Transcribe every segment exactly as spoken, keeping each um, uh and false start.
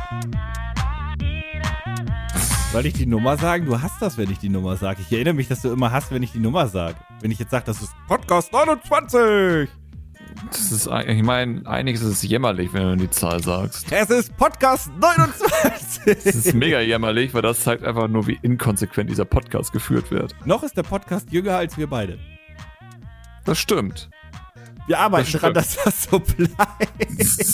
Soll ich die Nummer sagen? Du hast das, wenn ich die Nummer sage. Ich erinnere mich, dass du immer hast, wenn ich die Nummer sage. Wenn ich jetzt sage, das ist Podcast neunundzwanzig. Das ist, ich meine, einiges ist jämmerlich, wenn du die Zahl sagst. Es ist Podcast neunundzwanzig. Das ist mega jämmerlich, weil das zeigt einfach nur, wie inkonsequent dieser Podcast geführt wird. Noch ist der Podcast jünger als wir beide. Das stimmt. Wir arbeiten Das daran, stimmt. dass das so bleibt.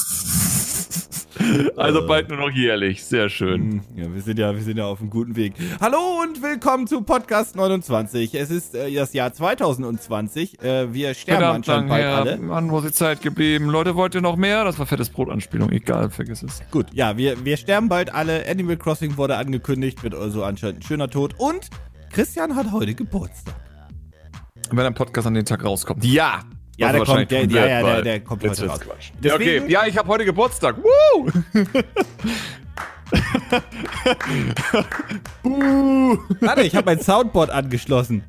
Also bald nur noch jährlich. Sehr schön. Ja, wir sind ja, wir sind ja auf einem guten Weg. Hallo und willkommen zu Podcast neunundzwanzig. Es ist äh, das Jahr zweitausendzwanzig. Äh, wir sterben Verdammt anscheinend lang bald her. alle. Mann, wo ist die Zeit geblieben? Leute, wollt ihr noch mehr? Das war fettes Brot-Anspielung. Egal, vergiss es. Gut, ja, wir, wir sterben bald alle. Animal Crossing wurde angekündigt, wird also anscheinend ein schöner Tod. Und Christian hat heute Geburtstag. Wenn ein Podcast an den Tag rauskommt. Ja! Ja, Was der wahrscheinlich kommt, der, tun ja, wird, ja, der, weil der kommt jetzt heute wird's raus. Quatsch. Deswegen, Ja, okay, ja, ich habe heute Geburtstag. Woo! uh, warte, ich habe mein Soundboard angeschlossen.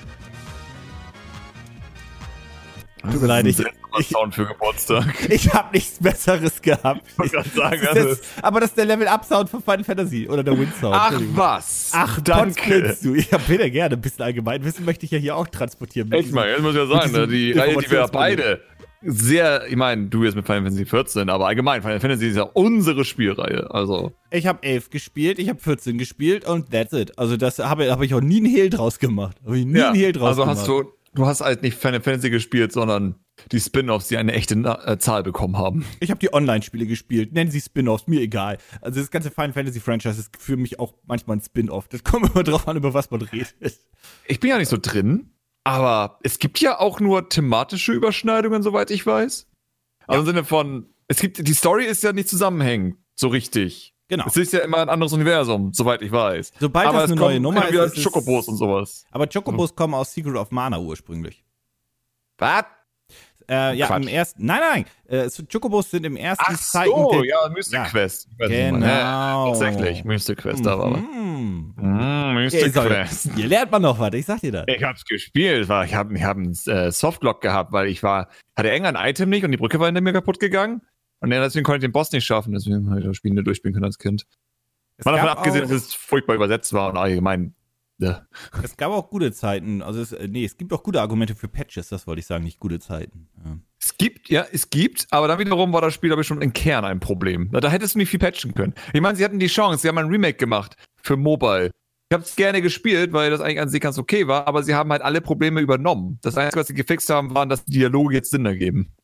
Tut mir leid, ich, ich, Sound für Geburtstag. ich habe nichts Besseres gehabt. Ich wollte gerade sagen, Das also, ist, aber das ist der Level-Up-Sound von Final Fantasy oder der Win-Sound. ach Entschuldigung. was? Ach, danke. du. Ich hab bitte gerne ein bisschen Allgemeinwissen, möchte ich ja hier auch transportieren. mit Echt diesem- mal, jetzt muss ich ja sagen, diesem ne, die Reihe, die wir ja Informationsmodell. beide sehr, ich meine, du jetzt mit Final Fantasy vierzehn, aber allgemein, Final Fantasy ist ja unsere Spielreihe, also. Ich habe elf gespielt, ich habe vierzehn gespielt und that's it. Also das habe hab ich auch nie einen Hehl draus gemacht. Habe ich nie Ja, einen Hehl draus also gemacht. hast du, du hast halt nicht Final Fantasy gespielt, sondern die Spin-Offs, die eine echte Na äh, Zahl bekommen haben. Ich habe die Online-Spiele gespielt, nennen sie Spin-Offs, mir egal. Also das ganze Final Fantasy-Franchise ist für mich auch manchmal ein Spin-Off. Das kommt immer drauf an, über was man redet. Ich bin ja nicht so drin, aber es gibt ja auch nur thematische Überschneidungen, soweit ich weiß. Also im Sinne von, es gibt, die Story ist ja nicht zusammenhängend, so richtig. Genau. Es ist ja immer ein anderes Universum, soweit ich weiß. Sobald aber das es eine kommen neue Nummer immer wieder ist, ist es- Chocobos und sowas. Aber Chocobos kommen aus Secret of Mana ursprünglich. Was? Äh, ja, Quatsch. im ersten, nein, nein, äh, Chocobos sind im ersten Ach Zeiten so, der- ja, Mystic Ja. Quest. Ich weiß nicht mal, ne? Genau. Tatsächlich, Mystic Quest, da war was. Mhm. Mm, Ja, Mystic ist doch- Quest. Hier lernt man noch was, ich sag dir das. Ich hab's gespielt, war, ich hab, ich hab einen äh, Softlock gehabt, weil ich war, hatte irgendein Item nicht und die Brücke war hinter mir kaputt gegangen. Und dann deswegen konnte ich den Boss nicht schaffen, deswegen habe ich das Spiel nicht durchspielen können als Kind. Es Mal davon gab abgesehen, auch- dass es furchtbar übersetzt war und allgemein. Ja. Es gab auch gute Zeiten, also es, äh, nee, es gibt auch gute Argumente für Patches, das wollte ich sagen, nicht gute Zeiten. Ja. Es gibt, ja, es gibt, aber dann wiederum war das Spiel, glaube ich, schon im Kern ein Problem. Da, da hättest du nicht viel patchen können. Ich meine, sie hatten die Chance, sie haben ein Remake gemacht für Mobile. Ich habe es gerne gespielt, weil das eigentlich an sich ganz okay war, aber sie haben halt alle Probleme übernommen. Das Einzige, was sie gefixt haben, waren, dass die Dialoge jetzt Sinn ergeben.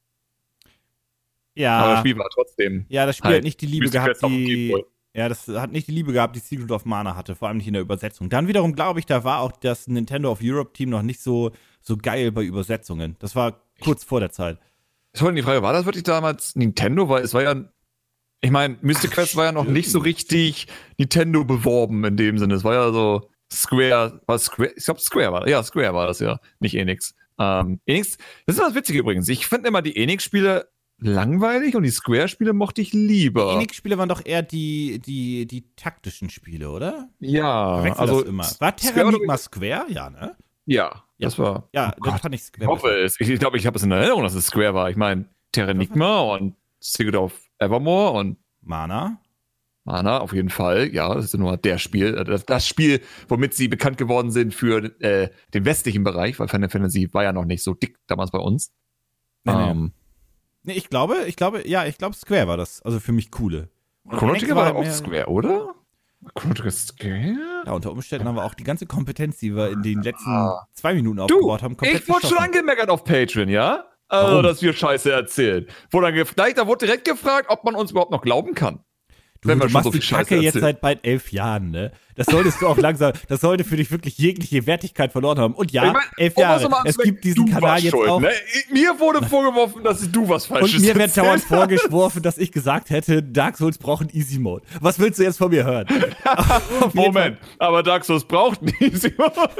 Ja, Aber das Spiel war trotzdem. ja, das Spiel halt hat nicht die Liebe Mystic gehabt, Quest auf dem die, Gameboy. ja, das hat nicht die Liebe gehabt, die Secret of Mana hatte, vor allem nicht in der Übersetzung. Dann wiederum glaube ich, da war auch das Nintendo of Europe Team noch nicht so, so geil bei Übersetzungen. Das war kurz vor der Zeit. Ist heute die Frage, war das wirklich damals Nintendo? Weil es war ja, ich meine, Mystic Quest war ja noch nicht so richtig Nintendo beworben in dem Sinne. Es war ja so Square, war Square, ich glaube Square war das, ja, Square war das ja, nicht Enix. Ähm, Enix, das ist das Witzige übrigens. Ich finde immer die Enix-Spiele langweilig und die Square-Spiele mochte ich lieber. Die Enix-Spiele waren doch eher die, die, die taktischen Spiele, oder? Ja, Verwechsel also das immer. War Square Terranigma oder- Square? Ja, ne? Ja, Ja. das war. Ja, Oh das Gott, fand ich ich Square. hoffe es. Ich glaube, ich habe es in Erinnerung, dass es Square war. Ich meine, Terranigma und Secret of Evermore und Mana. Mana, auf jeden Fall. Ja, das ist nur der Spiel, äh, das, das Spiel, womit sie bekannt geworden sind für äh, den westlichen Bereich, weil Final Fantasy war ja noch nicht so dick damals bei uns. Nee, nee. ähm, Nee, ich glaube, ich glaube, ja, ich glaube, Square war das. Also für mich coole. Und Chrono Enix Trigger war halt auch mehr- Square, oder? Chrono Trigger ist Square? Ja, unter Umständen haben wir auch die ganze Kompetenz, die wir in den letzten Ah. zwei Minuten Du, aufgebaut haben, komplett ich wurde schon geschossen. angemeckert auf Patreon, ja? Also, Warum? dass wir Scheiße erzählen. Wo dann gef- da wurde direkt gefragt, ob man uns überhaupt noch glauben kann. Du, wenn du wir schon machst so die viel Scheiße Kacke jetzt erzählen. seit bald elf Jahren, ne? Das solltest du auch langsam, das sollte für dich wirklich jegliche Wertigkeit verloren haben. Und ja, Ich mein, elf um was Jahre. nochmal Es anzumerken, gibt diesen du Kanal warst jetzt schuld, auch. Ne? Mir wurde vorgeworfen, dass du was Falsches Und mir wird erzählt dauernd hast. vorgeworfen, dass ich gesagt hätte, Dark Souls braucht einen Easy Mode. Was willst du jetzt von mir hören? Auf jeden Moment, aber Dark Souls braucht einen Easy Mode.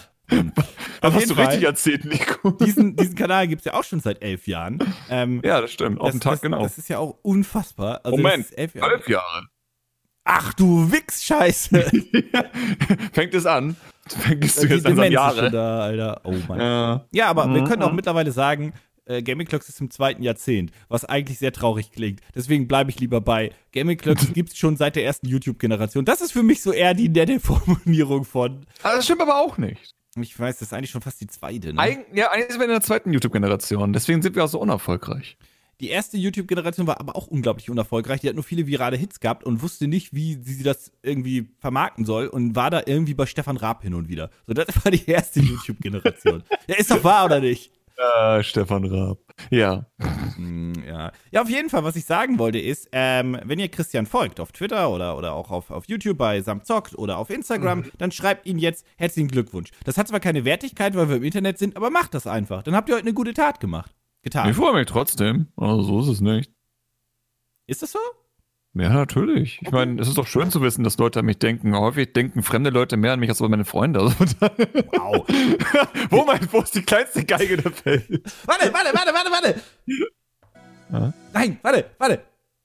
Das hast jeden du Fall. richtig erzählt, Nico. Diesen, diesen Kanal gibt's ja auch schon seit elf Jahren. Ähm, Ja, das stimmt. Auf das, den Tag das, genau. Das ist ja auch unfassbar. Also Moment, das ist elf Jahre. zwölf Jahre. Ach du Wichs-Scheiße. Fängt es an. Fängst du Die jetzt langsam Demenz ist schon Jahre. da, Alter. Oh Mann. Ja. Ja, aber wir Mhm. können auch mittlerweile sagen, äh, Gaming Clocks ist im zweiten Jahrzehnt, was eigentlich sehr traurig klingt. Deswegen bleibe ich lieber bei Gaming Clocks gibt's schon seit der ersten YouTube-Generation. Das ist für mich so eher die nette Formulierung von. Aber das stimmt aber auch nicht. Ich weiß, das ist eigentlich schon fast die zweite, ne? Eig- ja, eigentlich sind wir in der zweiten YouTube-Generation. Deswegen sind wir auch so unerfolgreich. Die erste YouTube-Generation war aber auch unglaublich unerfolgreich. Die hat nur viele virale Hits gehabt und wusste nicht, wie sie das irgendwie vermarkten soll und war da irgendwie bei Stefan Raab hin und wieder. So, das war die erste YouTube-Generation. Ja, ist doch wahr, oder nicht? Ah, Stefan Raab. Ja. Ja. Ja, auf jeden Fall, was ich sagen wollte, ist, ähm, wenn ihr Christian folgt auf Twitter oder, oder auch auf, auf YouTube bei Samzockt oder auf Instagram, mhm. dann schreibt ihn jetzt herzlichen Glückwunsch. Das hat zwar keine Wertigkeit, weil wir im Internet sind, aber macht das einfach. Dann habt ihr heute eine gute Tat gemacht. Getan. Ich freue mich trotzdem. Also so ist es nicht. Ist das so? Ja, natürlich. Ich Okay. meine, es ist doch schön zu wissen, dass Leute an mich denken. Häufig denken fremde Leute mehr an mich als meine Freunde. Also, wow. wo, mein, wo ist die kleinste Geige der Welt? Warte, warte, warte, warte, warte. Ja? Nein, warte, warte.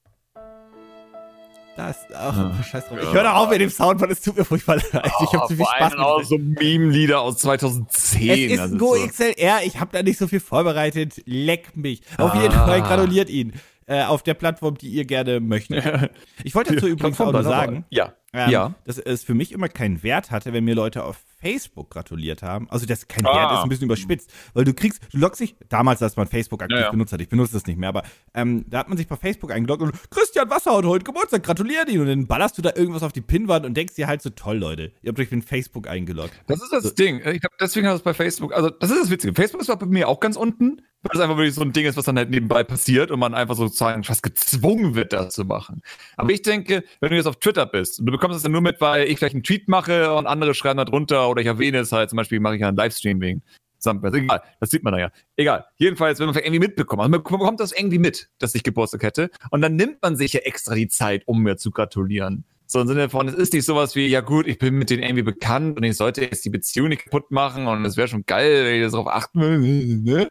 Da ist, oh, Ja. scheiß drauf. Ich höre doch auf mit dem Sound, weil es tut mir furchtbar leid. Ich habe zu viel vor Spaß allem auch so Meme-Lieder aus zweitausendzehn. Es ist also ein Go so. X L R, ich habe da nicht so viel vorbereitet. Leck mich. Auf Ah. jeden Fall gratuliert ihn. Äh, auf der Plattform, die ihr gerne möchtet. Ich wollte dazu Die übrigens Plattform auch nur deiner Wahl. sagen, Ja. ähm, Ja. dass es für mich immer keinen Wert hatte, wenn mir Leute auf Facebook gratuliert haben. Also das kein Ah. Wert ist ein bisschen überspitzt, weil du kriegst, du loggst dich, damals, als man Facebook aktiv Ja, ja. benutzt hat, ich benutze das nicht mehr, aber ähm, da hat man sich bei Facebook eingeloggt und Christian Wasser hat heute Geburtstag, gratuliert ihn und dann ballerst du da irgendwas auf die Pinnwand und denkst dir halt so, toll, Leute, ihr habt euch mit Facebook eingeloggt. Das ist das So. Ding. Ich glaube, deswegen hat es bei Facebook, also das ist das Witzige. Facebook ist bei mir auch ganz unten, weil es einfach wirklich so ein Ding ist, was dann halt nebenbei passiert und man einfach sozusagen fast gezwungen wird, das zu machen. Aber ich denke, wenn du jetzt auf Twitter bist und du bekommst es dann nur mit, weil ich vielleicht einen Tweet mache und andere schreiben da drunter oder ich erwähne es halt, zum Beispiel mache ich ja einen Livestream wegen Samstag. Egal, das sieht man da ja. Egal. Jedenfalls, wenn man vielleicht irgendwie mitbekommt, also man bekommt das irgendwie mit, dass ich Geburtstag hätte und dann nimmt man sich ja extra die Zeit, um mir zu gratulieren. So im Sinne von, es ist nicht sowas wie, ja gut, ich bin mit denen irgendwie bekannt und ich sollte jetzt die Beziehung nicht kaputt machen und es wäre schon geil, wenn ich das darauf achten würde.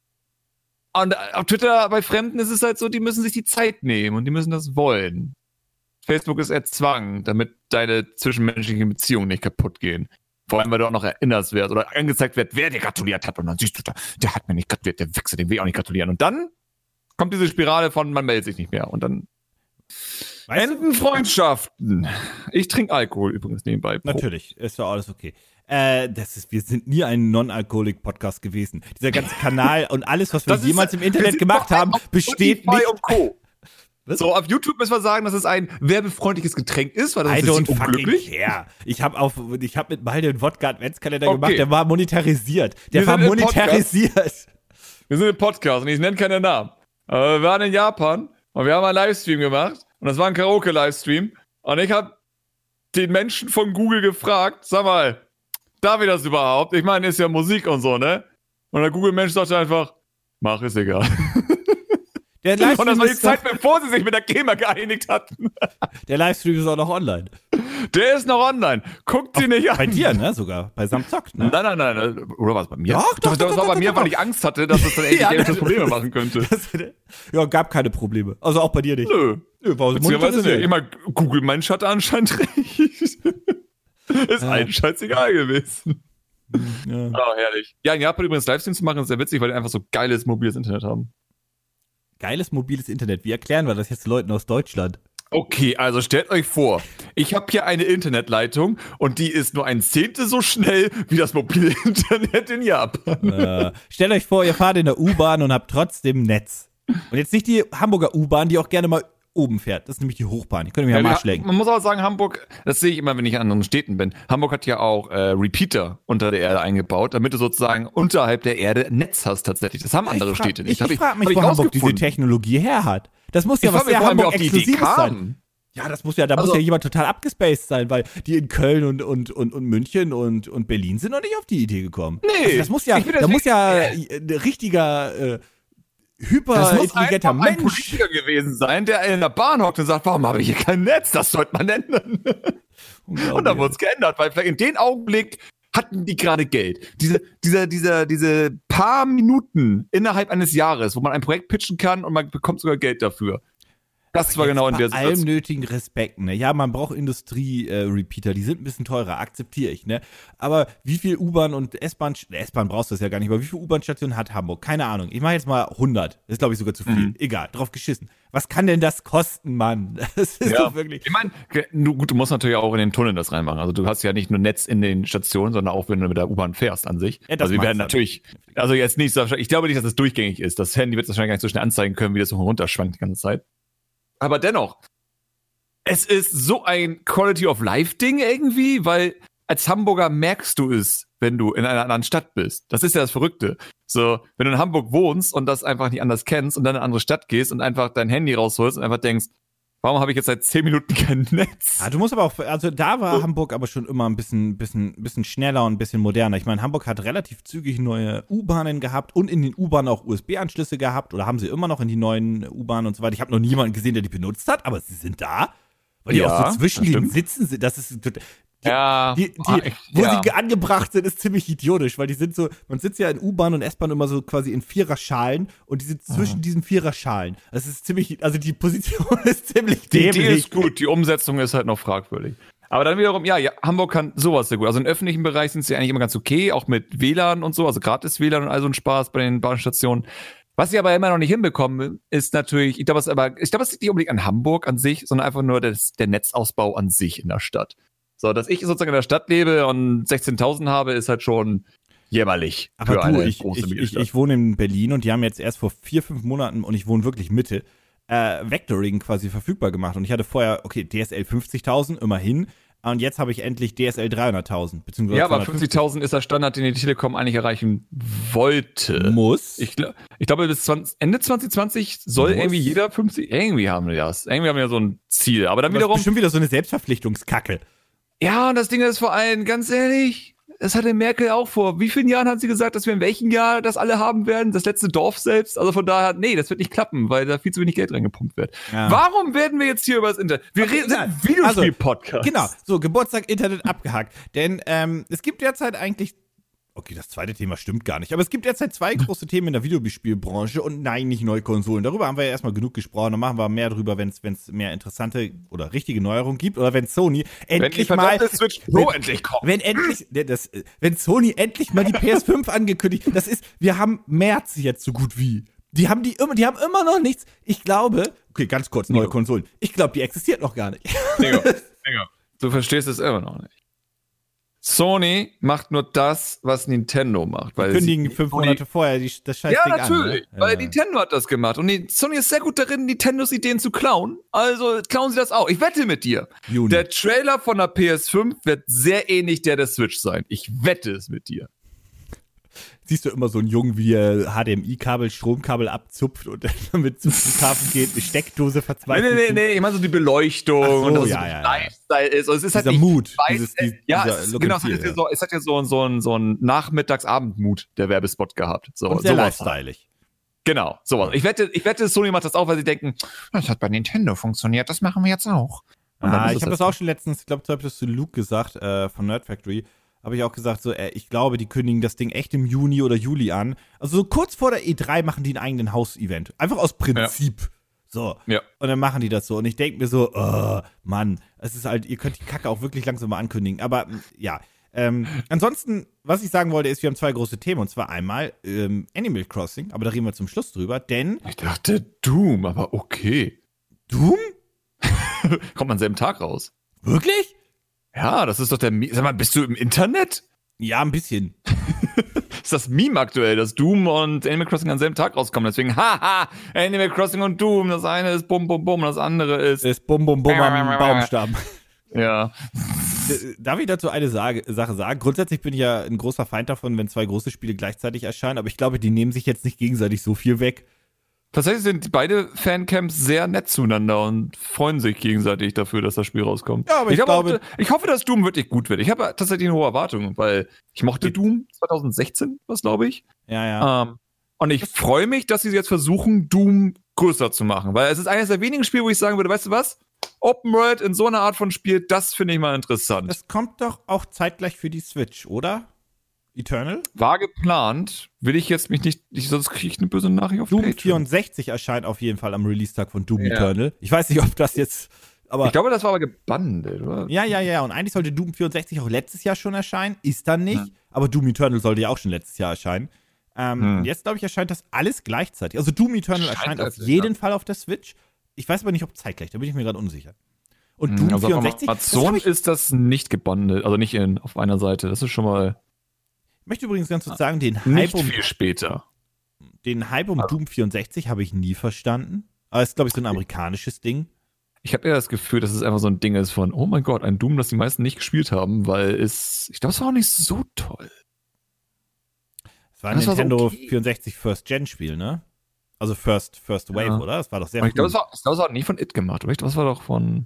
Und auf Twitter bei Fremden ist es halt so, die müssen sich die Zeit nehmen und die müssen das wollen. Facebook ist erzwungen, damit deine zwischenmenschlichen Beziehungen nicht kaputt gehen. Vor allem, weil du auch noch erinnerst wirst oder angezeigt wird, wer dir gratuliert hat und dann siehst du, da, der hat mir nicht gratuliert, der Wichser, den will ich auch nicht gratulieren. Und dann kommt diese Spirale von, man meldet sich nicht mehr und dann Weißt enden Freundschaften. Ich trinke Alkohol übrigens nebenbei. Natürlich, ist doch alles okay. Äh, das ist, wir sind nie ein Non-Alkoholik-Podcast gewesen. Dieser ganze Kanal und alles, was wir Das ist- jemals im wir Internet sind gemacht doch haben, auf besteht Spotify nicht. und Co. Was? So, auf YouTube müssen wir sagen, dass es ein werbefreundliches Getränk ist, weil das I ist don't nicht fucking unglücklich. care. Ich habe auf, ich habe mit Malte einen Wodka-Adventskalender Okay. gemacht, der war monetarisiert. Der Wir war sind im Podcast. monetarisiert. Wir sind im Podcast und ich nenne keine Namen. Aber wir waren in Japan und wir haben einen Livestream gemacht und das war ein Karaoke-Livestream und ich habe den Menschen von Google gefragt, sag mal, darf ich das überhaupt? Ich meine, ist ja Musik und so, ne? Und der Google-Mensch sagte einfach, mach, ist egal. Der Und das Livestream, war die ist doch, Zeit, bevor sie sich mit der GEMA geeinigt hatten. der Livestream ist auch noch online. Der ist noch online. Guckt sie nicht an. Bei dir, ne? Sogar. Bei Samzockt, ne? Nein, nein, nein. Oder war es bei mir? Doch, doch, Das doch, war doch, bei doch, mir, doch, weil doch. ich Angst hatte, dass es dann endlich Ja, irgendwelche das- Probleme machen könnte. Das, ja, gab keine Probleme. Also auch bei dir nicht. Nö. Nö, war Beziehungsweise monetarisiert. nicht. Immer Google-Mensch hatte anscheinend recht. Ist Ja. allen scheißegal gewesen. Ja. Oh, herrlich. Ja, in Japan übrigens Livestream zu machen, ist sehr witzig, weil die einfach so geiles mobiles Internet haben. Geiles mobiles Internet. Wie erklären wir das jetzt Leuten aus Deutschland? Okay, also stellt euch vor, ich habe hier eine Internetleitung und die ist nur ein Zehntel so schnell wie das mobile Internet in Japan. äh, stellt euch vor, ihr fahrt in der U-Bahn und habt trotzdem Netz. Und jetzt nicht die Hamburger U-Bahn, die auch gerne mal oben fährt. Das ist nämlich die Hochbahn. Die können mich am Ja, Arsch lenken. man muss aber sagen, Hamburg, das sehe ich immer, wenn ich in anderen Städten bin. Hamburg hat ja auch äh, Repeater unter der Erde eingebaut, damit du sozusagen unterhalb der Erde Netz hast tatsächlich. Das haben andere ich fra- Städte nicht. Ich, Hab ich frage mich, hab wo ich Hamburg diese rausgefunden. Technologie her hat. Das muss ja Ich was frag mich, sehr vor allem, wer Hamburg auf die Idee Exklusives sein. kam. Ja, das muss ja, da Also- muss ja jemand total abgespaced sein, weil die in Köln und, und, und, und München und, und Berlin sind noch nicht auf die Idee gekommen. Nee, Also das muss ja, ich bin da deswegen- muss ja ein richtiger äh, Das muss hyperintelligenter einfach ein Mensch. Politiker gewesen sein, der in der Bahn hockt und sagt, warum habe ich hier kein Netz? Das sollte man ändern. Und dann wurde es geändert, weil vielleicht in dem Augenblick hatten die gerade Geld. Diese, dieser, dieser, diese paar Minuten innerhalb eines Jahres, wo man ein Projekt pitchen kann und man bekommt sogar Geld dafür. Das war genau in der Bei allem Situation. nötigen Respekt, ne? Ja, man braucht Industrie-Repeater, die sind ein bisschen teurer, akzeptiere ich, ne? Aber wie viel U-Bahn und S-Bahn, S-Bahn brauchst du das ja gar nicht, aber wie viele U-Bahn-Stationen hat Hamburg? Keine Ahnung. Ich mache jetzt mal hundert. Das ist, glaube ich, sogar zu viel. Mhm. Egal, drauf geschissen. Was kann denn das kosten, Mann? Das ist Ja. doch wirklich. Ich meine, du, gut, du musst natürlich auch in den Tunnel das reinmachen. Also du hast ja nicht nur Netz in den Stationen, sondern auch, wenn du mit der U-Bahn fährst an sich. Ja, das also wir macht's werden dann. natürlich, also jetzt nicht so, ich glaube nicht, dass es durchgängig ist. Das Handy wird es wahrscheinlich gar nicht so schnell anzeigen können, wie das hoch und runter schwankt die ganze Zeit. Aber dennoch, es ist so ein Quality of Life Ding irgendwie, weil als Hamburger merkst du es, wenn du in einer anderen Stadt bist. Das ist ja das Verrückte. So, wenn du in Hamburg wohnst und das einfach nicht anders kennst und dann in eine andere Stadt gehst und einfach dein Handy rausholst und einfach denkst, warum habe ich jetzt seit zehn Minuten kein Netz? Ja, du musst aber auch, also da war Hamburg aber schon immer ein bisschen, bisschen, bisschen schneller und ein bisschen moderner. Ich meine, Hamburg hat relativ zügig neue U-Bahnen gehabt und in den U-Bahnen auch U S B-Anschlüsse gehabt oder haben sie immer noch in die neuen U-Bahnen und so weiter. Ich habe noch nie jemanden gesehen, der die benutzt hat, aber sie sind da. Weil die Ja, auch so zwischen das den stimmt. Sitzen sind. Das ist total- Die, Ja, die, die, ah, ich- wo ja. sie angebracht sind, ist ziemlich idiotisch, weil die sind so, man sitzt ja in U-Bahn und S-Bahn immer so quasi in Viererschalen und die sind zwischen diesen Viererschalen. Das ist ziemlich, also die Position ist ziemlich Die dämlich. Idee ist gut, die Umsetzung ist halt noch fragwürdig. Aber dann wiederum, ja, ja, Hamburg kann sowas sehr gut. Also im öffentlichen Bereich sind sie eigentlich immer ganz okay, auch mit W L A N und so, also gratis W L A N und all so ein Spaß bei den Bahnstationen. Was sie aber immer noch nicht hinbekommen, ist natürlich, ich glaube, es aber, ich glaube, es liegt nicht unbedingt an Hamburg an sich, sondern einfach nur das, der Netzausbau an sich in der Stadt. So, dass ich sozusagen in der Stadt lebe und sechzehntausend habe, ist halt schon jämmerlich. Aber für du, eine ich, große ich, ich, Mittelstadt. ich wohne in Berlin und die haben jetzt erst vor vier, fünf Monaten, und ich wohne wirklich Mitte, äh, Vectoring quasi verfügbar gemacht. Und ich hatte vorher, okay, D S L fünfzigtausend, immerhin. Und jetzt habe ich endlich D S L dreihunderttausend. Beziehungsweise Ja, aber zweihundertfünfzig fünfzigtausend ist der Standard, den die Telekom eigentlich erreichen wollte. muss. Ich, gl- ich glaube, bis zwanzig, Ende zwanzig zwanzig soll Muss. irgendwie jeder fünfzig, irgendwie haben wir das. Irgendwie haben wir so ein Ziel. Aber dann das ist wiederum, bestimmt wieder so eine Selbstverpflichtungskacke. ja, und das Ding ist vor allem, ganz ehrlich, das hatte Merkel auch vor. Wie vielen Jahren hat sie gesagt, dass wir in welchem Jahr das alle haben werden? Das letzte Dorf selbst? Also von daher, nee, das wird nicht klappen, weil da viel zu wenig Geld reingepumpt wird. Ja. Warum werden wir jetzt hier über das Internet? Wir Okay, reden, egal. sind Videospiel-Podcast. Genau, so, Geburtstag, Internet abgehakt. Denn ähm, es gibt derzeit eigentlich, okay, das zweite Thema stimmt gar nicht, aber es gibt derzeit zwei große Themen in der Videospielbranche und nein, nicht neue Konsolen. Darüber haben wir ja erstmal genug gesprochen, dann machen wir mehr drüber, wenn es mehr interessante oder richtige Neuerungen gibt oder wenn Sony Wenn die endlich mal... verdammte Switch Pro wenn, endlich kommt. Wenn endlich, ne, das, wenn Sony endlich mal die P S fünf angekündigt, das ist, wir haben März jetzt so gut wie. Die haben die immer, die haben immer noch nichts. Ich glaube, okay, ganz kurz, neue Nico. Konsolen. Ich glaube, die existiert noch gar nicht. Digga, Digga, du verstehst es immer noch nicht. Sony macht nur das, was Nintendo macht. Weil Kündigen sie, fünf Sony- Monate vorher die, das scheiß Ja, Ding natürlich, an. Ne? weil Ja. Nintendo hat das gemacht. Und die- Sony ist sehr gut darin, Nintendos Ideen zu klauen. Also klauen sie das auch. Ich wette mit dir. Juni. Der Trailer von der P S fünf wird sehr ähnlich der der Switch sein. Ich wette es mit dir. Siehst du immer so einen Jungen, wie er H D M I-Kabel, Stromkabel abzupft und dann mit zum Flughafen geht, eine Steckdose Nee, verzweifelt. nee, nee, nee, ich meine so die Beleuchtung Ach so, und dass es ja, so ja, ja. Lifestyle ist. Und es ist Dieser halt nicht Mut, weiß, dieses- äh, die- ja, dieser es, ist- Look genau, and es hat Feel, ja so, es hat ja so, so, ein- so ein Nachmittags-Abend-Mut, der Werbespot gehabt. So, Und sehr sowas. lifestyleig. Genau, sowas. Ich wette, ich wette, Sony macht das auch, weil sie denken, das hat bei Nintendo funktioniert, das machen wir jetzt auch. Und dann Ah, ist ich habe es das auch schon letztens, ich glaube, du hast das zu Luke gesagt, äh, von Nerd Factory, habe ich auch gesagt, so, äh, ich glaube, die kündigen das Ding echt im Juni oder Juli an. Also so kurz vor der E drei machen die einen eigenen Haus-Event. Einfach aus Prinzip. So. Ja. Und dann machen die das so. Und ich denke mir so, oh, Mann, es ist halt, ihr könnt die Kacke auch wirklich langsam mal ankündigen. Aber m, ja. Ähm, ansonsten, was ich sagen wollte, ist, wir haben zwei große Themen. Und zwar einmal ähm, Animal Crossing, aber da reden wir zum Schluss drüber, denn Ich dachte Doom, aber okay. Doom? Kommt am selben Tag raus. Wirklich? Ja, das ist doch der Mi- Sag mal, bist du im Internet? Ja, ein bisschen. Ist das Meme aktuell, dass Doom und Animal Crossing am selben Tag rauskommen? Deswegen, haha, Animal Crossing und Doom, das eine ist Bum Bum Bum, das andere ist. Das Bum Bum Bum am Baumstamm. Ja. Darf ich dazu eine Sage, Sache sagen? Grundsätzlich bin ich ja ein großer Feind davon, wenn zwei große Spiele gleichzeitig erscheinen, aber ich glaube, die nehmen sich jetzt nicht gegenseitig so viel weg. Tatsächlich sind beide Fancamps sehr nett zueinander und freuen sich gegenseitig dafür, dass das Spiel rauskommt. Ja, aber ich glaube, glaube- auch, ich hoffe, dass Doom wirklich gut wird. Ich habe tatsächlich eine hohe Erwartung, weil ich mochte Doom zwanzig sechzehn, was glaube ich. Ja, ja. Ähm, und ich freue mich, dass sie jetzt versuchen, Doom größer zu machen, weil es ist eines der wenigen Spiele, wo ich sagen würde, weißt du was? Open World in so einer Art von Spiel, das finde ich mal interessant. Das kommt doch auch zeitgleich für die Switch, oder? Eternal? War geplant, will ich jetzt mich nicht, ich, sonst kriege ich eine böse Nachricht auf Doom Patreon. vierundsechzig erscheint auf jeden Fall am Release-Tag von Doom Ja. Eternal. Ich weiß nicht, ob das jetzt, aber... Ich glaube, das war aber gebundelt, oder? Ja, ja, ja, und eigentlich sollte Doom vierundsechzig auch letztes Jahr schon erscheinen, ist dann nicht, Hm. aber Doom Eternal sollte ja auch schon letztes Jahr erscheinen. Ähm, Hm. Und jetzt, glaube ich, erscheint das alles gleichzeitig. Also Doom Eternal Scheint erscheint auf es, jeden ja. Fall auf der Switch. Ich weiß aber nicht, ob zeitgleich, da bin ich mir gerade unsicher. Und Hm, Doom also auf vierundsechzig, das Amazon hab ich, ist das nicht gebundelt, also nicht in, auf einer Seite. Das ist schon mal ich möchte übrigens ganz kurz sagen, den Hype nicht um, viel später. den Hype um Also- Doom vierundsechzig habe ich nie verstanden. Aber es ist, glaube ich, so ein amerikanisches Ding. Ich habe eher das Gefühl, dass es einfach so ein Ding ist von, oh mein Gott, ein Doom, das die meisten nicht gespielt haben, weil es, ich glaube, es war auch nicht so toll. Es war ein Das war so Nintendo okay. vierundsechzig First-Gen-Spiel, ne? Also First, First Wave, Ja. oder? Das war doch sehr Aber ich glaube, früh. es war, ich glaub, es war nicht von It gemacht, oder? Ich glaube, es war doch von,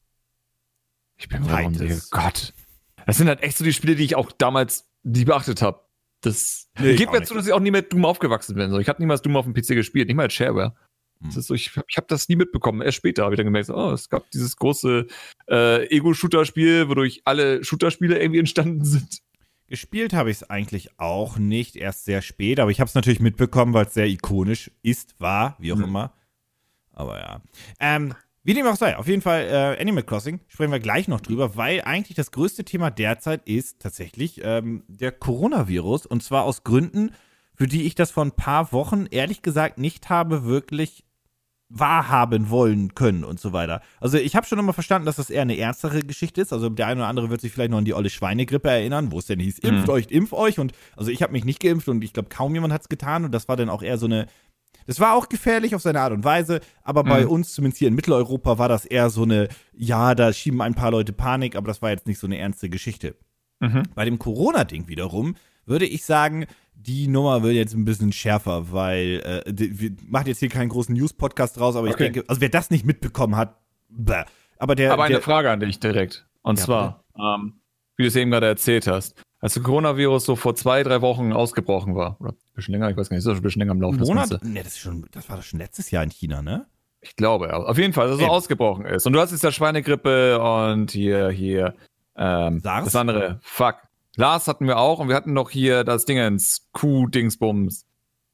ich bin mir gerade Titus. unsicher. Gott. Das sind halt echt so die Spiele, die ich auch damals nie beachtet habe. Das, Nee, ich ich gebe auch mir nicht. zu, dass ich auch nie mit Doom aufgewachsen bin. So, ich habe niemals Doom auf dem P C gespielt, nicht mal als Shareware. Das Hm. ist so, ich habe ich hab das nie mitbekommen. Erst später habe ich dann gemerkt, so, oh, es gab dieses große äh, Ego-Shooter-Spiel, wodurch alle Shooter-Spiele irgendwie entstanden sind. Gespielt habe ich es eigentlich auch nicht, erst sehr spät, aber ich habe es natürlich mitbekommen, weil es sehr ikonisch ist, war, wie auch Mhm. immer. Aber ja. Ähm, wie dem auch sei, auf jeden Fall äh, Animal Crossing, sprechen wir gleich noch drüber, weil eigentlich das größte Thema derzeit ist tatsächlich ähm, der Coronavirus und zwar aus Gründen, für die ich das vor ein paar Wochen ehrlich gesagt nicht habe wirklich wahrhaben wollen können und so weiter. Also ich habe schon immer verstanden, dass das eher eine ernstere Geschichte ist. Also der eine oder andere wird sich vielleicht noch an die olle Schweinegrippe erinnern, wo es denn hieß, impft Mhm. euch, impft euch. Und also ich habe mich nicht geimpft und ich glaube, kaum jemand hat es getan. Und das war dann auch eher so eine, das war auch gefährlich auf seine Art und Weise, aber bei Mhm. uns, zumindest hier in Mitteleuropa, war das eher so eine, ja, da schieben ein paar Leute Panik, aber das war jetzt nicht so eine ernste Geschichte. Mhm. Bei dem Corona-Ding wiederum würde ich sagen, die Nummer wird jetzt ein bisschen schärfer, weil äh, die, wir machen jetzt hier keinen großen News-Podcast draus, aber ich Okay. denke, also wer das nicht mitbekommen hat, bäh. Aber der, Aber eine der Frage an dich direkt. Und Ja, zwar, ähm, wie du es eben gerade erzählt hast, als der Coronavirus so vor zwei, drei Wochen ausgebrochen war, oder ein bisschen länger, ich weiß gar nicht, ist das schon ein bisschen länger im Laufe des Monat, Ganzen. ne, das ist schon, das war doch schon letztes Jahr in China, ne? Ich glaube, ja. Auf jeden Fall, dass es so Eben. ausgebrochen ist. Und du hast jetzt ja Schweinegrippe und hier, hier, ähm, SARS? das andere, fuck. SARS hatten wir auch und wir hatten noch hier das Dingens, Kuh-Dingsbums.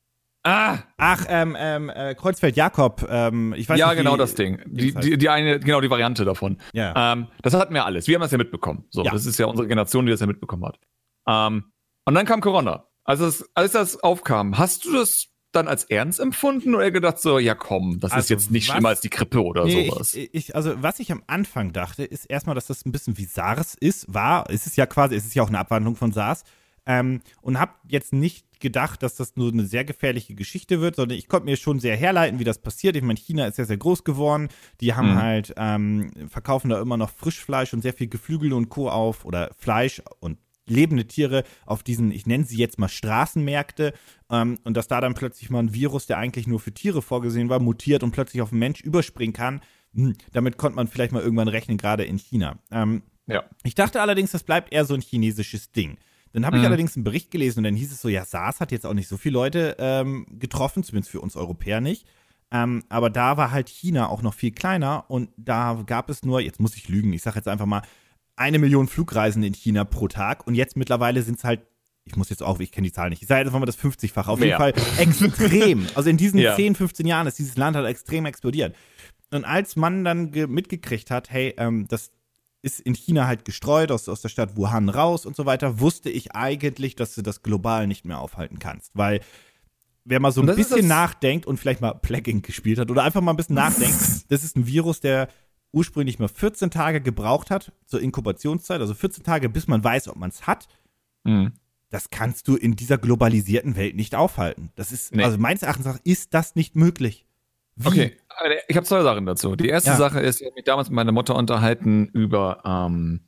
Ah! Ach, ähm, ähm, äh, Kreuzfeld-Jakob, ähm, ich weiß Ja, nicht, genau wie- das Ding. Die, jedenfalls. die, die eine, genau die Variante davon. Ja. Ähm, das hatten wir alles. Wir haben das ja mitbekommen. So, Ja. das ist ja unsere Generation, die das ja mitbekommen hat. Ähm, und dann kam Corona. Also das, als das aufkam, hast du das dann als ernst empfunden oder gedacht so, ja komm, das ist Also jetzt nicht was- schlimmer als die Grippe oder Nee, sowas? ich, ich, also was ich am Anfang dachte, ist erstmal, dass das ein bisschen wie SARS ist, war, es ist ja quasi, es ist ja auch eine Abwandlung von SARS, ähm, und habe jetzt nicht gedacht, dass das nur eine sehr gefährliche Geschichte wird, sondern ich konnte mir schon sehr herleiten, wie das passiert. Ich meine, China ist ja sehr groß geworden, die haben Mhm. halt, ähm, verkaufen da immer noch Frischfleisch und sehr viel Geflügel und Co. auf oder Fleisch und lebende Tiere auf diesen, ich nenne sie jetzt mal Straßenmärkte, ähm, und dass da dann plötzlich mal ein Virus, der eigentlich nur für Tiere vorgesehen war, mutiert und plötzlich auf den Mensch überspringen kann, hm, damit konnte man vielleicht mal irgendwann rechnen, gerade in China. Ähm, Ja. ich dachte allerdings, das bleibt eher so ein chinesisches Ding. Dann habe ich Mhm. allerdings einen Bericht gelesen und dann hieß es so, ja, SARS hat jetzt auch nicht so viele Leute ähm, getroffen, zumindest für uns Europäer nicht. Ähm, aber da war halt China auch noch viel kleiner und da gab es nur, jetzt muss ich lügen, ich sage jetzt einfach mal, eine Million Flugreisen in China pro Tag und jetzt mittlerweile sind es halt, ich muss jetzt auch, ich kenne die Zahl nicht, ich sage jetzt einfach mal das fünfzigfache, auf Mehr. jeden Fall extrem. Also in diesen Ja. zehn, fünfzehn Jahren ist dieses Land halt extrem explodiert. Und als man dann ge- mitgekriegt hat, hey, ähm, das ist in China halt gestreut, aus, aus der Stadt Wuhan raus und so weiter, wusste ich eigentlich, dass du das global nicht mehr aufhalten kannst. Weil wer mal so Und ein das ist bisschen das- nachdenkt und vielleicht mal Plaguing gespielt hat oder einfach mal ein bisschen nachdenkt, das ist ein Virus, der ursprünglich mal vierzehn Tage gebraucht hat zur Inkubationszeit, also vierzehn Tage, bis man weiß, ob man es hat. Mhm. Das kannst du in dieser globalisierten Welt nicht aufhalten. Das ist, Nee. also meines Erachtens nach ist das nicht möglich. Wie? Okay, aber ich habe zwei Sachen dazu. Die erste Ja. Sache ist, ich habe mich damals mit meiner Mutter unterhalten über ähm,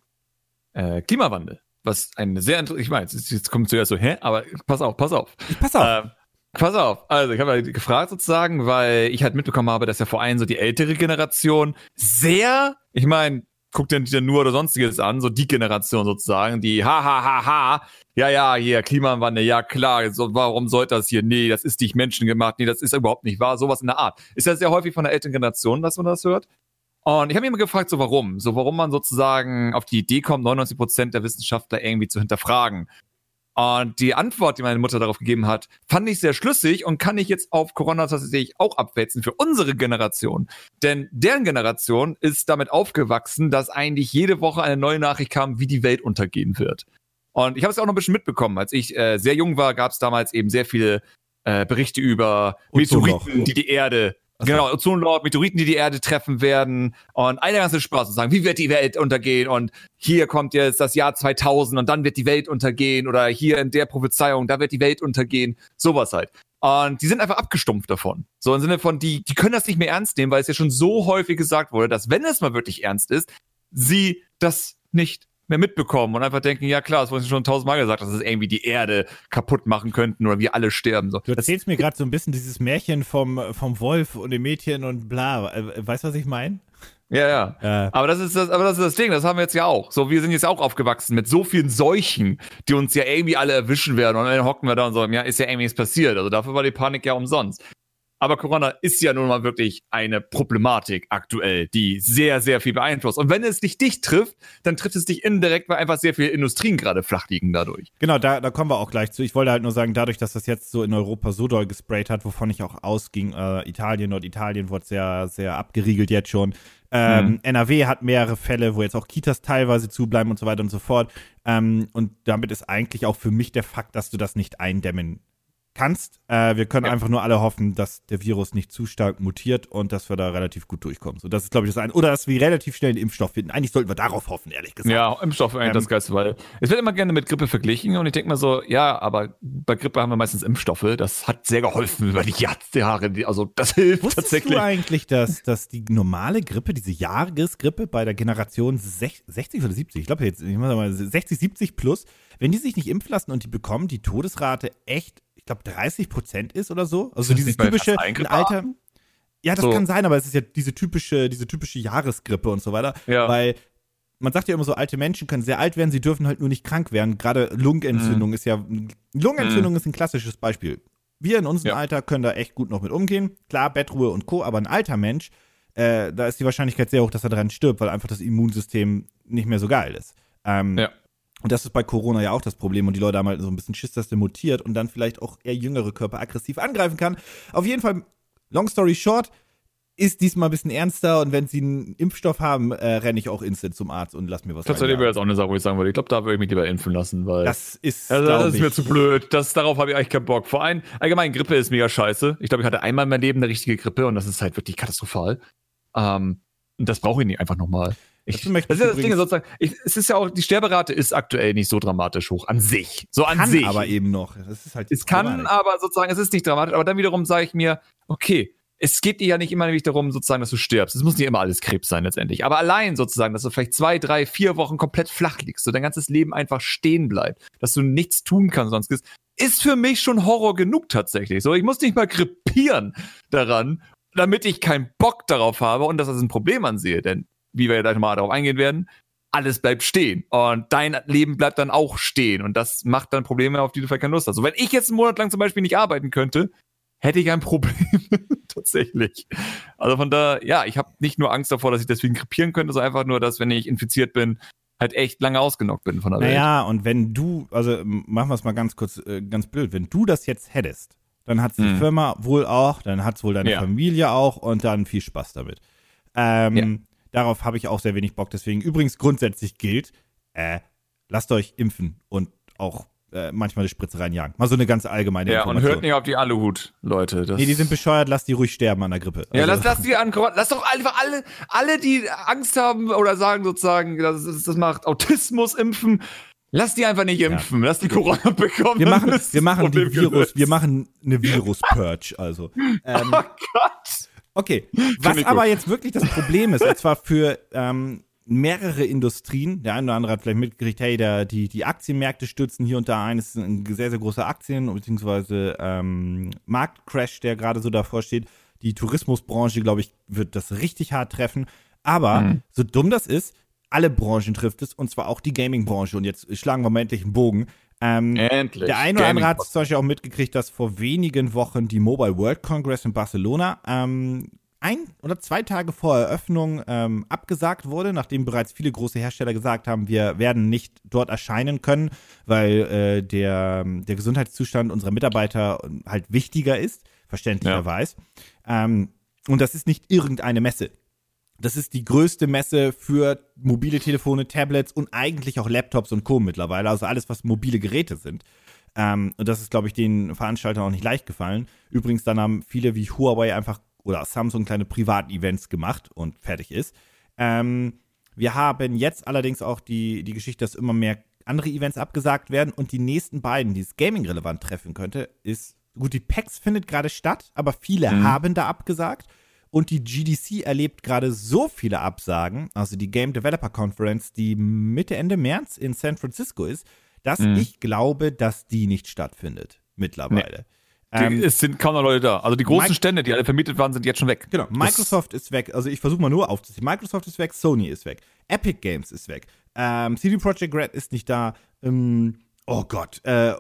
äh, Klimawandel. Was eine sehr interessante, ich meine, jetzt, jetzt kommt zuerst so, hä? Aber pass auf, pass auf. Ich pass auf. Ähm, pass auf. Also, ich habe halt gefragt sozusagen, weil ich halt mitbekommen habe, dass ja vor allem so die ältere Generation sehr, ich meine, guck dir nicht nur oder sonstiges an, so die Generation sozusagen, die ha ha ha ha, ja ja, hier Klimawandel, ja klar, so, warum sollte das hier? Nee, das ist nicht menschengemacht, nee, das ist überhaupt nicht wahr, sowas in der Art. Ist ja sehr häufig von der älteren Generation, dass man das hört. Und ich habe mich immer gefragt, so warum? So warum man sozusagen auf die Idee kommt, neunundneunzig Prozent der Wissenschaftler irgendwie zu hinterfragen. Und die Antwort, die meine Mutter darauf gegeben hat, fand ich sehr schlüssig und kann ich jetzt auf Corona tatsächlich auch abwälzen für unsere Generation. Denn deren Generation ist damit aufgewachsen, dass eigentlich jede Woche eine neue Nachricht kam, wie die Welt untergehen wird. Und ich habe es auch noch ein bisschen mitbekommen. Als ich äh, sehr jung war, gab es damals eben sehr viele äh, Berichte über Meteoriten, die die Erde Genau, Ozonloch, Meteoriten, die die Erde treffen werden und all der ganze Spaß und sagen, wie wird die Welt untergehen und hier kommt jetzt das Jahr zweitausend und dann wird die Welt untergehen oder hier in der Prophezeiung, da wird die Welt untergehen, sowas halt. Und die sind einfach abgestumpft davon. So im Sinne von, die, die können das nicht mehr ernst nehmen, weil es ja schon so häufig gesagt wurde, dass wenn es mal wirklich ernst ist, sie das nicht mehr mitbekommen und einfach denken, ja klar, es wurde schon tausendmal gesagt, dass es irgendwie die Erde kaputt machen könnten oder wir alle sterben. So. Du erzählst mir gerade so ein bisschen dieses Märchen vom, vom Wolf und dem Mädchen und bla. Weißt du, was ich meine? Ja, ja. Äh. Aber das ist das, aber das ist das Ding, das haben wir jetzt ja auch. So, wir sind jetzt auch aufgewachsen mit so vielen Seuchen, die uns ja irgendwie alle erwischen werden und dann hocken wir da und sagen, ja, ist ja irgendwie nichts passiert. Also dafür war die Panik ja umsonst. Aber Corona ist ja nun mal wirklich eine Problematik aktuell, die sehr, sehr viel beeinflusst. Und wenn es nicht dich trifft, dann trifft es dich indirekt, weil einfach sehr viele Industrien gerade flach liegen dadurch. Genau, da, da kommen wir auch gleich zu. Ich wollte halt nur sagen, dadurch, dass das jetzt so in Europa so doll gesprayt hat, wovon ich auch ausging, äh, Italien, Norditalien wurde sehr, sehr abgeriegelt jetzt schon. Ähm, hm. N R W hat mehrere Fälle, wo jetzt auch Kitas teilweise zubleiben und so weiter und so fort. Ähm, und damit ist eigentlich auch für mich der Fakt, dass du das nicht eindämmen kannst. Äh, wir können ja. einfach nur alle hoffen, dass der Virus nicht zu stark mutiert und dass wir da relativ gut durchkommen. So, das ist, glaube ich, das eine. Oder dass wir relativ schnell einen Impfstoff finden. Eigentlich sollten wir darauf hoffen, ehrlich gesagt. Ja, Impfstoff ist eigentlich ähm, das Geilste, weil es wird immer gerne mit Grippe verglichen und ich denke mal so, ja, aber bei Grippe haben wir meistens Impfstoffe. Das hat sehr geholfen über die Jahre. Also das hilft Wusstest tatsächlich. Wusstest du eigentlich, dass, dass die normale Grippe, diese Jahresgrippe bei der Generation sechzig oder siebzig, ich glaube jetzt, ich muss mal sechzig, siebzig plus, wenn die sich nicht impfen lassen und die bekommen, die Todesrate echt, ich glaube, dreißig Prozent ist oder so. Also dieses typische Alter. Ja, das so. kann sein, aber es ist ja diese typische, diese typische Jahresgrippe und so weiter. Ja. Weil man sagt ja immer so, alte Menschen können sehr alt werden, sie dürfen halt nur nicht krank werden. Gerade Lungenentzündung mhm. ist ja, Lungenentzündung mhm. ist ein klassisches Beispiel. Wir in unserem ja. Alter können da echt gut noch mit umgehen. Klar, Bettruhe und Co., aber ein alter Mensch, äh, da ist die Wahrscheinlichkeit sehr hoch, dass er daran stirbt, weil einfach das Immunsystem nicht mehr so geil ist. Ähm, ja. Und das ist bei Corona ja auch das Problem. Und die Leute haben halt so ein bisschen Schiss, dass der mutiert und dann vielleicht auch eher jüngere Körper aggressiv angreifen kann. Auf jeden Fall, long story short, ist diesmal ein bisschen ernster. Und wenn sie einen Impfstoff haben, äh, renne ich auch instant zum Arzt und lass mir was Tatsächlich wäre jetzt auch eine Sache, wo ich sagen würde, ich glaube, da würde ich mich lieber impfen lassen, weil das ist, also, das ist mir zu blöd. Das, darauf habe ich eigentlich keinen Bock. Vor allem, allgemein, Grippe ist mega scheiße. Ich glaube, ich hatte einmal in meinem Leben eine richtige Grippe und das ist halt wirklich katastrophal. Ähm, und das brauche ich nicht einfach nochmal. Ich, das ist ja das Ding sozusagen. Ich, es ist ja auch, die Sterberate ist aktuell nicht so dramatisch hoch an sich. So an kann sich. aber eben noch. Das ist halt es kann aber sozusagen, es ist nicht dramatisch, aber dann wiederum sage ich mir, okay, es geht dir ja nicht immer nämlich darum, sozusagen, dass du stirbst. Es muss nicht immer alles Krebs sein letztendlich. Aber allein sozusagen, dass du vielleicht zwei, drei, vier Wochen komplett flach liegst, so dein ganzes Leben einfach stehen bleibt, dass du nichts tun kannst, sonst ist, ist für mich schon Horror genug tatsächlich. So, ich muss nicht mal krepieren daran, damit ich keinen Bock darauf habe und das als ein Problem ansehe, denn wie wir ja gleich mal darauf eingehen werden, alles bleibt stehen. Und dein Leben bleibt dann auch stehen. Und das macht dann Probleme, auf die du vielleicht keine Lust hast. Also wenn ich jetzt einen Monat lang zum Beispiel nicht arbeiten könnte, hätte ich ein Problem. Tatsächlich. Also von da, ja, ich habe nicht nur Angst davor, dass ich deswegen krepieren könnte, sondern einfach nur, dass, wenn ich infiziert bin, halt echt lange ausgenockt bin von der Welt. Naja, und wenn du, also machen wir es mal ganz kurz, äh, ganz blöd, wenn du das jetzt hättest, dann hat's die hm. Firma wohl auch, dann hat's wohl deine ja. Familie auch und dann viel Spaß damit. Ähm, ja. Darauf habe ich auch sehr wenig Bock. Deswegen übrigens grundsätzlich gilt, äh, lasst euch impfen und auch äh, manchmal eine Spritze reinjagen. Mal so eine ganz allgemeine ja, Information. Ja, und hört nicht auf die Aluhut, Leute. Das nee, die sind bescheuert, lasst die ruhig sterben an der Grippe. Also. Ja, lass, lass die an, lass doch einfach alle, alle, die Angst haben oder sagen sozusagen, das, das macht Autismus impfen, lass die einfach nicht impfen, ja. lass die Corona bekommen. Wir machen, wir machen die Virus, wir machen eine Virus-Purge, also. Ähm, oh Gott. Okay, was aber jetzt wirklich das Problem ist, und zwar für ähm, mehrere Industrien, der eine oder andere hat vielleicht mitgekriegt, hey, der, die, die Aktienmärkte stürzen hier und da ein, es ist ein sehr, sehr großer Aktien- bzw. Ähm, Marktcrash, der gerade so davor steht. Die Tourismusbranche, glaube ich, wird das richtig hart treffen, aber mhm. so dumm das ist, alle Branchen trifft es, und zwar auch die Gaming-Branche, und jetzt schlagen wir mal endlich einen Bogen. Ähm, Endlich. Der eine oder andere hat zum Beispiel auch mitgekriegt, dass vor wenigen Wochen die Mobile World Congress in Barcelona ähm, ein oder zwei Tage vor Eröffnung ähm, abgesagt wurde, nachdem bereits viele große Hersteller gesagt haben, wir werden nicht dort erscheinen können, weil äh, der, der Gesundheitszustand unserer Mitarbeiter halt wichtiger ist, verständlicherweise. Ja. Ähm, und das ist nicht irgendeine Messe. Das ist die größte Messe für mobile Telefone, Tablets und eigentlich auch Laptops und Co. mittlerweile, also alles, was mobile Geräte sind. Ähm, und das ist, glaube ich, den Veranstaltern auch nicht leicht gefallen. Übrigens, dann haben viele wie Huawei einfach oder Samsung kleine Privat-Events gemacht und fertig ist. Ähm, wir haben jetzt allerdings auch die, die Geschichte, dass immer mehr andere Events abgesagt werden und die nächsten beiden, die es Gaming-relevant treffen könnte, ist, gut, die PAX findet gerade statt, aber viele mhm. haben da abgesagt und die G D C erlebt gerade so viele Absagen, also die Game Developer Conference, die Mitte, Ende März in San Francisco ist, dass mhm. ich glaube, dass die nicht stattfindet mittlerweile. Nee. Die, es sind kaum noch Leute da. Also die großen Mike- Stände, die alle vermietet waren, sind jetzt schon weg. Genau, Microsoft das ist weg. Also ich versuche mal nur aufzuziehen. Microsoft ist weg, Sony ist weg, Epic Games ist weg, ähm, C D Projekt Red ist nicht da, ähm, oh Gott, äh,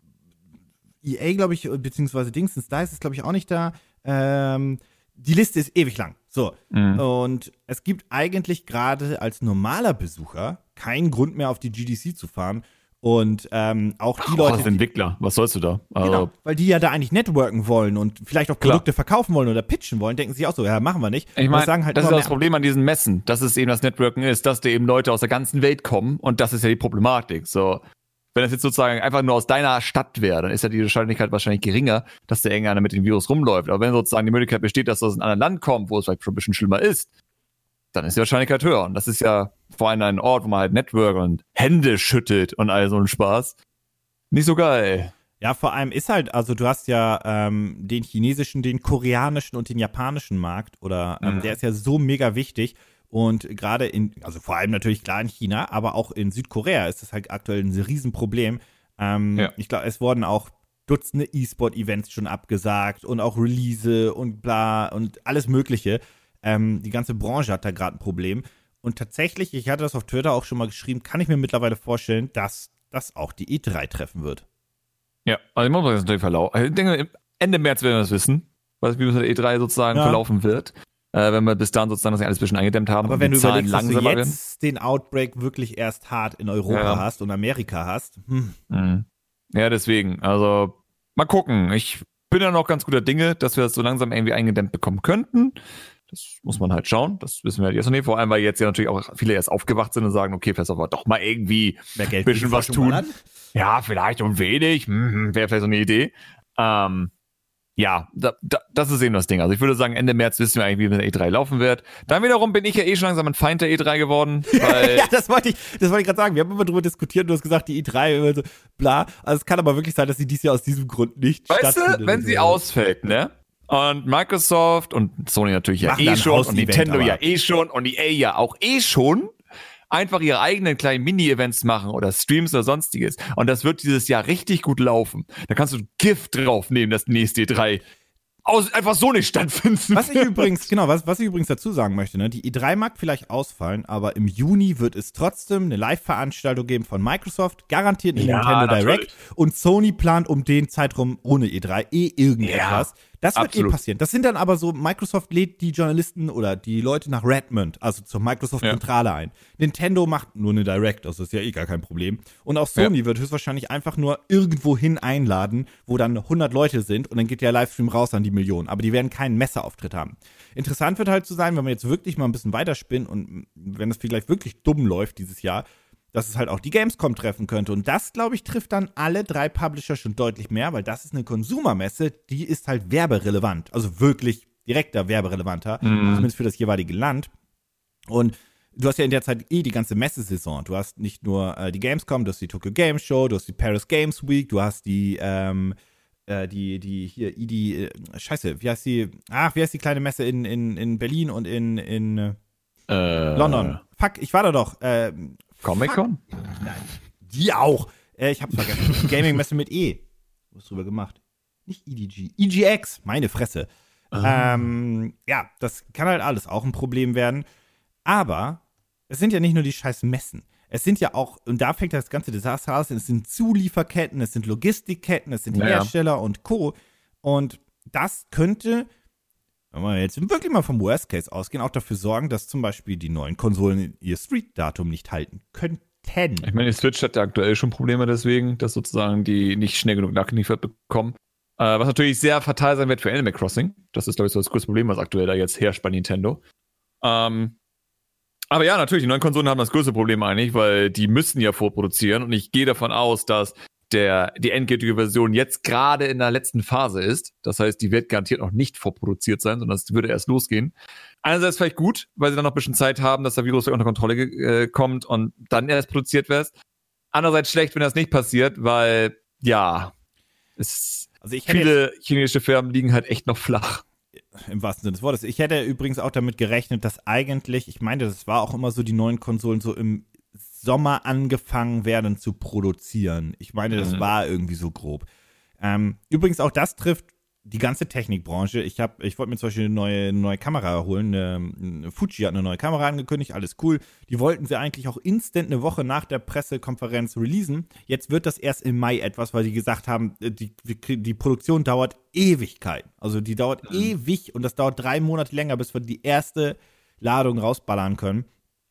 E A, glaube ich, beziehungsweise Dingsens Dice ist, glaube ich, auch nicht da. Ähm, die Liste ist ewig lang. So. Mhm. Und es gibt eigentlich gerade als normaler Besucher keinen Grund mehr, auf die G D C zu fahren. Und ähm, auch die Ach, Leute. als Entwickler, was sollst du da? Also, genau, weil die ja da eigentlich networken wollen und vielleicht auch Produkte klar. verkaufen wollen oder pitchen wollen, denken sich auch so, ja, machen wir nicht. Ich meine, halt das ist das Problem an diesen Messen, dass es eben das Networken ist, dass da eben Leute aus der ganzen Welt kommen und das ist ja die Problematik. So, wenn das jetzt sozusagen einfach nur aus deiner Stadt wäre, dann ist ja die Wahrscheinlichkeit wahrscheinlich geringer, dass da irgendeiner mit dem Virus rumläuft. Aber wenn sozusagen die Möglichkeit besteht, dass das aus einem anderen Land kommt, wo es vielleicht schon ein bisschen schlimmer ist, dann ist die Wahrscheinlichkeit höher. Und das ist ja vor allem ein Ort, wo man halt networkt und Hände schüttelt und all so ein Spaß. Nicht so geil. Ja, vor allem ist halt, also du hast ja ähm, den chinesischen, den koreanischen und den japanischen Markt oder ähm, mhm. der ist ja so mega wichtig und gerade in, also vor allem natürlich klar in China, aber auch in Südkorea ist das halt aktuell ein Riesenproblem. Ähm, ja. Ich glaube, es wurden auch Dutzende E-Sport-Events schon abgesagt und auch Release und bla und alles Mögliche. Ähm, die ganze Branche hat da gerade ein Problem. Und tatsächlich, ich hatte das auf Twitter auch schon mal geschrieben, kann ich mir mittlerweile vorstellen, dass das auch die E drei treffen wird. Ja, also ich muss das natürlich verlaufen. Also ich denke, Ende März werden wir das wissen, was, wie es mit der E drei sozusagen ja. verlaufen wird. Äh, wenn wir bis dahin sozusagen das alles ein bisschen eingedämmt haben. Aber wenn du überlegst, dass du jetzt werden. den Outbreak wirklich erst hart in Europa ja. hast und Amerika hast. Hm. Mhm. Ja, deswegen. Also mal gucken. Ich bin ja noch ganz guter Dinge, dass wir das so langsam irgendwie eingedämmt bekommen könnten. Das muss man halt schauen. Das wissen wir halt jetzt noch nicht. Vor allem, weil jetzt ja natürlich auch viele erst aufgewacht sind und sagen, okay, vielleicht sollten wir doch mal irgendwie ein bisschen was tun. Ja, vielleicht um wenig. Hm, wäre vielleicht so eine Idee. Ähm, ja, da, da, das ist eben das Ding. Also ich würde sagen, Ende März wissen wir eigentlich, wie mit der E drei laufen wird. Dann wiederum bin ich ja eh schon langsam ein Feind der E drei geworden. Weil ja, das wollte ich, das wollte ich gerade sagen. Wir haben immer drüber diskutiert. Du hast gesagt, die E drei, so, bla. Also es kann aber wirklich sein, dass sie dieses Jahr aus diesem Grund nicht weißt stattfindet. Weißt du, wenn sie ausfällt, ne? Und Microsoft und Sony natürlich ja eh schon und Nintendo ja eh schon und E A ja auch eh schon einfach ihre eigenen kleinen Mini-Events machen oder Streams oder sonstiges. Und das wird dieses Jahr richtig gut laufen. Da kannst du Gift draufnehmen, das nächste E drei aus, einfach so nicht stattfinden. Was ich übrigens, genau, was, was ich übrigens dazu sagen möchte, ne, die E drei mag vielleicht ausfallen, aber im Juni wird es trotzdem eine Live-Veranstaltung geben von Microsoft, garantiert eine ja, Nintendo natürlich. Direct und Sony plant um den Zeitraum ohne E drei eh irgendetwas. Ja. Das wird Absolut. eh passieren. Das sind dann aber so, Microsoft lädt die Journalisten oder die Leute nach Redmond, also zur Microsoft-Zentrale ja. ein. Nintendo macht nur eine Direct, also ist ja eh gar kein Problem. Und auch Sony ja. wird höchstwahrscheinlich einfach nur irgendwohin einladen, wo dann hundert Leute sind und dann geht der Livestream raus an die Millionen. Aber die werden keinen Messeauftritt haben. Interessant wird halt zu sein, wenn wir jetzt wirklich mal ein bisschen weiterspinnen und wenn das vielleicht wirklich dumm läuft dieses Jahr, dass es halt auch die Gamescom treffen könnte. Und das, glaube ich, trifft dann alle drei Publisher schon deutlich mehr, weil das ist eine Konsumermesse, die ist halt werberelevant. Also wirklich direkter werberelevanter, mhm. zumindest für das jeweilige Land. Und du hast ja in der Zeit eh die ganze Messesaison. Du hast nicht nur äh, die Gamescom, du hast die Tokyo Game Show, du hast die Paris Games Week, du hast die, ähm, äh, die, die, hier, die, äh, scheiße, wie heißt die, ach, wie heißt die kleine Messe in, in, in Berlin und in, in äh, London? Fuck, ich war da doch, äh, Comic-Con? Nein, die auch. Äh, ich hab's vergessen. Gaming-Messe mit E. Was drüber gemacht? Nicht E D G. E G X, meine Fresse. Ah. Ähm, ja, das kann halt alles auch ein Problem werden. Aber es sind ja nicht nur die scheiß Messen. Es sind ja auch, und da fängt das ganze Desaster aus, es sind Zulieferketten, es sind Logistikketten, es sind naja. Hersteller und Co. Und das könnte wenn wir jetzt wirklich mal vom Worst Case ausgehen, auch dafür sorgen, dass zum Beispiel die neuen Konsolen ihr Street-Datum nicht halten könnten. Ich meine, die Switch hat ja aktuell schon Probleme deswegen, dass sozusagen die nicht schnell genug nachgeliefert bekommen. Äh, was natürlich sehr fatal sein wird für Animal Crossing. Das ist, glaube ich, so das größte Problem, was aktuell da jetzt herrscht bei Nintendo. Ähm, aber ja, natürlich, die neuen Konsolen haben das größte Problem eigentlich, weil die müssen ja vorproduzieren und ich gehe davon aus, dass der, die endgültige Version jetzt gerade in der letzten Phase ist. Das heißt, die wird garantiert noch nicht vorproduziert sein, sondern es würde erst losgehen. Einerseits vielleicht gut, weil sie dann noch ein bisschen Zeit haben, dass der Virus unter Kontrolle äh, kommt und dann erst produziert wird. Andererseits schlecht, wenn das nicht passiert, weil, ja, es, also ich hätte viele chinesische Firmen liegen halt echt noch flach. Im wahrsten Sinne des Wortes. Ich hätte übrigens auch damit gerechnet, dass eigentlich, ich meine, das war auch immer so, die neuen Konsolen so im Sommer angefangen werden zu produzieren. Ich meine, das mhm. war irgendwie so grob. Ähm, übrigens auch das trifft die ganze Technikbranche. Ich habe, ich wollte mir zum Beispiel eine neue, eine neue Kamera holen. Eine, Fuji hat eine neue Kamera angekündigt, alles cool. Die wollten sie eigentlich auch instant eine Woche nach der Pressekonferenz releasen. Jetzt wird das erst im Mai etwas, weil die gesagt haben, die, die Produktion dauert Ewigkeit. Also die dauert mhm. ewig und das dauert drei Monate länger, bis wir die erste Ladung rausballern können.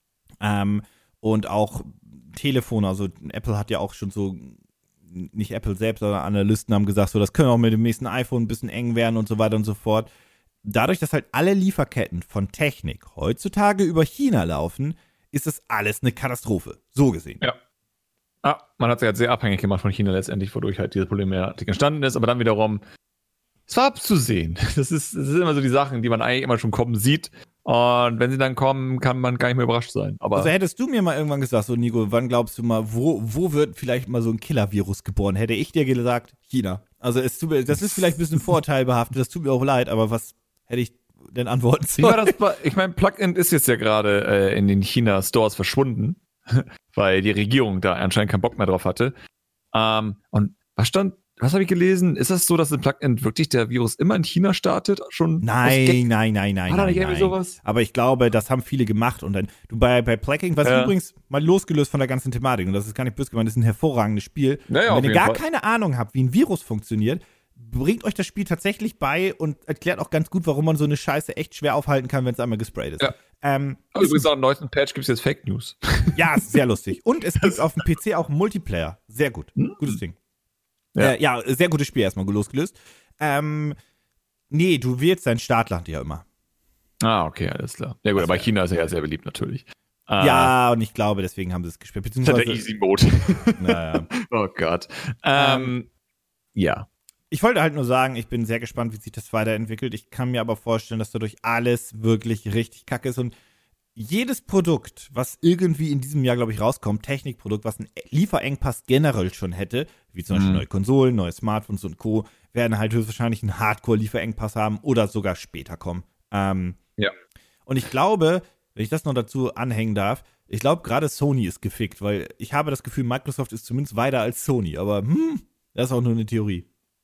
Ähm, Und auch Telefone, also Apple hat ja auch schon so, nicht Apple selbst, sondern Analysten haben gesagt, so das können auch mit dem nächsten iPhone ein bisschen eng werden und so weiter und so fort. Dadurch, dass halt alle Lieferketten von Technik heutzutage über China laufen, ist das alles eine Katastrophe. So gesehen. Ja. Ah, man hat sich halt sehr abhängig gemacht von China letztendlich, wodurch halt dieses Problem mehr entstanden ist, aber dann wiederum, es war abzusehen. Das ist, das sind immer so die Sachen, die man eigentlich immer schon kommen sieht. Und wenn sie dann kommen, kann man gar nicht mehr überrascht sein. Aber also hättest du mir mal irgendwann gesagt, so Nico, wann glaubst du mal, wo, wo wird vielleicht mal so ein Killer-Virus geboren? Hätte ich dir gesagt, China. Also es tut mir, das ist vielleicht ein bisschen vorteilbehaftet, das tut mir auch leid, aber was hätte ich denn antworten sollen? Ich meine, Plugin ist jetzt ja gerade äh, in den China-Stores verschwunden, weil die Regierung da anscheinend keinen Bock mehr drauf hatte. Ähm, und was stand Was habe ich gelesen? Ist das so, dass im Plugin wirklich der Virus immer in China startet? Schon nein, nein, nein, nein, War da nicht nein, irgendwie nein. sowas? Aber ich glaube, das haben viele gemacht. Und dann, du bei, bei Plugin, was Ja. übrigens mal losgelöst von der ganzen Thematik, und das ist gar nicht böse gemeint, das ist ein hervorragendes Spiel. Naja, und auf wenn ihr jeden gar Fall. keine Ahnung habt, wie ein Virus funktioniert, bringt euch das Spiel tatsächlich bei und erklärt auch ganz gut, warum man so eine Scheiße echt schwer aufhalten kann, wenn es einmal gesprayt ist. Ja. Ähm, Aber übrigens auch im neuesten Patch gibt es jetzt Fake News. ja, ist sehr lustig. Und es gibt auf dem P C auch einen Multiplayer. Sehr gut. Gutes Ding. Ja. Äh, ja, sehr gutes Spiel erstmal losgelöst. Ähm, nee, du wählst dein Startland ja immer. Ah, okay, alles klar. Ja gut, aber China ist ja sehr beliebt natürlich. Ah, Ja, und ich glaube, deswegen haben sie es gespielt. das ist ja der Beziehungsweise, Easy-Mode. naja. Oh Gott. Ähm, ja. Ich wollte halt nur sagen, ich bin sehr gespannt, wie sich das weiterentwickelt. Ich kann mir aber vorstellen, dass dadurch alles wirklich richtig kacke ist. Und jedes Produkt, was irgendwie in diesem Jahr, glaube ich, rauskommt, Technikprodukt, was einen Lieferengpass generell schon hätte, wie zum Beispiel Mhm. neue Konsolen, neue Smartphones und Co., werden halt höchstwahrscheinlich einen Hardcore-Lieferengpass haben oder sogar später kommen. Ähm, Ja. Und ich glaube, wenn ich das noch dazu anhängen darf, ich glaube, gerade Sony ist gefickt, weil ich habe das Gefühl, Microsoft ist zumindest weiter als Sony. Aber hm, das ist auch nur eine Theorie.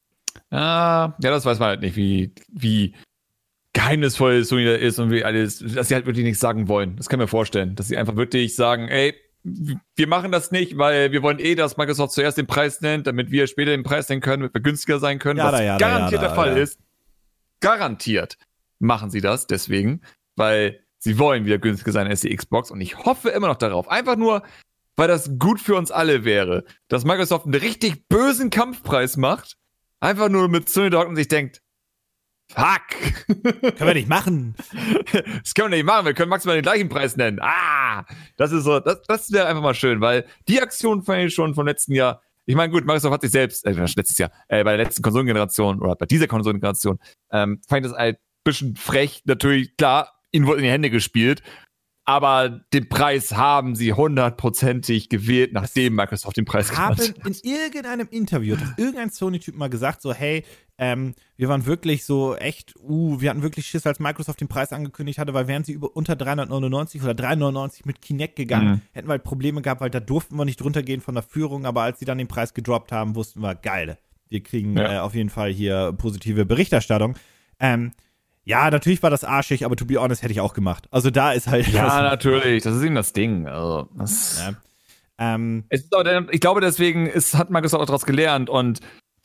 Ah, ja, das weiß man halt nicht, wie, wie geheimnisvoll Sony da ist und wie alles, dass sie halt wirklich nichts sagen wollen. Das kann ich mir vorstellen, dass sie einfach wirklich sagen, ey, wir machen das nicht, weil wir wollen eh, dass Microsoft zuerst den Preis nennt, damit wir später den Preis nennen können, damit wir günstiger sein können, Jada, was jada, garantiert jada, der Fall ja. ist. Garantiert machen sie das deswegen, weil sie wollen wieder günstiger sein als die Xbox und ich hoffe immer noch darauf. Einfach nur, weil das gut für uns alle wäre, dass Microsoft einen richtig bösen Kampfpreis macht, einfach nur mit Sony da hockt und sich denkt, fuck. Können wir nicht machen. Das können wir nicht machen, wir können maximal den gleichen Preis nennen. Ah, das ist so, das, das wäre einfach mal schön, weil die Aktion fand ich schon vom letzten Jahr. Ich meine, gut, Microsoft hat sich selbst, äh, letztes Jahr, äh, bei der letzten Konsolengeneration oder bei dieser Konsolengeneration, ähm, fand ich das halt ein bisschen frech. Natürlich, klar, ihnen wurde in die Hände gespielt, aber den Preis haben sie hundertprozentig gewählt, nachdem Microsoft den Preis Haben gemacht hat. in irgendeinem Interview hat irgendein Sony-Typ mal gesagt, so, hey, ähm, wir waren wirklich so echt, uh, wir hatten wirklich Schiss, als Microsoft den Preis angekündigt hatte, weil wären sie über unter dreihundertneunundneunzig oder dreihundertneunundneunzig mit Kinect gegangen, Mhm. hätten wir halt Probleme gehabt, weil da durften wir nicht runtergehen von der Führung, aber als sie dann den Preis gedroppt haben, wussten wir, geil, wir kriegen Ja. äh, auf jeden Fall hier positive Berichterstattung. Ähm, ja, natürlich war das arschig, aber to be honest hätte ich auch gemacht. Also da ist halt Ja, natürlich, das ist eben das Ding. Also, das ja. ähm, Es ist aber, ich glaube, deswegen ist, hat Microsoft auch daraus gelernt und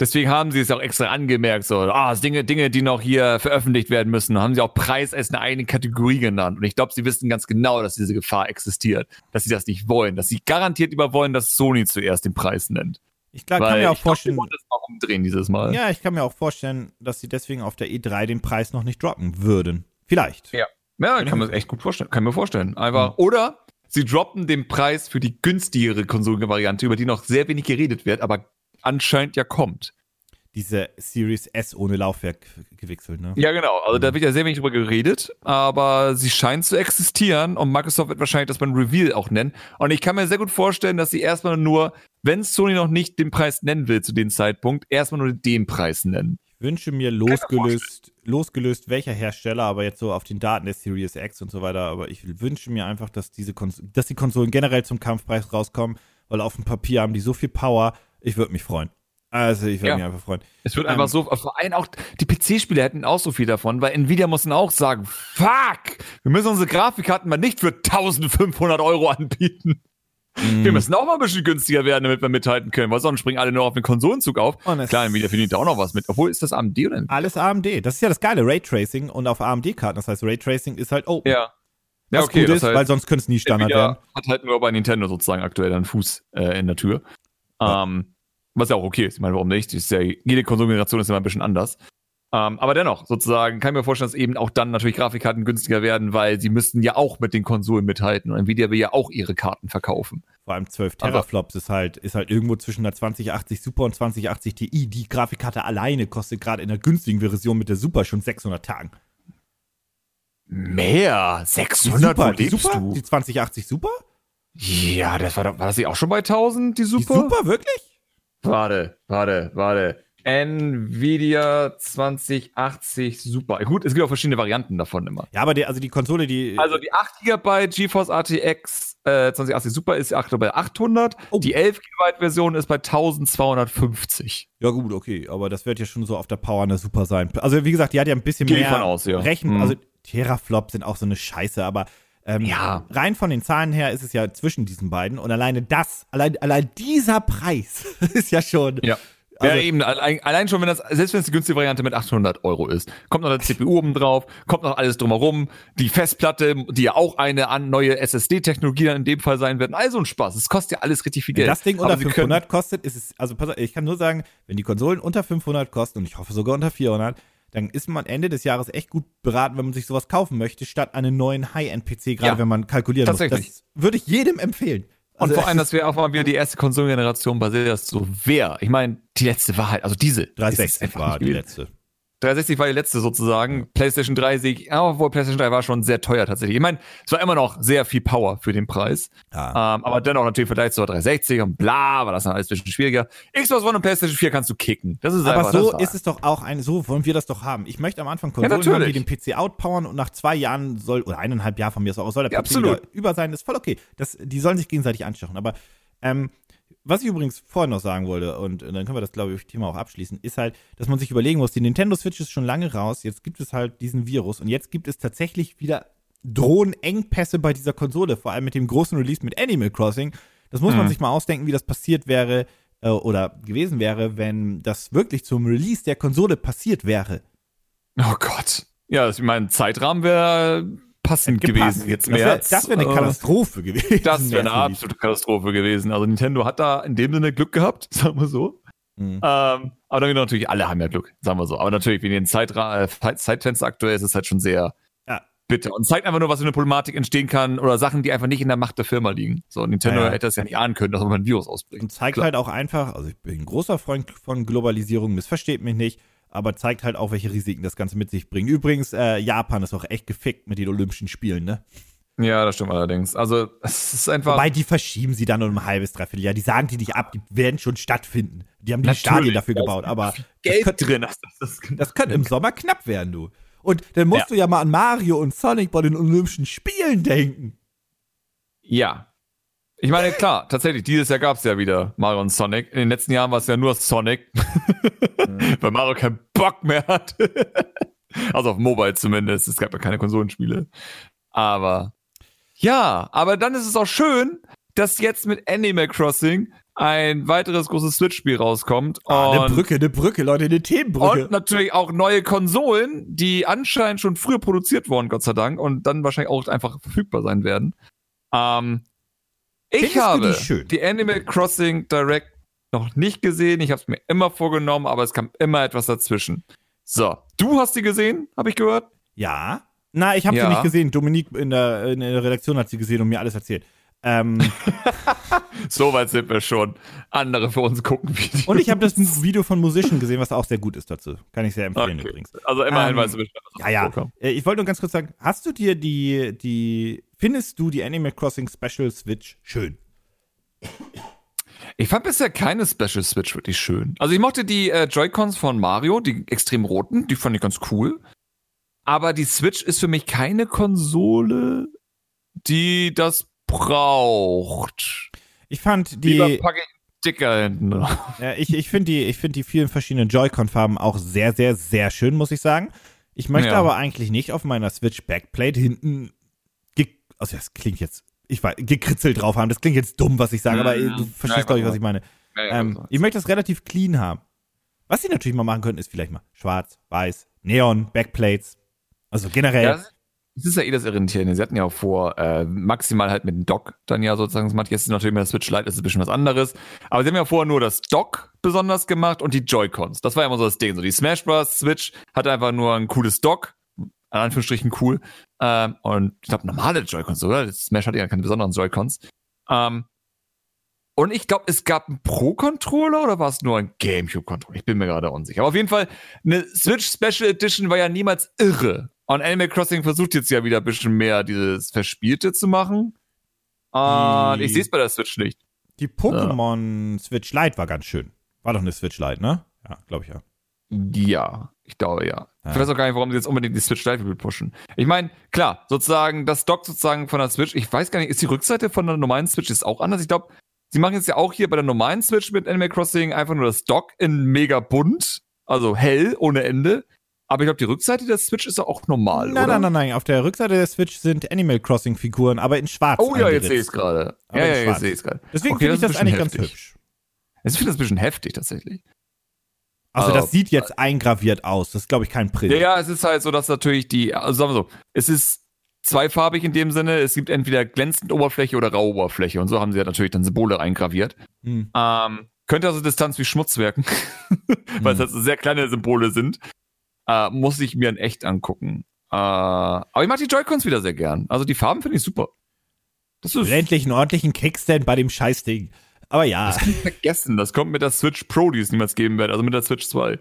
Deswegen haben sie es auch extra angemerkt, so, ah, Dinge, Dinge, die noch hier veröffentlicht werden müssen, haben sie auch Preis als eine eigene Kategorie genannt. Und ich glaube, sie wissen ganz genau, dass diese Gefahr existiert, dass sie das nicht wollen, dass sie garantiert lieber wollen, dass Sony zuerst den Preis nennt. Ich glaub, kann mir auch vorstellen, glaub, das mal umdrehen dieses Mal. Ja, ich kann mir auch vorstellen, dass sie deswegen auf der E drei den Preis noch nicht droppen würden. Vielleicht. Ja, ja, kann man sich echt gut vorstellen. Kann mir vorstellen. Einfach, mhm. Oder sie droppen den Preis für die günstigere Konsolenvariante, über die noch sehr wenig geredet wird, aber anscheinend ja kommt. Diese Series S ohne Laufwerk gewechselt, ne? Ja, genau. Also mhm. da wird ja sehr wenig drüber geredet, aber sie scheint zu existieren und Microsoft wird wahrscheinlich das beim Reveal auch nennen. Und ich kann mir sehr gut vorstellen, dass sie erstmal nur, wenn Sony noch nicht den Preis nennen will zu dem Zeitpunkt, erstmal nur den Preis nennen. Ich wünsche mir losgelöst, losgelöst welcher Hersteller, aber jetzt so auf den Daten der Series X und so weiter, aber ich wünsche mir einfach, dass diese Kons- dass die Konsolen generell zum Kampfpreis rauskommen, weil auf dem Papier haben die so viel Power, ich würde mich freuen. Also ich würde ja. mich einfach freuen. Es wird ähm, einfach so, vor allem auch die P C-Spieler hätten auch so viel davon, weil Nvidia muss dann auch sagen, fuck, wir müssen unsere Grafikkarten mal nicht für eintausendfünfhundert Euro anbieten. Mm. Wir müssen auch mal ein bisschen günstiger werden, damit wir mithalten können, weil sonst springen alle nur auf den Konsolenzug auf. Klar, Nvidia verdient da auch noch was mit. Obwohl, ist das A M D oder nicht? Alles A M D. Das ist ja das geile Raytracing und auf A M D-Karten. Das heißt, Raytracing ist halt open. Ja. Ja, was okay, gut ist, heißt, weil sonst könnte es nie Standard werden. Hat halt nur bei Nintendo sozusagen aktuell einen Fuß äh, in der Tür. Ja. Ähm, Was ja auch okay ist. Ich meine, warum nicht? Das ist ja, jede Konsolengeneration ist immer ein bisschen anders. Ähm, aber dennoch, sozusagen, kann ich mir vorstellen, dass eben auch dann natürlich Grafikkarten günstiger werden, weil sie müssten ja auch mit den Konsolen mithalten. Und Nvidia will ja auch ihre Karten verkaufen. Vor allem zwölf Teraflops ist halt, ist halt irgendwo zwischen der zwanzig achtzig Super und zwanzig achtzig Ti. Die Grafikkarte alleine kostet gerade in der günstigen Version mit der Super schon sechshundert Tagen. Mehr? sechshundert? Die Super, wo lebst die, Super? du? Die zwanzig achtzig Super? Ja, das war, doch, war das nicht auch schon bei tausend, die Super? Die Super, wirklich? Warte, warte, warte. Nvidia zwanzig achtzig Super. Gut, es gibt auch verschiedene Varianten davon immer. Ja, aber die, also die Konsole, die... Also die acht Gigabyte GeForce R T X äh, zwanzig achtzig Super ist bei achthundert. Oh. Die elf Gigabyte Version ist bei zwölfhundertfünfzig. Ja gut, okay, aber das wird ja schon so auf der Power einer Super sein. Also wie gesagt, die hat ja ein bisschen Geh mehr von aus, ja. Rechen... Hm. Also Teraflops sind auch so eine Scheiße, aber... Ähm, ja. Rein von den Zahlen her ist es ja zwischen diesen beiden und alleine das, allein, allein dieser Preis ist ja schon... Ja. Also, ja, eben, allein, allein schon, wenn das, selbst wenn es die günstige Variante mit achthundert Euro ist, kommt noch der C P U oben drauf, kommt noch alles drumherum, die Festplatte, die ja auch eine an neue S S D-Technologie dann in dem Fall sein wird, also ein Spaß. Es kostet ja alles richtig viel Geld. Wenn das Ding unter fünfhundert kostet, ist es, also pass auf, ich kann nur sagen, wenn die Konsolen unter fünfhundert kosten und ich hoffe sogar unter vierhundert, dann ist man Ende des Jahres echt gut beraten, wenn man sich sowas kaufen möchte, statt einen neuen High-End-P C, gerade ja, wenn man kalkulieren tatsächlich. muss. Das würde ich jedem empfehlen. Und vor allem, dass wir auch mal wieder die erste Konsolengeneration bei das so wäre. Ich meine, die letzte war halt, also diese. dreihundertsechzig war die letzte. dreihundertsechzig war die letzte sozusagen. PlayStation drei sehe ich, ja, obwohl PlayStation drei war schon sehr teuer tatsächlich. Ich meine, es war immer noch sehr viel Power für den Preis. Ja. Ähm, aber dennoch natürlich vielleicht zur dreihundertsechzig und bla, war das dann alles ein bisschen schwieriger. Xbox One und PlayStation vier kannst du kicken. Das ist aber einfach, so das ist es doch auch ein, so wollen wir das doch haben. Ich möchte am Anfang Konsolen ja, haben, die den P C outpowern und nach zwei Jahren soll, oder eineinhalb Jahren von mir aus, soll der ja, P C wieder über sein, das ist voll okay. Das, die sollen sich gegenseitig anstechen. Aber ähm, was ich übrigens vorhin noch sagen wollte, und dann können wir das, glaube ich, Thema auch abschließen, ist halt, dass man sich überlegen muss, die Nintendo Switch ist schon lange raus, jetzt gibt es halt diesen Virus und jetzt gibt es tatsächlich wieder drohen Engpässe bei dieser Konsole, vor allem mit dem großen Release mit Animal Crossing. Das muss mhm. man sich mal ausdenken, wie das passiert wäre äh, oder gewesen wäre, wenn das wirklich zum Release der Konsole passiert wäre. Oh Gott. Ja, ich meine, Zeitrahmen wäre passend gewesen jetzt mehr. Das wäre wär eine Katastrophe gewesen. Das wäre eine absolute Katastrophe gewesen. Also Nintendo hat da in dem Sinne Glück gehabt, sagen wir so. Mhm. Ähm, aber dann wieder natürlich, alle haben ja Glück, sagen wir so. Aber natürlich, wie in den Zeitra- äh, Zeitfenster aktuell ist es halt schon sehr ja. bitter. Und zeigt einfach nur, was für eine Problematik entstehen kann oder Sachen, die einfach nicht in der Macht der Firma liegen. So, Nintendo ja. hätte das ja nicht ahnen können, dass man ein Virus ausbricht. Und zeigt Klar. halt auch einfach, also ich bin ein großer Freund von Globalisierung, missversteht mich nicht, aber zeigt halt auch, welche Risiken das Ganze mit sich bringt. Übrigens, äh, Japan ist auch echt gefickt mit den Olympischen Spielen, ne? Ja, das stimmt allerdings. Also, es ist einfach... Wobei, die verschieben sie dann um ein halbes, dreiviertel Jahr. Die sagen die nicht ab, die werden schon stattfinden. Die haben die Natürlich, Stadien dafür gebaut, aber Geld das könnte, drin. Das, das, das, das könnte im Sommer knapp werden, du. Und dann musst ja. du ja mal an Mario und Sonic bei den Olympischen Spielen denken. Ja. Ich meine, klar, tatsächlich, dieses Jahr gab es ja wieder Mario und Sonic. In den letzten Jahren war es ja nur Sonic, mhm. weil Mario keinen Bock mehr hat. Also auf Mobile zumindest. Es gab ja keine Konsolenspiele. Aber ja, aber dann ist es auch schön, dass jetzt mit Animal Crossing ein weiteres großes Switch-Spiel rauskommt. Ah, eine Brücke, eine Brücke, Leute, eine Themenbrücke. Und natürlich auch neue Konsolen, die anscheinend schon früher produziert wurden, Gott sei Dank, und dann wahrscheinlich auch einfach verfügbar sein werden. Ähm, ich Findest habe du die schön? die Animal Crossing Direct noch nicht gesehen. Ich habe es mir immer vorgenommen, aber es kam immer etwas dazwischen. So, du hast die gesehen, habe ich gehört? Ja. Na, ich habe Ja. sie nicht gesehen. Dominique in der, in der Redaktion hat sie gesehen und mir alles erzählt. Ähm, So weit sind wir schon. Andere für uns gucken Videos. und ich habe das Video von Musician gesehen, was auch sehr gut ist dazu. Kann ich sehr empfehlen Okay. übrigens. Also immerhin Ähm, weißt du Bescheid, was Ja, ja. vorkommt. Äh, Ich wollte nur ganz kurz sagen, hast du dir die, die, findest du die Animal Crossing Special Switch schön? Ich fand bisher keine Special Switch wirklich schön. Also ich mochte die äh, Joy-Cons von Mario, die extrem roten, die fand ich ganz cool. Aber die Switch ist für mich keine Konsole, die das braucht. Ich fand Lieber die, packe ich dicker hinten drauf. ja, ich, ich finde die, ich finde die vielen verschiedenen Joy-Con-Farben auch sehr, sehr, sehr schön, muss ich sagen. Ich möchte Ja. aber eigentlich nicht auf meiner Switch Backplate hinten, ge- also das klingt jetzt, ich weiß, gekritzelt drauf haben. Das klingt jetzt dumm, was ich sage, aber äh, du Mhm. verstehst, Ja, glaube ich, ich was ich meine. Ja, ja, Ähm, also. ich möchte das relativ clean haben. Was sie natürlich mal machen könnten, ist vielleicht mal schwarz, weiß, Neon, Backplates. Also generell. Ja, das ist ja eh das Irritierende. Sie hatten ja auch vor, äh, maximal halt mit dem Dock dann ja sozusagen das gemacht. Jetzt ist natürlich mit der Switch Lite, das ist ein bisschen was anderes. Aber sie haben ja vorher nur das Dock besonders gemacht und die Joy-Cons. Das war ja immer so das Ding. So die Smash Bros. Switch hat einfach nur ein cooles Dock. In Anführungsstrichen cool. Ähm, und ich glaube, normale Joy-Cons, oder? Das Smash hatte ja keine besonderen Joy-Cons. Ähm, und ich glaube, es gab einen Pro-Controller oder war es nur ein GameCube-Controller? Ich bin mir gerade unsicher. Aber auf jeden Fall, eine Switch Special Edition war ja niemals irre. Und Animal Crossing versucht jetzt ja wieder ein bisschen mehr dieses Verspielte zu machen. Und Die- ich sehe es bei der Switch nicht. Die Pokémon Switch Lite war ganz schön. War doch eine Switch Lite, ne? Ja, glaube ich ja. Ja, ich glaube ja. Ja. Ich weiß auch gar nicht, warum sie jetzt unbedingt die Switch Lite will pushen. Ich meine, klar, sozusagen das Dock sozusagen von der Switch, ich weiß gar nicht, ist die Rückseite von der normalen Switch ist auch anders? Ich glaube, sie machen jetzt ja auch hier bei der normalen Switch mit Animal Crossing einfach nur das Dock in mega bunt, also hell, ohne Ende. Aber ich glaube, die Rückseite der Switch ist ja auch normal, Nein, oder? nein, nein, nein. Auf der Rückseite der Switch sind Animal Crossing Figuren, aber in schwarz. Oh ja, jetzt eingeritzt. sehe ich es gerade. Aber Ja, in ja, jetzt schwarz. sehe ich es gerade. Deswegen Okay, finde ich das das ist ein eigentlich bisschen ganz heftig. hübsch. Ich finde das ein bisschen heftig tatsächlich. Also Oh. das sieht jetzt eingraviert aus. Das ist, glaube ich, kein Print. Ja, ja, es ist halt so, dass natürlich die, also sagen wir so, es ist zweifarbig in dem Sinne, es gibt entweder glänzend Oberfläche oder raue Oberfläche und so haben sie ja natürlich dann Symbole eingraviert. Hm. Ähm, könnte also Distanz wie Schmutz wirken, weil es halt so sehr kleine Symbole sind. Äh, muss ich mir in echt angucken. Äh, aber ich mag die Joy-Cons wieder sehr gern. Also die Farben finde ich super. Das ist Endlich einen ordentlichen Kickstand bei dem Scheißding. Aber ja. das kann ich vergessen. Das kommt mit der Switch Pro, die es niemals geben wird, also mit der Switch zwei.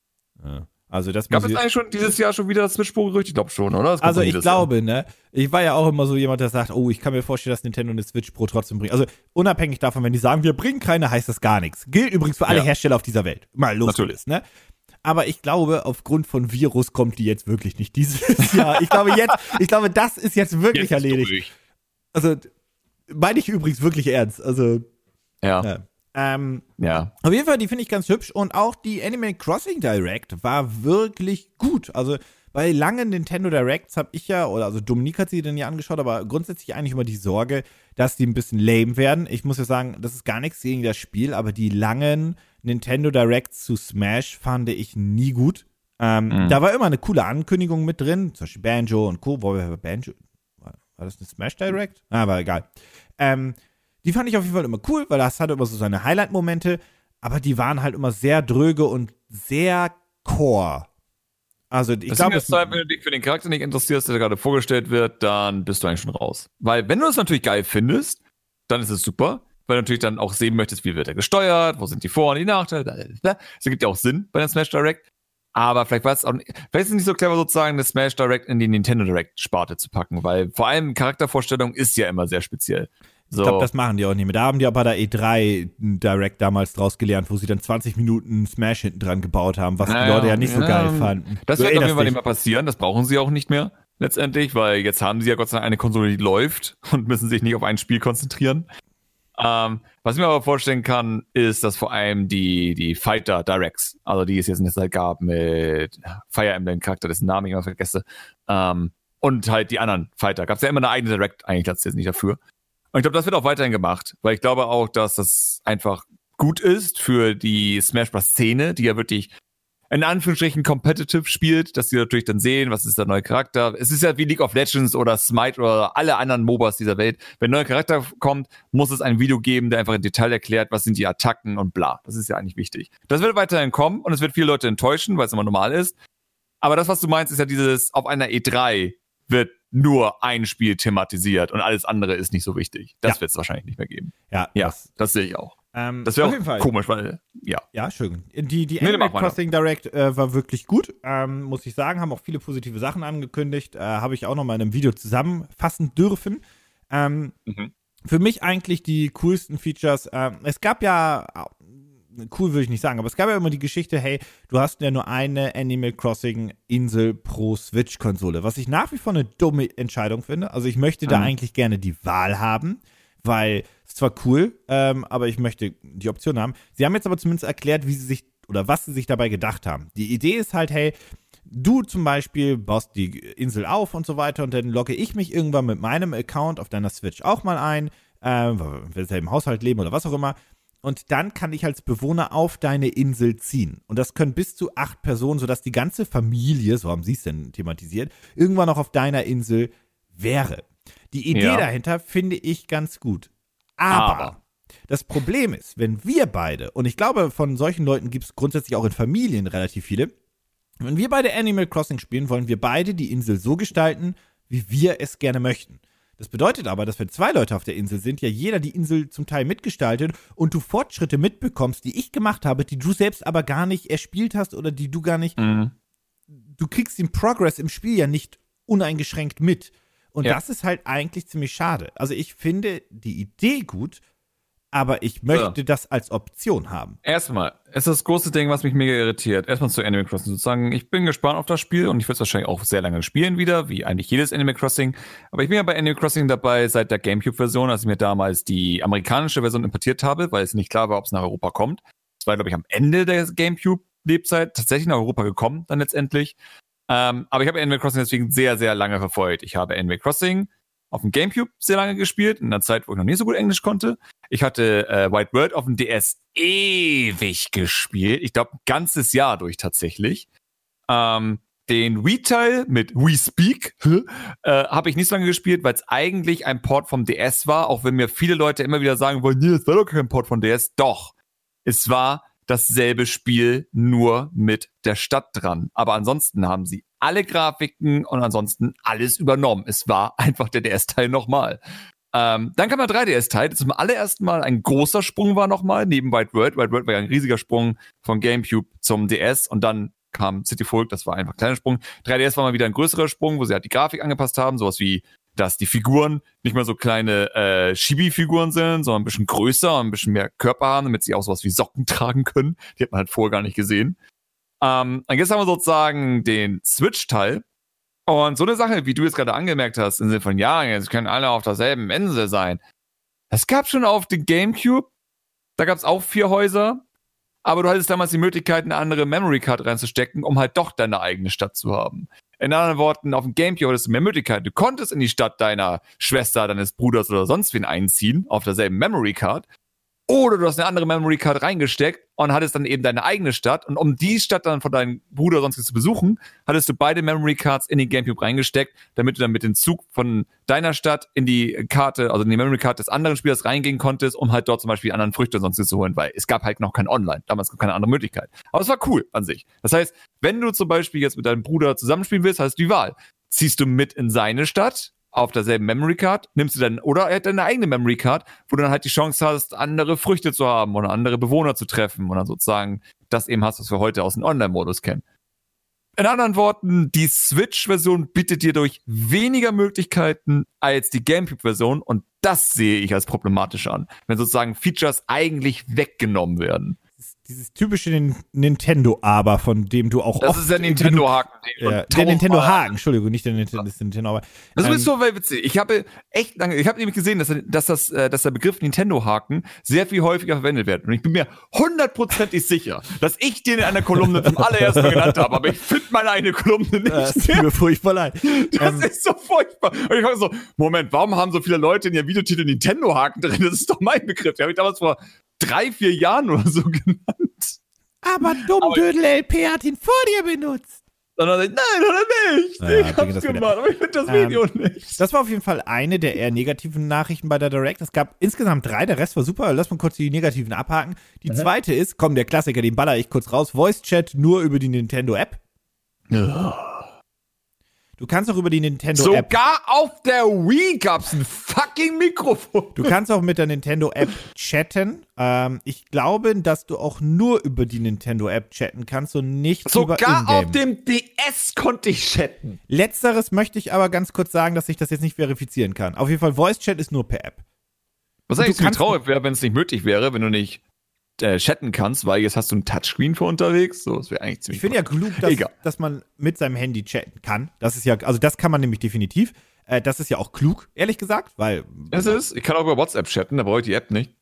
Ja. Also das Gab muss es ich, eigentlich schon dieses Jahr schon wieder das Switch Pro-Gerücht? Ich glaube schon, oder? Das kommt also doch ich jedes Jahr. glaube, ne, ich war ja auch immer so jemand, der sagt, oh, ich kann mir vorstellen, dass Nintendo eine Switch Pro trotzdem bringt. Also unabhängig davon, wenn die sagen, wir bringen keine, heißt das gar nichts. Gilt übrigens für alle Ja. Hersteller auf dieser Welt. Mal los, Natürlich. ne? Aber ich glaube, aufgrund von Virus kommt die jetzt wirklich nicht dieses Jahr. Ich glaube jetzt, ich glaube, das ist jetzt wirklich Jetzt ist erledigt. durch. Also meine ich übrigens wirklich ernst. Also Ja, ja. Ähm, ja. Auf jeden Fall, die finde ich ganz hübsch und auch die Animal Crossing Direct war wirklich gut. Also bei langen Nintendo Directs habe ich ja, oder also Dominique hat sie dann ja angeschaut, aber grundsätzlich eigentlich immer die Sorge, dass die ein bisschen lame werden. Ich muss ja sagen, das ist gar nichts gegen das Spiel, aber die langen Nintendo Directs zu Smash fand ich nie gut. Ähm, Mhm. Da war immer eine coole Ankündigung mit drin, zum Beispiel Banjo und Co. Wo wir Banjo, war war das eine Smash Direct? Ah, aber egal. Ähm, Die fand ich auf jeden Fall immer cool, weil das hatte immer so seine Highlight-Momente, aber die waren halt immer sehr dröge und sehr core. Also ich Ich glaube, glaube, wenn du dich für den Charakter nicht interessierst, der gerade vorgestellt wird, dann bist du eigentlich schon raus. Weil wenn du es natürlich geil findest, dann ist es super, weil du natürlich dann auch sehen möchtest, wie wird er gesteuert, wo sind die Vor- und die Nachteile, blablabla. Das ergibt ja auch Sinn bei der Smash Direct. Aber vielleicht war es auch nicht, vielleicht ist es nicht so clever, sozusagen eine Smash Direct in die Nintendo Direct-Sparte zu packen, weil vor allem Charaktervorstellung ist ja immer sehr speziell. So. Ich glaube, das machen die auch nicht mehr. Da haben die auch bei der E drei Direct damals draus gelernt, wo sie dann zwanzig Minuten Smash hinten dran gebaut haben, was Naja, die Leute ja nicht so ja, geil fanden. Das Du wird auf jeden erinnerst Fall dich. nicht mehr passieren. Das brauchen sie auch nicht mehr letztendlich, weil jetzt haben sie ja Gott sei Dank eine Konsole, die läuft und müssen sich nicht auf ein Spiel konzentrieren. Ähm, was ich mir aber vorstellen kann, ist, dass vor allem die, die Fighter Directs, also die es jetzt in der Zeit gab mit Fire Emblem Charakter, dessen Namen ich immer vergesse, ähm, und halt die anderen Fighter. Gab es ja immer eine eigene Direct, eigentlich gab es jetzt nicht dafür. Und ich glaube, das wird auch weiterhin gemacht, weil ich glaube auch, dass das einfach gut ist für die Smash Bros. Szene, die ja wirklich in Anführungsstrichen competitive spielt, dass die natürlich dann sehen, was ist der neue Charakter. Es ist ja wie League of Legends oder Smite oder alle anderen MOBAs dieser Welt. Wenn ein neuer Charakter kommt, muss es ein Video geben, der einfach im Detail erklärt, was sind die Attacken und bla. Das ist ja eigentlich wichtig. Das wird weiterhin kommen und es wird viele Leute enttäuschen, weil es immer normal ist. Aber das, was du meinst, ist ja dieses, auf einer E drei wird nur ein Spiel thematisiert und alles andere ist nicht so wichtig. Das ja. wird es wahrscheinlich nicht mehr geben. Ja, ja das, das sehe ich auch. Ähm, das wäre auch komisch, weil, ja. Ja, schön. Die, die Animal Crossing Direct äh, war wirklich gut, ähm, muss ich sagen. Haben auch viele positive Sachen angekündigt. Äh, Habe ich auch noch mal in einem Video zusammenfassen dürfen. Ähm, mhm. Für mich eigentlich die coolsten Features. Äh, es gab ja, cool würde ich nicht sagen, aber es gab ja immer die Geschichte, hey, du hast ja nur eine Animal Crossing Insel pro Switch-Konsole. Was ich nach wie vor eine dumme Entscheidung finde. Also ich möchte da mhm. eigentlich gerne die Wahl haben. Weil es zwar cool, ähm, aber ich möchte die Option haben. Sie haben jetzt aber zumindest erklärt, wie sie sich oder was sie sich dabei gedacht haben. Die Idee ist halt, hey, du zum Beispiel baust die Insel auf und so weiter und dann logge ich mich irgendwann mit meinem Account auf deiner Switch auch mal ein, äh, weil wir ja im Haushalt leben oder was auch immer. Und dann kann ich als Bewohner auf deine Insel ziehen. Und das können bis zu acht Personen, sodass die ganze Familie, so haben sie es denn thematisiert, irgendwann auch auf deiner Insel wäre. Die Idee ja. dahinter finde ich ganz gut. Aber, Aber das Problem ist, wenn wir beide, und ich glaube, von solchen Leuten gibt es grundsätzlich auch in Familien relativ viele, wenn wir beide Animal Crossing spielen, wollen wir beide die Insel so gestalten, wie wir es gerne möchten. Das bedeutet aber, dass wenn zwei Leute auf der Insel sind, ja jeder die Insel zum Teil mitgestaltet und du Fortschritte mitbekommst, die ich gemacht habe, die du selbst aber gar nicht erspielt hast oder die du gar nicht, mhm. du kriegst den Progress im Spiel ja nicht uneingeschränkt mit. Und ja. das ist halt eigentlich ziemlich schade. Also ich finde die Idee gut, aber ich möchte ja. das als Option haben. Erstmal, es ist das große Ding, was mich mega irritiert. Erstmal zu Animal Crossing sozusagen. Ich bin gespannt auf das Spiel und ich würde es wahrscheinlich auch sehr lange spielen wieder, wie eigentlich jedes Animal Crossing. Aber ich bin ja bei Animal Crossing dabei seit der GameCube-Version, als ich mir damals die amerikanische Version importiert habe, weil es nicht klar war, ob es nach Europa kommt. Es war, glaube ich, am Ende der GameCube-Lebzeit tatsächlich nach Europa gekommen, dann letztendlich. Ähm, aber ich habe Animal Crossing deswegen sehr, sehr lange verfolgt. Ich habe Animal Crossing auf dem GameCube sehr lange gespielt, in einer Zeit, wo ich noch nicht so gut Englisch konnte. Ich hatte äh, White World auf dem D S ewig gespielt. Ich glaube, ein ganzes Jahr durch tatsächlich. Ähm, den Wii-Teil mit Wii Speak äh, habe ich nicht so lange gespielt, weil es eigentlich ein Port vom D S war, auch wenn mir viele Leute immer wieder sagen wollen, nee, es war doch kein Port von D S. Doch, es war dasselbe Spiel, nur mit der Stadt dran. Aber ansonsten haben sie alle Grafiken und ansonsten alles übernommen. Es war einfach der D S-Teil nochmal. Ähm, dann kam der drei D S-Teil, das zum allerersten Mal ein großer Sprung war nochmal, neben White World. White World war ja ein riesiger Sprung von GameCube zum D S und dann kam City Folk, das war einfach ein kleiner Sprung. drei D S war mal wieder ein größerer Sprung, wo sie halt die Grafik angepasst haben, sowas wie, dass die Figuren nicht mehr so kleine äh, Chibi-Figuren sind, sondern ein bisschen größer und ein bisschen mehr Körper haben, damit sie auch sowas wie Socken tragen können. Die hat man halt vorher gar nicht gesehen. Ähm, und jetzt haben wir sozusagen den Switch-Teil. Und so eine Sache, wie du jetzt gerade angemerkt hast, im Sinne von, ja, jetzt können alle auf derselben Insel sein. Das gab schon auf dem GameCube. Da gab es auch vier Häuser. Aber du hattest damals die Möglichkeit, eine andere Memory Card reinzustecken, um halt doch deine eigene Stadt zu haben. In anderen Worten, auf dem GameCube hattest du mehr Möglichkeiten. Du konntest in die Stadt deiner Schwester, deines Bruders oder sonst wen einziehen, auf derselben Memory Card. Oder du hast eine andere Memory Card reingesteckt und hattest dann eben deine eigene Stadt. Und um die Stadt dann von deinem Bruder oder sonst was zu besuchen, hattest du beide Memory Cards in den GameCube reingesteckt, damit du dann mit dem Zug von deiner Stadt in die Karte, also in die Memory Card des anderen Spielers reingehen konntest, um halt dort zum Beispiel die anderen Früchte und sonst was zu holen, weil es gab halt noch kein Online. Damals gab es keine andere Möglichkeit. Aber es war cool an sich. Das heißt, wenn du zum Beispiel jetzt mit deinem Bruder zusammenspielen willst, hast du die Wahl. Ziehst du mit in seine Stadt auf derselben Memory Card, nimmst du dann, oder er hat deine eigene Memory Card, wo du dann halt die Chance hast, andere Früchte zu haben oder andere Bewohner zu treffen und dann sozusagen das eben hast, was wir heute aus dem Online-Modus kennen. In anderen Worten, die Switch-Version bietet dir durch weniger Möglichkeiten als die GameCube-Version und das sehe ich als problematisch an, wenn sozusagen Features eigentlich weggenommen werden. dieses typische Nin- Nintendo-Aber, von dem du auch Das oft ist der Nintendo-Haken. Ja, der Nintendo-Haken, Entschuldigung, nicht der Nintendo, das Nintendo, aber Das ähm, ist so witzig. Ich habe echt lange, ich habe nämlich gesehen, dass, dass, das, äh, dass der Begriff Nintendo-Haken sehr viel häufiger verwendet wird. Und ich bin mir hundertprozentig sicher, dass ich den in einer Kolumne zum allerersten Mal genannt habe. Aber ich finde meine eine Kolumne nicht. das tut mir furchtbar leid. Das Ähm, ist so furchtbar. Und ich war so, Moment, warum haben so viele Leute in ihrem Videotitel Nintendo-Haken drin? Das ist doch mein Begriff. Den habe ich damals vor drei, vier Jahren oder so genannt. aber Dummdödel L P hat ihn vor dir benutzt. Sondern nein, oder nicht. Ja, ich Digga, hab's das gemacht, wieder. aber ich finde das Video Ähm, nicht. Das war auf jeden Fall eine der eher negativen Nachrichten bei der Direct. Es gab insgesamt drei, der Rest war super. Lass mal kurz die negativen abhaken. Die Mhm. zweite ist, komm, der Klassiker, den baller ich kurz raus, Voice-Chat nur über die Nintendo-App. Du kannst auch über die Nintendo-App, Sogar auf der Wii gab's ein fucking Mikrofon. du kannst auch mit der Nintendo-App chatten. Ähm, ich glaube, dass du auch nur über die Nintendo-App chatten kannst und nicht über Sogar Ingame. auf dem D S konnte ich chatten. Letzteres möchte ich aber ganz kurz sagen, dass ich das jetzt nicht verifizieren kann. Auf jeden Fall, Voice-Chat ist nur per App. Was Und eigentlich du so kannst- traurig wäre, wenn es nicht möglich wäre, wenn du nicht äh, chatten kannst, weil jetzt hast du ein Touchscreen für unterwegs. So, das wäre eigentlich ziemlich Ich finde ja klug, dass, Egal. dass man mit seinem Handy chatten kann. Das ist ja, also das kann man nämlich definitiv. Äh, das ist ja auch klug, ehrlich gesagt, weil, Es ist, ich kann auch über WhatsApp chatten, da brauche ich die App nicht.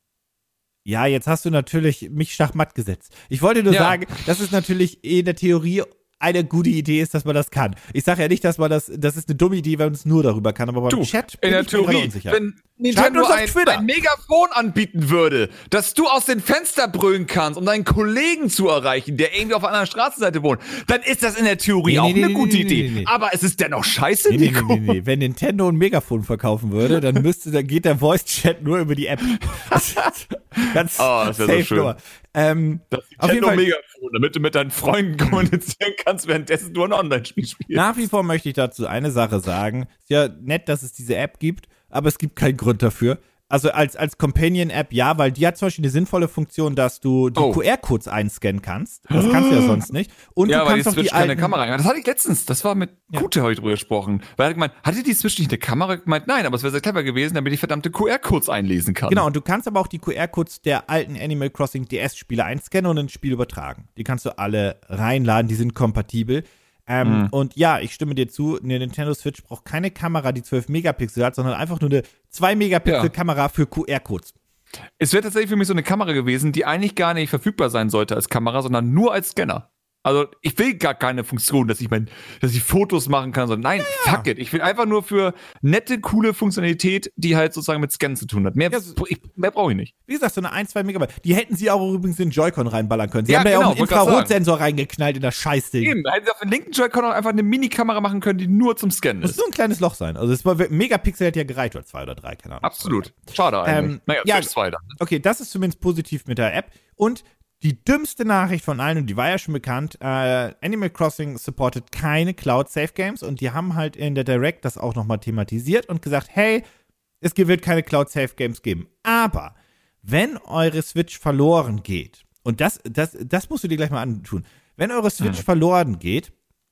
ja, jetzt hast du natürlich mich schachmatt gesetzt. Ich wollte nur Ja. sagen, dass es natürlich in der Theorie eine gute Idee ist, dass man das kann. Ich sage ja nicht, dass man das, das ist eine dumme Idee, wenn man es nur darüber kann, aber beim Du, Chat in der ich mir gerade Theorie, unsicher. wenn Nintendo uns auf ein, Twitter. ein Megafon anbieten würde, dass du aus dem Fenster brüllen kannst, um deinen Kollegen zu erreichen, der irgendwie auf einer anderen Straßenseite wohnt, dann ist das in der Theorie Nee, auch nee, nee, eine gute nee, nee, Idee. nee, nee. Aber es ist dennoch scheiße, Nee, nee, Nico. nee, nee, nee. Wenn Nintendo ein Megafon verkaufen würde, dann müsste, dann geht der Voice-Chat nur über die App. Das ist ganz Oh, das wär so safe schön. Nummer. Ähm, Das auf jeden Nintendo Fall, Megafon, damit du mit deinen Freunden kommunizieren kannst, währenddessen du ein Online-Spiel spielst. nach wie vor möchte ich dazu eine Sache sagen. Ist ja nett, dass es diese App gibt, aber es gibt keinen Grund dafür. Also als, als Companion-App ja, weil die hat zum Beispiel eine sinnvolle Funktion, dass du die Oh. Q R-Codes einscannen kannst. Das kannst du ja sonst nicht. Und Ja, du weil die kannst auch Switch die keine alten, Kamera hat. Das hatte ich letztens. Das war mit Ja. Kute heute drüber gesprochen. Weil er hat gemeint, hatte die Switch nicht eine Kamera? Ich meint, nein, aber es wäre sehr clever gewesen, damit ich verdammte Q R-Codes einlesen kann. Genau, und du kannst aber auch die Q R-Codes der alten Animal Crossing D S-Spiele einscannen und ins Spiel übertragen. Die kannst du alle reinladen, die sind kompatibel. Ähm, Mhm. Und ja, ich stimme dir zu, eine Nintendo Switch braucht keine Kamera, die zwölf Megapixel hat, sondern einfach nur eine zwei Megapixel Ja. Kamera für Q R-Codes. Es wäre tatsächlich für mich so eine Kamera gewesen, die eigentlich gar nicht verfügbar sein sollte als Kamera, sondern nur als Scanner. Also ich will gar keine Funktion, dass ich mein, dass ich Fotos machen kann, sondern nein, fuck it. Ich will einfach nur für nette, coole Funktionalität, die halt sozusagen mit Scannen zu tun hat. Mehr, Ja, so- ich, mehr brauche ich nicht. Wie gesagt, so eine ein, zwei Megabyte. Die hätten sie auch übrigens in den Joy-Con reinballern können. Sie Ja, haben da ja genau, auch einen wollte grad Infrarotsensor reingeknallt in das Scheißding. Eben, da hätten sie auf den linken Joy-Con auch einfach eine Mini-Kamera machen können, die nur zum Scannen Muss ist. so ein kleines Loch sein. Also es war Megapixel hätte ja gereicht, oder zwei oder drei, keine Ahnung. Absolut. Schade eigentlich. Ähm, naja, ja. Switch zwei dann. Ne? Okay, das ist zumindest positiv mit der App. Und die dümmste Nachricht von allen, und die war ja schon bekannt, äh, Animal Crossing supportet keine Cloud-Safe-Games und die haben halt in der Direct das auch nochmal thematisiert und gesagt, hey, es wird keine Cloud-Safe-Games geben. Aber wenn eure Switch verloren geht, und das, das, das musst du dir gleich mal antun, wenn eure Switch Mhm. verloren geht,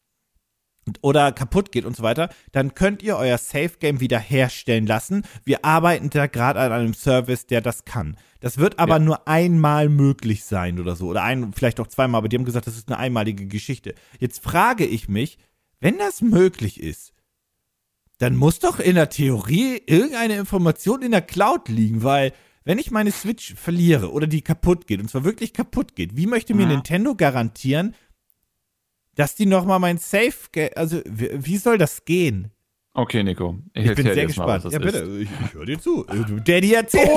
oder kaputt geht und so weiter, dann könnt ihr euer Safe-Game wieder herstellen lassen. Wir arbeiten da gerade an einem Service, der das kann. Das wird aber Ja. nur einmal möglich sein oder so. Oder ein, vielleicht auch zweimal, aber die haben gesagt, das ist eine einmalige Geschichte. Jetzt frage ich mich, wenn das möglich ist, dann muss doch in der Theorie irgendeine Information in der Cloud liegen, weil wenn ich meine Switch verliere oder die kaputt geht, und zwar wirklich kaputt geht, wie möchte mir Mhm. Nintendo garantieren, dass die nochmal mein Safe, ge- also wie, wie soll das gehen? Okay, Nico. Ich, Ich bin erklär dir sehr jetzt mal, gespannt. was Ja, das bitte, ist. ich, ich höre dir zu. Du, Daddy erzählt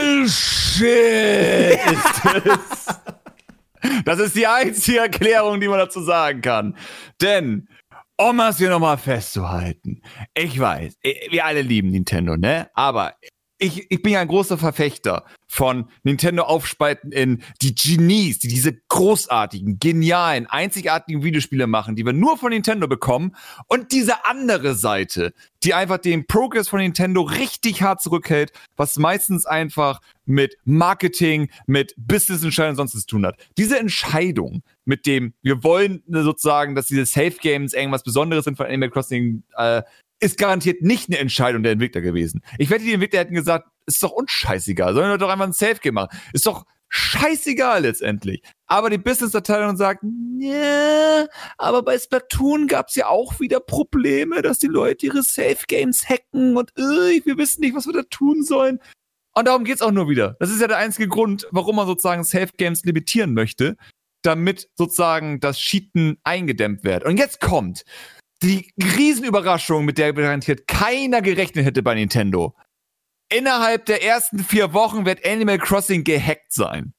Bullshit ist das. Das ist die einzige Erklärung, die man dazu sagen kann. Denn, um es hier nochmal festzuhalten, ich weiß, wir alle lieben Nintendo, ne? Aber ich, ich bin ja ein großer Verfechter von Nintendo aufspalten in die Genies, die diese großartigen, genialen, einzigartigen Videospiele machen, die wir nur von Nintendo bekommen, und diese andere Seite, die einfach den Progress von Nintendo richtig hart zurückhält, was meistens einfach mit Marketing, mit Business-Entscheidungen und sonst was zu tun hat. Diese Entscheidung mit dem, wir wollen sozusagen, dass diese Safe-Games irgendwas Besonderes sind von Animal Crossing, äh, ist garantiert nicht eine Entscheidung der Entwickler gewesen. Ich wette, die Entwickler hätten gesagt, ist doch unscheißegal, sollen wir doch einfach ein Safe-Game machen. Ist doch scheißegal letztendlich. Aber die Business-Abteilung sagt, ja, aber bei Splatoon gab's ja auch wieder Probleme, dass die Leute ihre Safe-Games hacken und äh, wir wissen nicht, was wir da tun sollen. Und darum geht's auch nur wieder. Das ist ja der einzige Grund, warum man sozusagen Safe-Games limitieren möchte, damit sozusagen das Cheaten eingedämmt wird. Und jetzt kommt die Riesenüberraschung, mit der garantiert keiner gerechnet hätte bei Nintendo. Innerhalb der ersten vier Wochen wird Animal Crossing gehackt sein.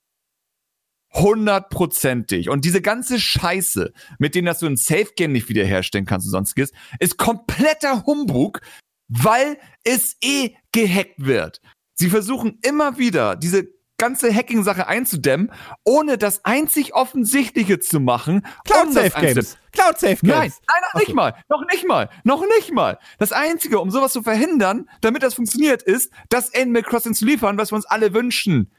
Hundertprozentig. Und diese ganze Scheiße, mit denen, dass du ein Safe-Game nicht wiederherstellen kannst und sonstiges, ist kompletter Humbug, weil es eh gehackt wird. Sie versuchen immer wieder, diese ganze Hacking-Sache einzudämmen, ohne das einzig Offensichtliche zu machen. Cloud Safe Games. Cloud Safe Games. Nein, nein, noch nicht mal. Noch nicht mal. Noch nicht mal. Das Einzige, um sowas zu verhindern, damit das funktioniert, ist, das Animal Crossing zu liefern, was wir uns alle wünschen.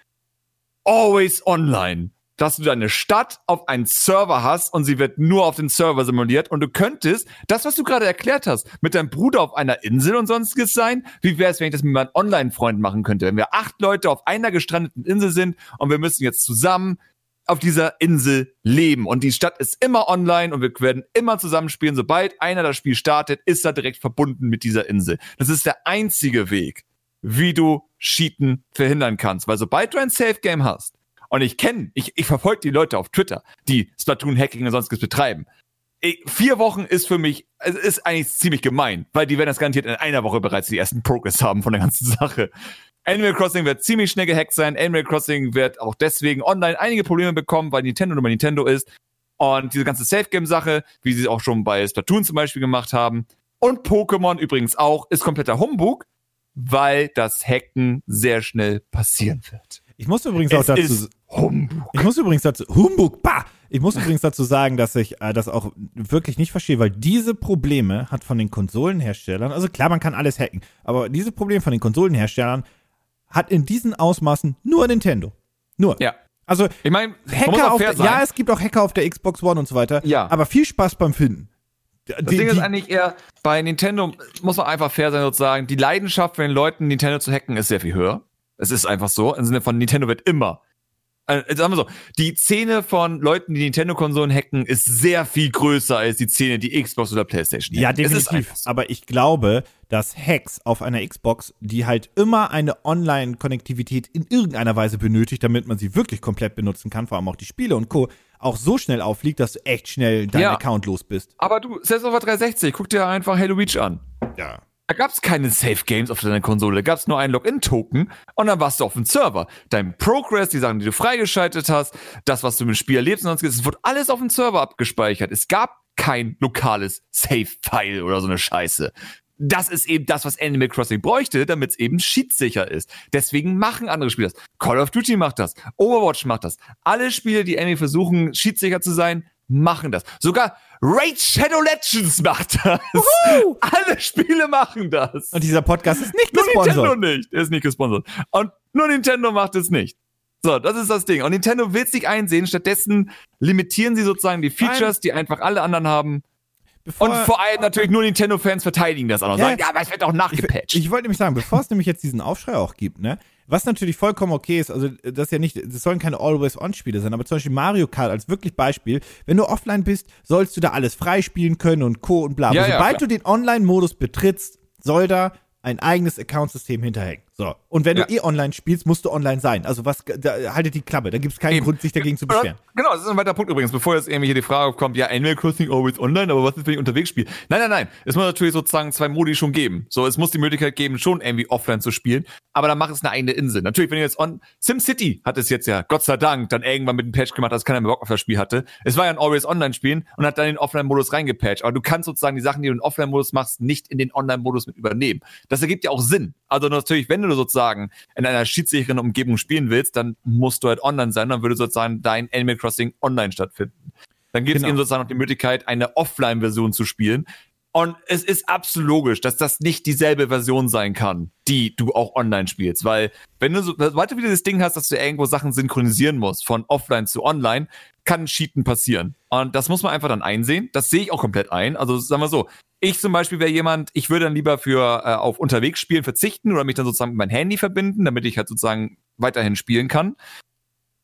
Always online. Dass du deine Stadt auf einen Server hast und sie wird nur auf den Server simuliert und du könntest, das, was du gerade erklärt hast, mit deinem Bruder auf einer Insel und sonstiges sein, wie wäre es, wenn ich das mit meinen Online-Freunden machen könnte? Wenn wir acht Leute auf einer gestrandeten Insel sind und wir müssen jetzt zusammen auf dieser Insel leben und die Stadt ist immer online und wir werden immer zusammenspielen. Sobald einer das Spiel startet, ist er direkt verbunden mit dieser Insel. Das ist der einzige Weg, wie du Cheaten verhindern kannst, weil sobald du ein Safe-Game hast, und ich kenne, ich, ich verfolge die Leute auf Twitter, die Splatoon-Hacking und sonstiges betreiben. Ich, vier Wochen ist für mich, es ist eigentlich ziemlich gemein, weil die werden das garantiert in einer Woche bereits die ersten Progress haben von der ganzen Sache. Animal Crossing wird ziemlich schnell gehackt sein. Animal Crossing wird auch deswegen online einige Probleme bekommen, weil Nintendo nur bei Nintendo ist. Und diese ganze Safe-Game-Sache, wie sie es auch schon bei Splatoon zum Beispiel gemacht haben. Und Pokémon übrigens auch, ist kompletter Humbug, weil das Hacken sehr schnell passieren wird. Ich muss übrigens auch es dazu. Ist Humbug. Ich muss übrigens dazu. Humbug, bah! Ich muss übrigens dazu sagen, dass ich äh, das auch wirklich nicht verstehe, weil diese Probleme hat von den Konsolenherstellern, also klar, man kann alles hacken, aber diese Probleme von den Konsolenherstellern hat in diesen Ausmaßen nur Nintendo. Nur. Ja. Also, ich meine, Hacker auf der, ja, es gibt auch Hacker auf der Xbox One und so weiter. Ja. Aber viel Spaß beim Finden. Das die, Ding ist die, eigentlich eher, bei Nintendo muss man einfach fair sein sozusagen, die Leidenschaft für den Leuten, Nintendo zu hacken, ist sehr viel höher. Es ist einfach so, im Sinne von Nintendo wird immer, äh, sagen wir so, die Szene von Leuten, die Nintendo-Konsolen hacken, ist sehr viel größer als die Szene, die Xbox oder PlayStation hacken. Ja, definitiv. So. Aber ich glaube, dass Hacks auf einer Xbox, die halt immer eine Online-Konnektivität in irgendeiner Weise benötigt, damit man sie wirklich komplett benutzen kann, vor allem auch die Spiele und Co., auch so schnell auffliegt, dass du echt schnell deinen ja. Account los bist. Aber du, selbst auf der dreihundertsechzig, guck dir einfach Halo Reach an. Ja. Da gab's keine Safe Games auf deiner Konsole, da gab's nur einen Login-Token und dann warst du auf dem Server. Dein Progress, die Sachen, die du freigeschaltet hast, das, was du mit dem Spiel erlebst und sonstiges, es wurde alles auf dem Server abgespeichert. Es gab kein lokales Save-File oder so eine Scheiße. Das ist eben das, was Animal Crossing bräuchte, damit es eben cheatsicher ist. Deswegen machen andere Spiele das. Call of Duty macht das, Overwatch macht das. Alle Spiele, die irgendwie versuchen, cheatsicher zu sein, machen das. Sogar Raid Shadow Legends macht das. Uhu. Alle Spiele machen das. Und dieser Podcast ist nicht gesponsert. Nur Nintendo nicht. Er ist nicht gesponsert. Und nur Nintendo macht es nicht. So, das ist das Ding. Und Nintendo will es nicht einsehen. Stattdessen limitieren sie sozusagen die Features, Nein. die einfach alle anderen haben. Bevor, und vor allem natürlich nur Nintendo-Fans verteidigen das auch noch. Ja, sagen, ja, aber es wird auch nachgepatcht. Ich, ich wollte nämlich sagen, bevor es nämlich jetzt diesen Aufschrei auch gibt, ne, was natürlich vollkommen okay ist, also das ist ja nicht, das sollen keine Always-On-Spiele sein, aber zum Beispiel Mario Kart als wirklich Beispiel, wenn du offline bist, sollst du da alles freispielen können und Co. und bla. Ja, aber sobald ja, du den Online-Modus betrittst, soll da ein eigenes Account-System hinterhängen. So. Und wenn ja. du eh online spielst, musst du online sein. Also was, da, haltet die Klappe. Da gibt es keinen Eben. Grund, sich dagegen zu beschweren. Genau, das ist ein weiterer Punkt übrigens, bevor jetzt irgendwie hier die Frage kommt, ja, Animal Crossing always online, aber was ist, wenn ich unterwegs spiele? Nein, nein, nein. Es muss natürlich sozusagen zwei Modi schon geben. So, es muss die Möglichkeit geben, schon irgendwie offline zu spielen, aber dann mach es eine eigene Insel. Natürlich, wenn du jetzt on, SimCity hat es jetzt ja, Gott sei Dank, dann irgendwann mit dem Patch gemacht, dass keiner mehr Bock auf das Spiel hatte. Es war ja ein always online spielen und hat dann den Offline-Modus reingepatcht. Aber du kannst sozusagen die Sachen, die du in den Offline-Modus machst, nicht in den Online-Modus mit übernehmen. Das ergibt ja auch Sinn. Also natürlich, wenn du sozusagen in einer cheatsicheren Umgebung spielen willst, dann musst du halt online sein, dann würde sozusagen dein Animal Crossing online stattfinden. Dann gibt es genau. eben sozusagen noch die Möglichkeit, eine Offline-Version zu spielen. Und es ist absolut logisch, dass das nicht dieselbe Version sein kann, die du auch online spielst. Weil, wenn du so, sobald du wieder das Ding hast, dass du irgendwo Sachen synchronisieren musst, von offline zu online, kann Cheaten passieren. Und das muss man einfach dann einsehen. Das sehe ich auch komplett ein. Also, sagen wir so, ich zum Beispiel wäre jemand, ich würde dann lieber für äh, auf unterwegs spielen verzichten oder mich dann sozusagen mit meinem Handy verbinden, damit ich halt sozusagen weiterhin spielen kann.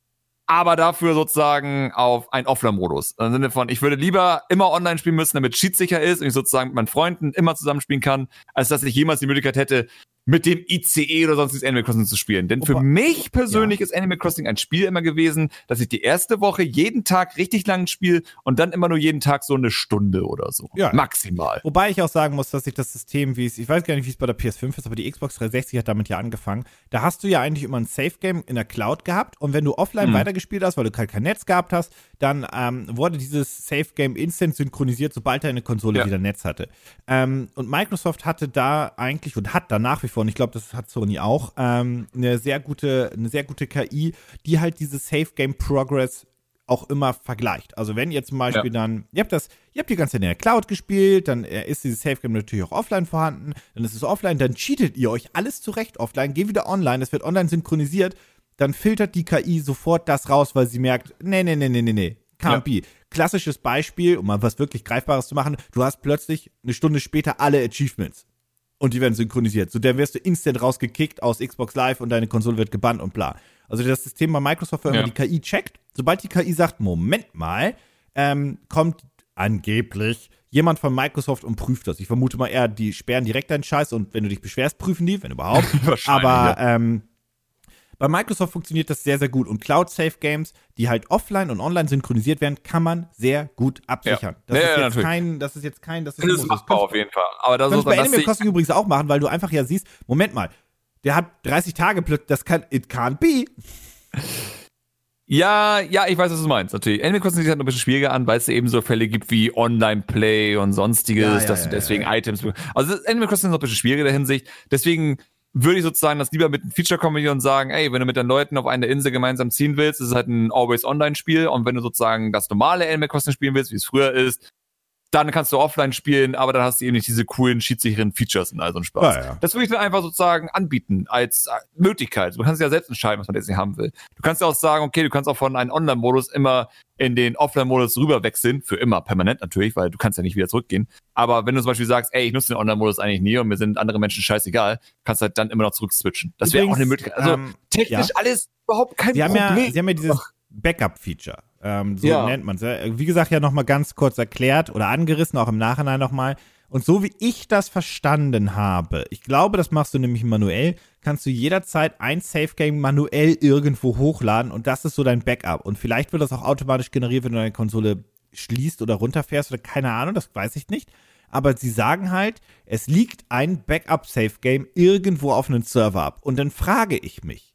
aber dafür sozusagen auf einen Offline-Modus. Im Sinne von, ich würde lieber immer online spielen müssen, damit Cheat sicher ist und ich sozusagen mit meinen Freunden immer zusammenspielen kann, als dass ich jemals die Möglichkeit hätte, mit dem I C E oder sonstiges Animal Crossing zu spielen. Denn für Opa. mich persönlich Ja. ist Animal Crossing ein Spiel immer gewesen, dass ich die erste Woche jeden Tag richtig lang spiele und dann immer nur jeden Tag so eine Stunde oder so. Ja. Maximal. Wobei ich auch sagen muss, dass sich das System, wie es, ich weiß gar nicht, wie es bei der P S fünf ist, aber die Xbox dreihundertsechzig hat damit ja angefangen. Da hast du ja eigentlich immer ein Safe-Game in der Cloud gehabt und wenn du offline Mhm. weitergespielt hast, weil du halt kein Netz gehabt hast, dann ähm, wurde dieses Safe-Game instant synchronisiert, sobald deine Konsole Ja. wieder Netz hatte. Ähm, und Microsoft hatte da eigentlich und hat da nach wie vor, und ich glaube, das hat Sony auch, ähm, eine sehr gute, eine sehr gute K I, die halt diese Safe-Game-Progress auch immer vergleicht. Also wenn ihr zum Beispiel Ja. dann, ihr habt das, ihr habt die ganze Zeit in der Cloud gespielt, dann äh, ist dieses Safe Game natürlich auch offline vorhanden, dann ist es offline, dann cheatet ihr euch alles zurecht offline, geht wieder online, es wird online synchronisiert, dann filtert die K I sofort das raus, weil sie merkt, nee, nee, nee, nee, nee, nee, can't Ja. be. Klassisches Beispiel, um mal was wirklich Greifbares zu machen, du hast plötzlich eine Stunde später alle Achievements. Und die werden synchronisiert. So, dann wirst du instant rausgekickt aus Xbox Live und deine Konsole wird gebannt und bla. Also das System bei Microsoft, wenn Ja. man die K I checkt, sobald die K I sagt, Moment mal, ähm, kommt angeblich jemand von Microsoft und prüft das. Ich vermute mal eher, die sperren direkt deinen Scheiß und wenn du dich beschwerst, prüfen die, wenn überhaupt. Wahrscheinlich, Aber ja. ähm, bei Microsoft funktioniert das sehr, sehr gut. Und Cloud-Safe-Games, die halt offline und online synchronisiert werden, kann man sehr gut absichern. Ja. Das, Ja, ist ja, jetzt natürlich. kein, das ist jetzt kein, das ist, Das ist muss. machbar auf jeden Fall. Aber das Das ist kannst du bei das Animal ich- Crossing übrigens auch machen, weil du einfach ja siehst, Moment mal, der hat dreißig Tage plötzlich, das kann, it can't be. Ja, ja, ich weiß, was du meinst, natürlich. Animal Crossing sieht halt noch ein bisschen schwieriger an, weil es eben so Fälle gibt wie Online-Play und sonstiges, Ja, ja, dass ja, du deswegen ja, Items... Also das Animal Crossing ist noch ein bisschen schwieriger in der Hinsicht. Deswegen würde ich sozusagen das lieber mit einem Feature kombinieren und sagen, ey, wenn du mit deinen Leuten auf eine Insel gemeinsam ziehen willst, ist es halt ein Always-Online-Spiel und wenn du sozusagen das normale Animal Crossing spielen willst, wie es früher ist, dann kannst du offline spielen, aber dann hast du eben nicht diese coolen, schiedssicheren Features und all so einen Spaß. Ja, ja. Das würde ich dann einfach sozusagen anbieten als äh, Möglichkeit. Du kannst ja selbst entscheiden, was man jetzt nicht haben will. Du kannst ja auch sagen, okay, du kannst auch von einem Online-Modus immer in den Offline-Modus rüber wechseln, für immer, permanent natürlich, weil du kannst ja nicht wieder zurückgehen. Aber wenn du zum Beispiel sagst, ey, ich nutze den Online-Modus eigentlich nie und mir sind andere Menschen scheißegal, kannst du halt dann immer noch zurück switchen. Das wäre auch Übrigens, eine Möglichkeit. Also ähm, technisch ja. alles überhaupt kein Sie haben, ja, Problem. sie haben ja dieses Backup-Feature. Ähm, so Ja. nennt man es. Wie gesagt, ja nochmal ganz kurz erklärt oder angerissen, auch im Nachhinein nochmal. Und so wie ich das verstanden habe, ich glaube, das machst du nämlich manuell, kannst du jederzeit ein Safe-Game manuell irgendwo hochladen und das ist so dein Backup. Und vielleicht wird das auch automatisch generiert, wenn du deine Konsole schließt oder runterfährst oder keine Ahnung, das weiß ich nicht. Aber sie sagen halt, es liegt ein Backup-Safe-Game irgendwo auf einem Server ab. Und dann frage ich mich,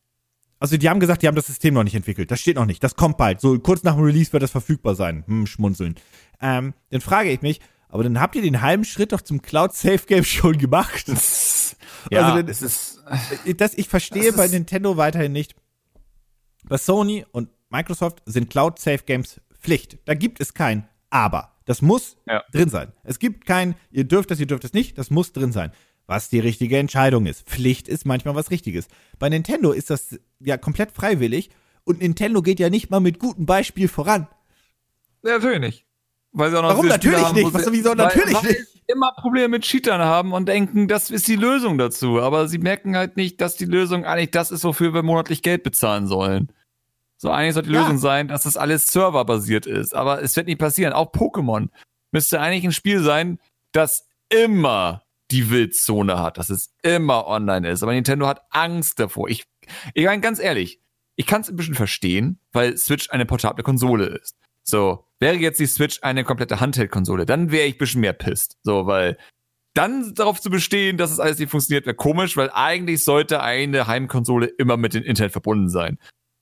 also die haben gesagt, die haben das System noch nicht entwickelt. Das steht noch nicht. Das kommt bald. So kurz nach dem Release wird das verfügbar sein. Hm, schmunzeln. Ähm, dann frage ich mich, aber dann habt ihr den halben Schritt doch zum Cloud-Safe-Game schon gemacht. ja, also dann, es ist... das, ich verstehe Das bei ist- Nintendo weiterhin nicht. Bei Sony und Microsoft sind Cloud-Safe-Games Pflicht. Da gibt es kein Aber. Das muss Ja. drin sein. Es gibt kein, ihr dürft das, ihr dürft es nicht. Das muss drin sein. Was die richtige Entscheidung ist. Pflicht ist manchmal was Richtiges. Bei Nintendo ist das ja komplett freiwillig und Nintendo geht ja nicht mal mit gutem Beispiel voran. Ja, natürlich nicht. Weil sie auch noch Warum diese Spiele natürlich haben, nicht? wo Was sie- sowieso weil, natürlich weil nicht? sie immer Probleme mit Cheatern haben und denken, das ist die Lösung dazu. Aber sie merken halt nicht, dass die Lösung eigentlich das ist, wofür wir monatlich Geld bezahlen sollen. So, eigentlich sollte die Ja. Lösung sein, dass das alles serverbasiert ist. Aber es wird nicht passieren. Auch Pokémon müsste eigentlich ein Spiel sein, das immer die Wildzone hat, dass es immer online ist. Aber Nintendo hat Angst davor. Ich, ich meine, ganz ehrlich, ich kann es ein bisschen verstehen, weil Switch eine portable Konsole ist. So, wäre jetzt die Switch eine komplette Handheld-Konsole, dann wäre ich ein bisschen mehr pisst. So, weil dann darauf zu bestehen, dass es alles nicht funktioniert, wäre komisch, weil eigentlich sollte eine Heimkonsole immer mit dem Internet verbunden sein.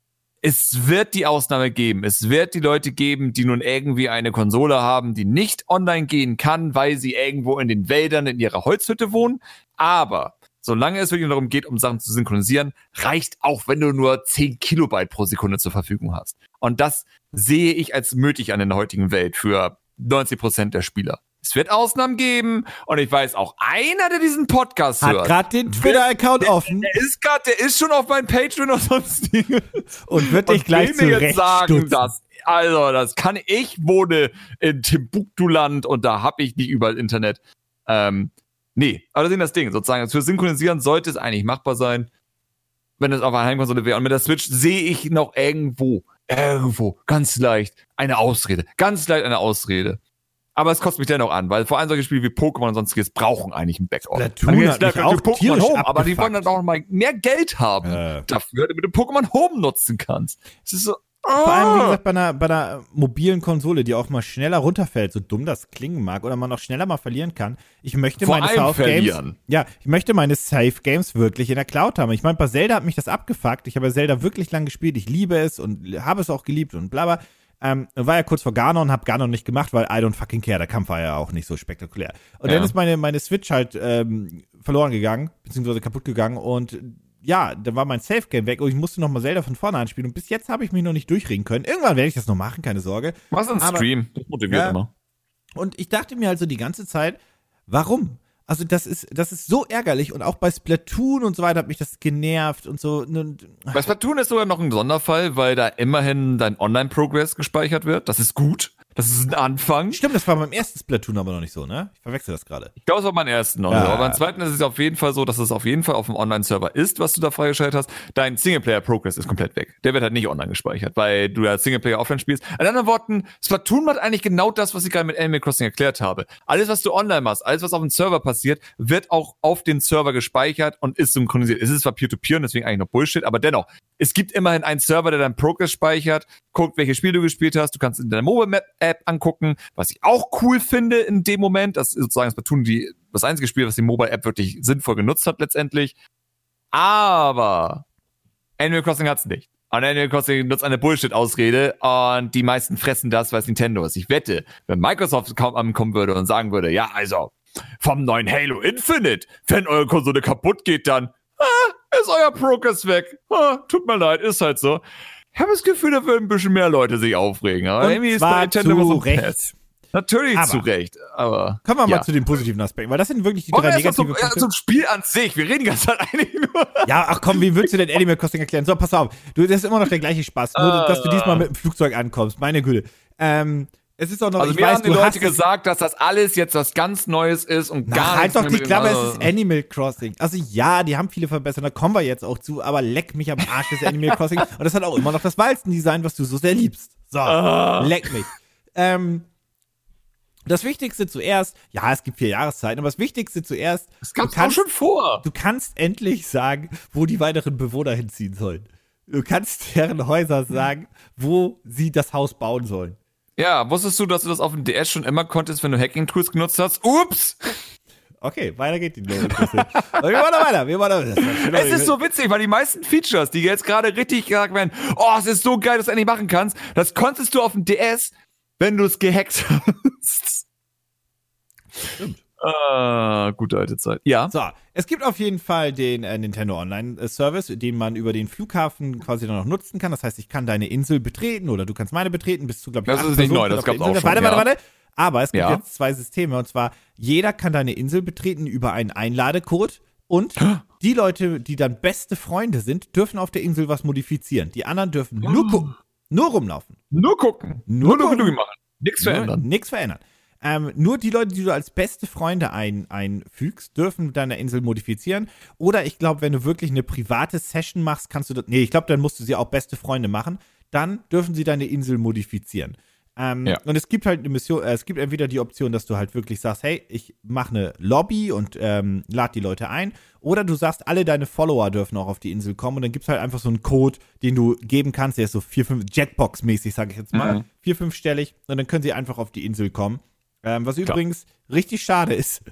Es wird die Ausnahme geben. Es wird die Leute geben, die nun irgendwie eine Konsole haben, die nicht online gehen kann, weil sie irgendwo in den Wäldern in ihrer Holzhütte wohnen. Aber solange es wirklich darum geht, um Sachen zu synchronisieren, reicht auch, wenn du nur zehn Kilobyte pro Sekunde zur Verfügung hast. Und das sehe ich als nötig an in der heutigen Welt für neunzig Prozent der Spieler. Es wird Ausnahmen geben und ich weiß auch, einer, der diesen Podcast Hat hört, gerade den Twitter-Account offen der ist gerade, der ist schon auf meinem Patreon und sonstiges. und wird dich Und gleich will mir jetzt sagen, zurechtstutzen. dass, also, das kann ich wohne in Timbuktu-Land und da habe ich nicht überall Internet. Ähm, nee, aber das ist das Ding, sozusagen, für Synchronisieren sollte es eigentlich machbar sein. wenn es auf einer Heimkonsole wäre. Und mit der Switch sehe ich noch irgendwo, irgendwo, ganz leicht eine Ausrede. Ganz leicht eine Ausrede. Aber es kostet mich dennoch an, weil vor allem solche Spiele wie Pokémon und sonstiges brauchen eigentlich ein Backup. Splatoon hat mich auch Pokémon Home, tierisch aber die wollen dann auch mal mehr Geld haben Äh. dafür, damit du Pokémon Home nutzen kannst. Es ist so, Vor allem, wie gesagt, bei einer, bei einer mobilen Konsole, die auch mal schneller runterfällt, so dumm das klingen mag, oder man auch schneller mal verlieren kann. Ich möchte Vor meine allem Safe Games, verlieren. ja, ich möchte meine Safe Games wirklich in der Cloud haben. Ich meine, bei Zelda hat mich das abgefuckt. Ich habe ja Zelda wirklich lang gespielt. Ich liebe es und habe es auch geliebt und bla bla. Ähm, war ja kurz vor Ganon, hab Ganon nicht gemacht, weil I don't fucking care. Der Kampf war ja auch nicht so spektakulär. Und Ja. dann ist meine, meine Switch halt ähm, verloren gegangen, beziehungsweise kaputt gegangen und ja, dann war mein Safe-Game weg und ich musste nochmal Zelda von vorne anspielen. Und bis jetzt habe ich mich noch nicht durchreden können. Irgendwann werde ich das noch machen, keine Sorge. Was ein Aber- Stream, das motiviert Ja. immer. Und ich dachte mir also die ganze Zeit, warum? Also das ist, das ist so ärgerlich und auch bei Splatoon und so weiter hat mich das genervt und so. Und, Bei Splatoon ist sogar noch ein Sonderfall, weil da immerhin dein Online-Progress gespeichert wird. Das ist gut. Das ist ein Anfang. stimmt, das war beim ersten Splatoon aber noch nicht so, ne? Ich verwechsel das gerade. Ich glaube, es war mein ersten noch. Ja. Aber beim zweiten ist es auf jeden Fall so, dass es auf jeden Fall auf dem Online-Server ist, was du da freigeschaltet hast. Dein Singleplayer-Progress ist komplett weg. Der wird halt nicht online gespeichert, weil du ja Singleplayer offline spielst. In anderen Worten, Splatoon macht eigentlich genau das, was ich gerade mit Animal Crossing erklärt habe. Alles, was du online machst, alles, was auf dem Server passiert, wird auch auf den Server gespeichert und ist synchronisiert. Es ist zwar Peer-to-Peer und deswegen eigentlich noch Bullshit, aber dennoch, es gibt immerhin einen Server, der deinen Progress speichert, guckt, welche Spiele du gespielt hast. Du kannst in deiner Mobile-App angucken, was ich auch cool finde in dem Moment. Das ist sozusagen Splatoon die, das einzige Spiel, was die Mobile-App wirklich sinnvoll genutzt hat letztendlich. Aber Animal Crossing hat's nicht. Und Animal Crossing nutzt eine Bullshit-Ausrede und die meisten fressen das, weil es Nintendo ist. Ich wette, wenn Microsoft kaum ankommen würde und sagen würde, ja, also, vom neuen Halo Infinite, wenn eure Konsole kaputt geht, dann ah, ist euer Progress weg. Ah, tut mir leid, ist halt so. Ich habe das Gefühl, da würden ein bisschen mehr Leute sich aufregen. Aber Und irgendwie ist zwar bei Nintendo immer zu so ein Recht. Pass. Natürlich Aber- zu Recht, aber Kommen wir ja. mal zu den positiven Aspekten, weil das sind wirklich die Wollen wir drei erst mal negative zum, äh, Punkte. zum Spiel an sich. Wir reden ganz halt eigentlich nur. Ja, ach komm, wie würdest du denn Animal Crossing erklären? So, pass auf. Du, das ist immer noch der gleiche Spaß. Nur, Ah. dass du diesmal mit dem Flugzeug ankommst. Meine Güte. Ähm, es ist auch noch, Also ich wir weiß, haben die du Leute hast es- gesagt, dass das alles jetzt was ganz Neues ist und Na, gar halt nichts doch mehr die mit dem Klappe, es anderen- ist Animal Crossing. Also ja, die haben viele Verbesserungen, da kommen wir jetzt auch zu, aber leck mich am Arsch, das ist Animal Crossing. Und das hat auch immer noch das Walzendesign, was du so sehr liebst. So, Ah. leck mich. Ähm, das Wichtigste zuerst, ja, es gibt vier Jahreszeiten, aber das Wichtigste zuerst, Das du gab's auch kannst, schon vor. du kannst endlich sagen, wo die weiteren Bewohner hinziehen sollen. Du kannst deren Häuser sagen, wo sie das Haus bauen sollen. Ja, wusstest du, dass du das auf dem D S schon immer konntest, wenn du Hacking-Tools genutzt hast? Ups! Okay, weiter geht die Logik. Aber wir wollen noch weiter, wir wollen noch weiter. Es ist so witzig, weil die meisten Features, die jetzt gerade richtig gesagt werden, oh, es ist so geil, dass du endlich machen kannst, das konntest du auf dem D S, wenn du es gehackt hast. Stimmt. Ah, gute alte Zeit. Ja. So, es gibt auf jeden Fall den äh, Nintendo Online-Service, den man über den Flughafen quasi dann noch nutzen kann. Das heißt, ich kann deine Insel betreten oder du kannst meine betreten, bis zu, glaube ich, Das acht ist nicht Personen neu, auf das der gab's auch Insel. schon, Warte, warte, ja. warte. Aber es gibt Ja. jetzt zwei Systeme und zwar, jeder kann deine Insel betreten über einen Einladecode und die Leute, die dann beste Freunde sind, dürfen auf der Insel was modifizieren. Die anderen dürfen nur gucken, nur rumlaufen. Nur gucken. Nur Nur, nur gucken. machen. Nichts verändern. Nichts verändern. Ähm, nur die Leute, die du als beste Freunde ein, einfügst, dürfen deine Insel modifizieren. Oder ich glaube, wenn du wirklich eine private Session machst, kannst du das. Nee, ich glaube, dann musst du sie auch beste Freunde machen. Dann dürfen sie deine Insel modifizieren. Ähm, Ja. Und es gibt halt eine Mission, äh, es gibt entweder die Option, dass du halt wirklich sagst, hey, ich mache eine Lobby und ähm, lade die Leute ein. Oder du sagst, alle deine Follower dürfen auch auf die Insel kommen. Und dann gibt es halt einfach so einen Code, den du geben kannst, der ist so vier, fünf, Jackbox-mäßig, sage ich jetzt mal. Mhm. Vier, fünfstellig. Und dann können sie einfach auf die Insel kommen. Ähm, was übrigens richtig schade ist,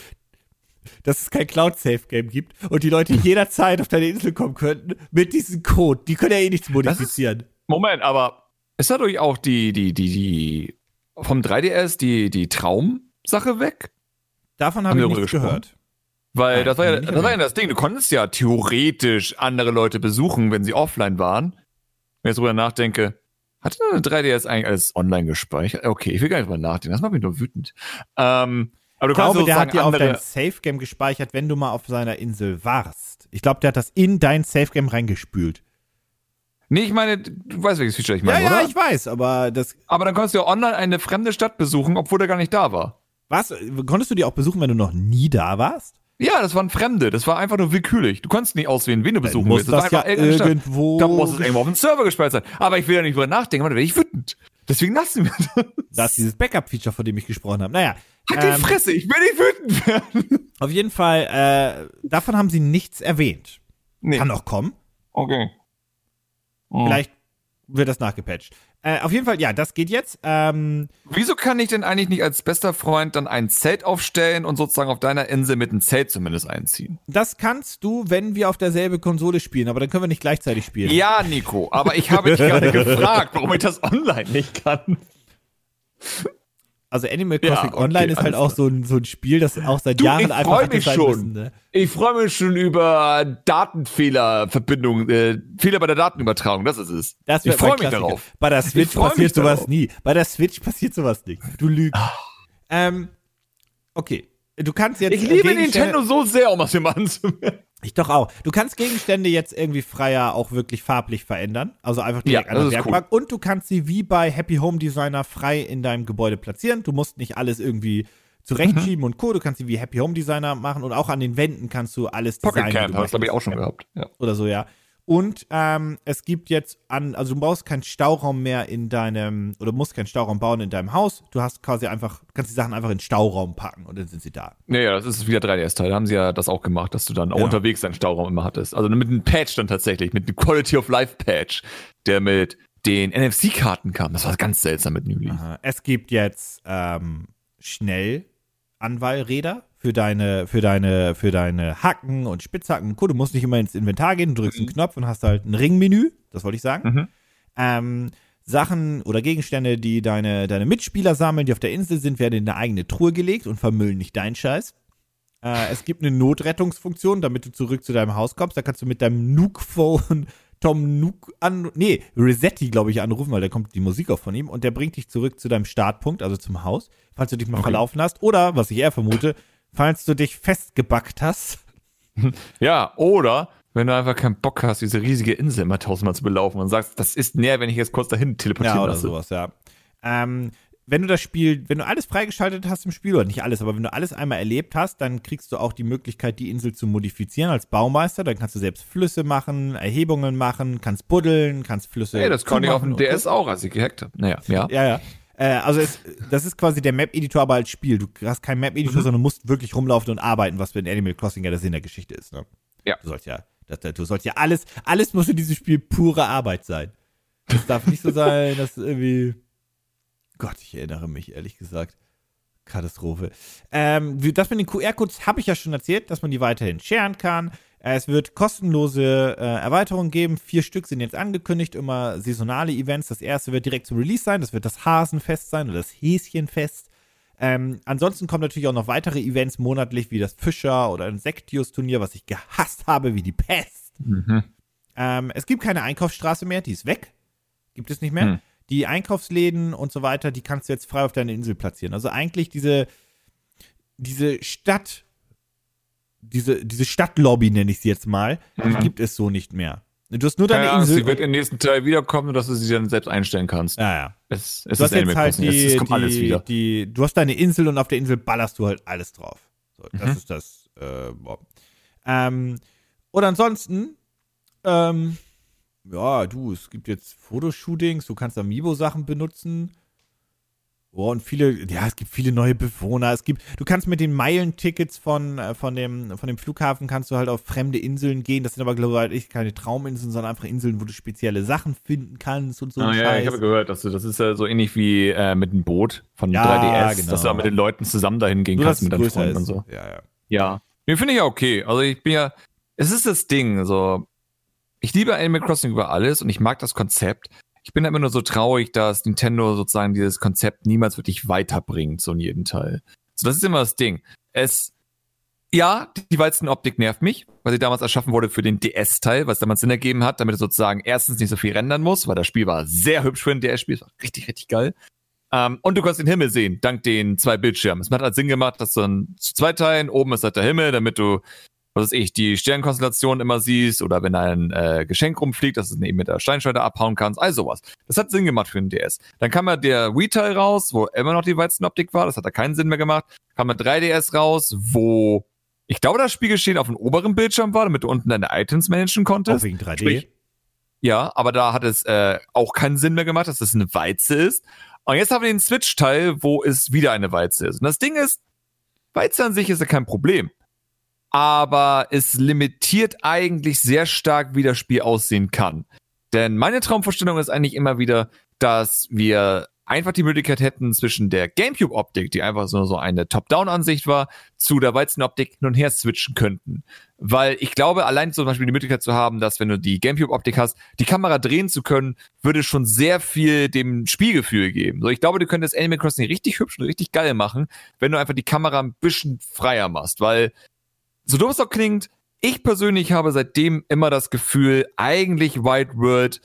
dass es kein Cloud-Safe-Game gibt und die Leute jederzeit auf deine Insel kommen könnten mit diesem Code. Die können ja eh nichts modifizieren. Moment, aber ist dadurch auch die, die, die, die, vom drei D S die, die Traumsache weg? Davon Haben habe ich wir nichts darüber gehört. Weil Nein, das war ja, hab ich nicht das war ja erwähnt. das Ding. Du konntest ja theoretisch andere Leute besuchen, wenn sie offline waren. Wenn ich drüber nachdenke, hatte eine drei D S eigentlich alles online gespeichert? Okay, ich will gar nicht drüber nachdenken. Das macht mich nur wütend. Ähm, aber du Ich glaube, kannst der hat sozusagen dir auf andere. dein Safe-Game gespeichert, wenn du mal auf seiner Insel warst. Ich glaube, der hat das in dein Safe-Game reingespült. Nee, ich meine, du weißt, welches Feature ich meine, ja, ja, oder? ich weiß, aber das. Aber dann konntest du ja online eine fremde Stadt besuchen, obwohl der gar nicht da war. Was? Konntest du die auch besuchen, wenn du noch nie da warst? Ja, das waren Fremde. Das war einfach nur willkürlich. Du konntest nicht auswählen, wen du besuchen muss willst. das, das war ja einfach irgendwo. Da muss es irgendwo auf dem Server gespeichert sein. Aber ich will ja nicht drüber nachdenken, weil dann werde ich wütend. Deswegen lassen wir das. Das ist dieses Backup-Feature, von dem ich gesprochen habe. Naja. Halt die ähm, Fresse, ich will nicht wütend werden. Auf jeden Fall, äh, davon haben sie nichts erwähnt. Nee. Kann noch kommen. Okay. Oh. Vielleicht wird das nachgepatcht. Äh, auf jeden Fall, ja, das geht jetzt. Ähm, Wieso kann ich denn eigentlich nicht als bester Freund dann ein Zelt aufstellen und sozusagen auf deiner Insel mit einem Zelt zumindest einziehen? Das kannst du, wenn wir auf derselbe Konsole spielen, aber dann können wir nicht gleichzeitig spielen. Ja, Nico, aber ich habe dich gerade gefragt, warum ich das online nicht kann. Also Animal Crossing Ja, okay, Online ist halt auch so ein, so ein Spiel, das auch seit Du, Jahren ich einfach freu hätte mich sein schon. müssen. Ne? Ich freue mich schon über Datenfehlerverbindung, äh, Fehler bei der Datenübertragung, das ist es. Das Ich wird freue mein mich Klassiker. darauf. Bei der Switch freu mich passiert sowas darauf. nie. Bei der Switch passiert sowas nicht. Du lügst. Ah. Ähm, okay. Du kannst jetzt Ich liebe Gegenstände- Nintendo so sehr, um das hier mal anzumerken. Ich doch auch. Du kannst Gegenstände jetzt irgendwie freier auch wirklich farblich verändern. Also einfach direkt Ja, an der das ist Werkbank. Und du kannst sie wie bei Happy Home Designer frei in deinem Gebäude platzieren. Du musst nicht alles irgendwie zurechtschieben Mhm. und Co. Du kannst sie wie Happy Home Designer machen. Und auch an den Wänden kannst du alles Pocket designen. wie Camp du hast du, glaube ich, auch möchtest. schon gehabt. Ja. Oder so, ja. Und ähm, es gibt jetzt an, also du brauchst keinen Stauraum mehr in deinem, oder musst keinen Stauraum bauen in deinem Haus. Du hast quasi einfach, kannst die Sachen einfach in den Stauraum packen und dann sind sie da. Naja, das ist wieder drei D S-Teil. Da haben sie ja das auch gemacht, dass du dann auch Genau. unterwegs einen Stauraum immer hattest. Also mit einem Patch dann tatsächlich, mit einem Quality of Life Patch, der mit den N F C-Karten kam. Das war ganz seltsam mit New Leaf. Aha. Es gibt jetzt ähm, Schnellanwahlräder für deine, für deine, für deine Hacken und Spitzhacken. Cool, du musst nicht immer ins Inventar gehen, du drückst einen Knopf und hast halt ein Ringmenü. Das wollte ich sagen. Mhm. Ähm, Sachen oder Gegenstände, die deine, deine Mitspieler sammeln, die auf der Insel sind, werden in eine eigene Truhe gelegt und vermüllen nicht deinen Scheiß. Äh, es gibt eine Notrettungsfunktion, damit du zurück zu deinem Haus kommst. Da kannst du mit deinem Nuke-Phone Tom Nook an, nee, Resetti, glaube ich, anrufen, weil da kommt die Musik auch von ihm und der bringt dich zurück zu deinem Startpunkt, also zum Haus, falls du dich mal Okay. verlaufen hast. Oder, was ich eher vermute, falls du dich festgebackt hast. Ja, oder wenn du einfach keinen Bock hast, diese riesige Insel immer tausendmal zu belaufen und sagst, das ist näher, wenn ich jetzt kurz dahin teleportieren Ja, oder lasse. sowas, ja. Ähm, wenn du das Spiel, wenn du alles freigeschaltet hast im Spiel, oder nicht alles, aber wenn du alles einmal erlebt hast, dann kriegst du auch die Möglichkeit, die Insel zu modifizieren als Baumeister. Dann kannst du selbst Flüsse machen, Erhebungen machen, kannst buddeln, kannst Flüsse Hey, das konnte ich auf dem zumachen D und S auch, als ich gehackt habe. Naja, ja. Ja, ja. Äh, also es, das ist quasi der Map-Editor, aber als Spiel. Du hast keinen Map-Editor, Mhm. sondern musst wirklich rumlaufen und arbeiten, was für ein Animal Crossing ja der Sinn der Geschichte ist. Ne? Ja. Du sollst ja, das, du sollst ja alles, alles muss in diesem Spiel pure Arbeit sein. Das darf nicht so sein, dass irgendwie, Gott, ich erinnere mich, ehrlich gesagt. Katastrophe. Ähm, wie- das mit den Q R-Codes habe ich ja schon erzählt, dass man die weiterhin sharen kann. Äh, Es wird kostenlose äh, Erweiterungen geben. Vier Stück sind jetzt angekündigt, immer saisonale Events. Das erste wird direkt zum Release sein. Das wird das Hasenfest sein oder das Häschenfest. Ähm, ansonsten kommen natürlich auch noch weitere Events monatlich, wie das Fischer- oder Insektius-Turnier, was ich gehasst habe, wie die Pest. Mhm. Ähm, es gibt keine Einkaufsstraße mehr, die ist weg. Gibt es nicht mehr. Hm. Die Einkaufsläden und so weiter, die kannst du jetzt frei auf deiner Insel platzieren. Also eigentlich diese, diese Stadt, diese, diese Stadtlobby, nenne ich sie jetzt mal, die Mhm. gibt es so nicht mehr. Du hast nur deine Keine Angst, Insel. sie wird im nächsten Teil wiederkommen, dass du sie dann selbst einstellen kannst. ja, ja. Es, es Du hast ist Animal jetzt halt Crossing, es, die, es kommt alles die, wieder. die, du hast deine Insel und auf der Insel ballerst du halt alles drauf. So, das Mhm. ist das. Äh, boah. ähm, und ansonsten, ähm, ja, du, es gibt jetzt Fotoshootings, du kannst Amiibo-Sachen benutzen. Oh, und viele, ja, es gibt viele neue Bewohner. Es gibt, du kannst mit den Meilentickets von, äh, von, dem, von dem Flughafen kannst du halt auf fremde Inseln gehen. Das sind aber, glaube ich, keine Trauminseln, sondern einfach Inseln, wo du spezielle Sachen finden kannst und so. Ah, ein ja, Scheiß. ich habe gehört, dass du, das ist ja so ähnlich wie äh, mit einem Boot von Ja, drei D S, genau. dass du da mit den Leuten zusammen dahin gehen Nur, dass kannst es mit deinen größer Freunden ist. und so. Ja, ja. Ja. Nee, finde ich ja okay. Also ich bin ja, es ist das Ding, so, ich liebe Animal Crossing über alles und ich mag das Konzept. Ich bin immer nur so traurig, dass Nintendo sozusagen dieses Konzept niemals wirklich weiterbringt, so in jedem Teil. So, das ist immer das Ding. Es, ja, die Weizenoptik nervt mich, weil sie damals erschaffen wurde für den D S-Teil, was damals Sinn ergeben hat, damit es sozusagen erstens nicht so viel rendern muss, weil das Spiel war sehr hübsch für ein D S-Spiel, es war richtig, richtig geil. Ähm, und du kannst den Himmel sehen, dank den zwei Bildschirmen. Es hat halt Sinn gemacht, dass du dann zu zwei Teilen, oben ist halt der Himmel, damit du, was weiß ich, die Sternkonstellation immer siehst oder wenn ein äh, Geschenk rumfliegt, dass du es eben mit der Steinschleuder abhauen kannst, all sowas. Das hat Sinn gemacht für den D S. Dann kam ja der Wii-Teil raus, wo immer noch die Weizenoptik war, das hat da keinen Sinn mehr gemacht. Kam der drei D S raus, wo ich glaube, das Spielgeschehen auf dem oberen Bildschirm war, damit du unten deine Items managen konntest. Auch wegen drei D. Sprich, ja, aber da hat es äh, auch keinen Sinn mehr gemacht, dass das eine Walze ist. Und jetzt haben wir den Switch-Teil, wo es wieder eine Walze ist. Und das Ding ist, Walze an sich ist ja kein Problem. Aber es limitiert eigentlich sehr stark, wie das Spiel aussehen kann. Denn meine Traumvorstellung ist eigentlich immer wieder, dass wir einfach die Möglichkeit hätten, zwischen der GameCube-Optik, die einfach so, so eine Top-Down-Ansicht war, zu der Weizen-Optik hin und her switchen könnten. Weil ich glaube, allein zum Beispiel die Möglichkeit zu haben, dass wenn du die GameCube-Optik hast, die Kamera drehen zu können, würde schon sehr viel dem Spielgefühl geben. So, ich glaube, du könntest Animal Crossing richtig hübsch und richtig geil machen, wenn du einfach die Kamera ein bisschen freier machst. Weil, so doof es auch klingt, ich persönlich habe seitdem immer das Gefühl, eigentlich Wild World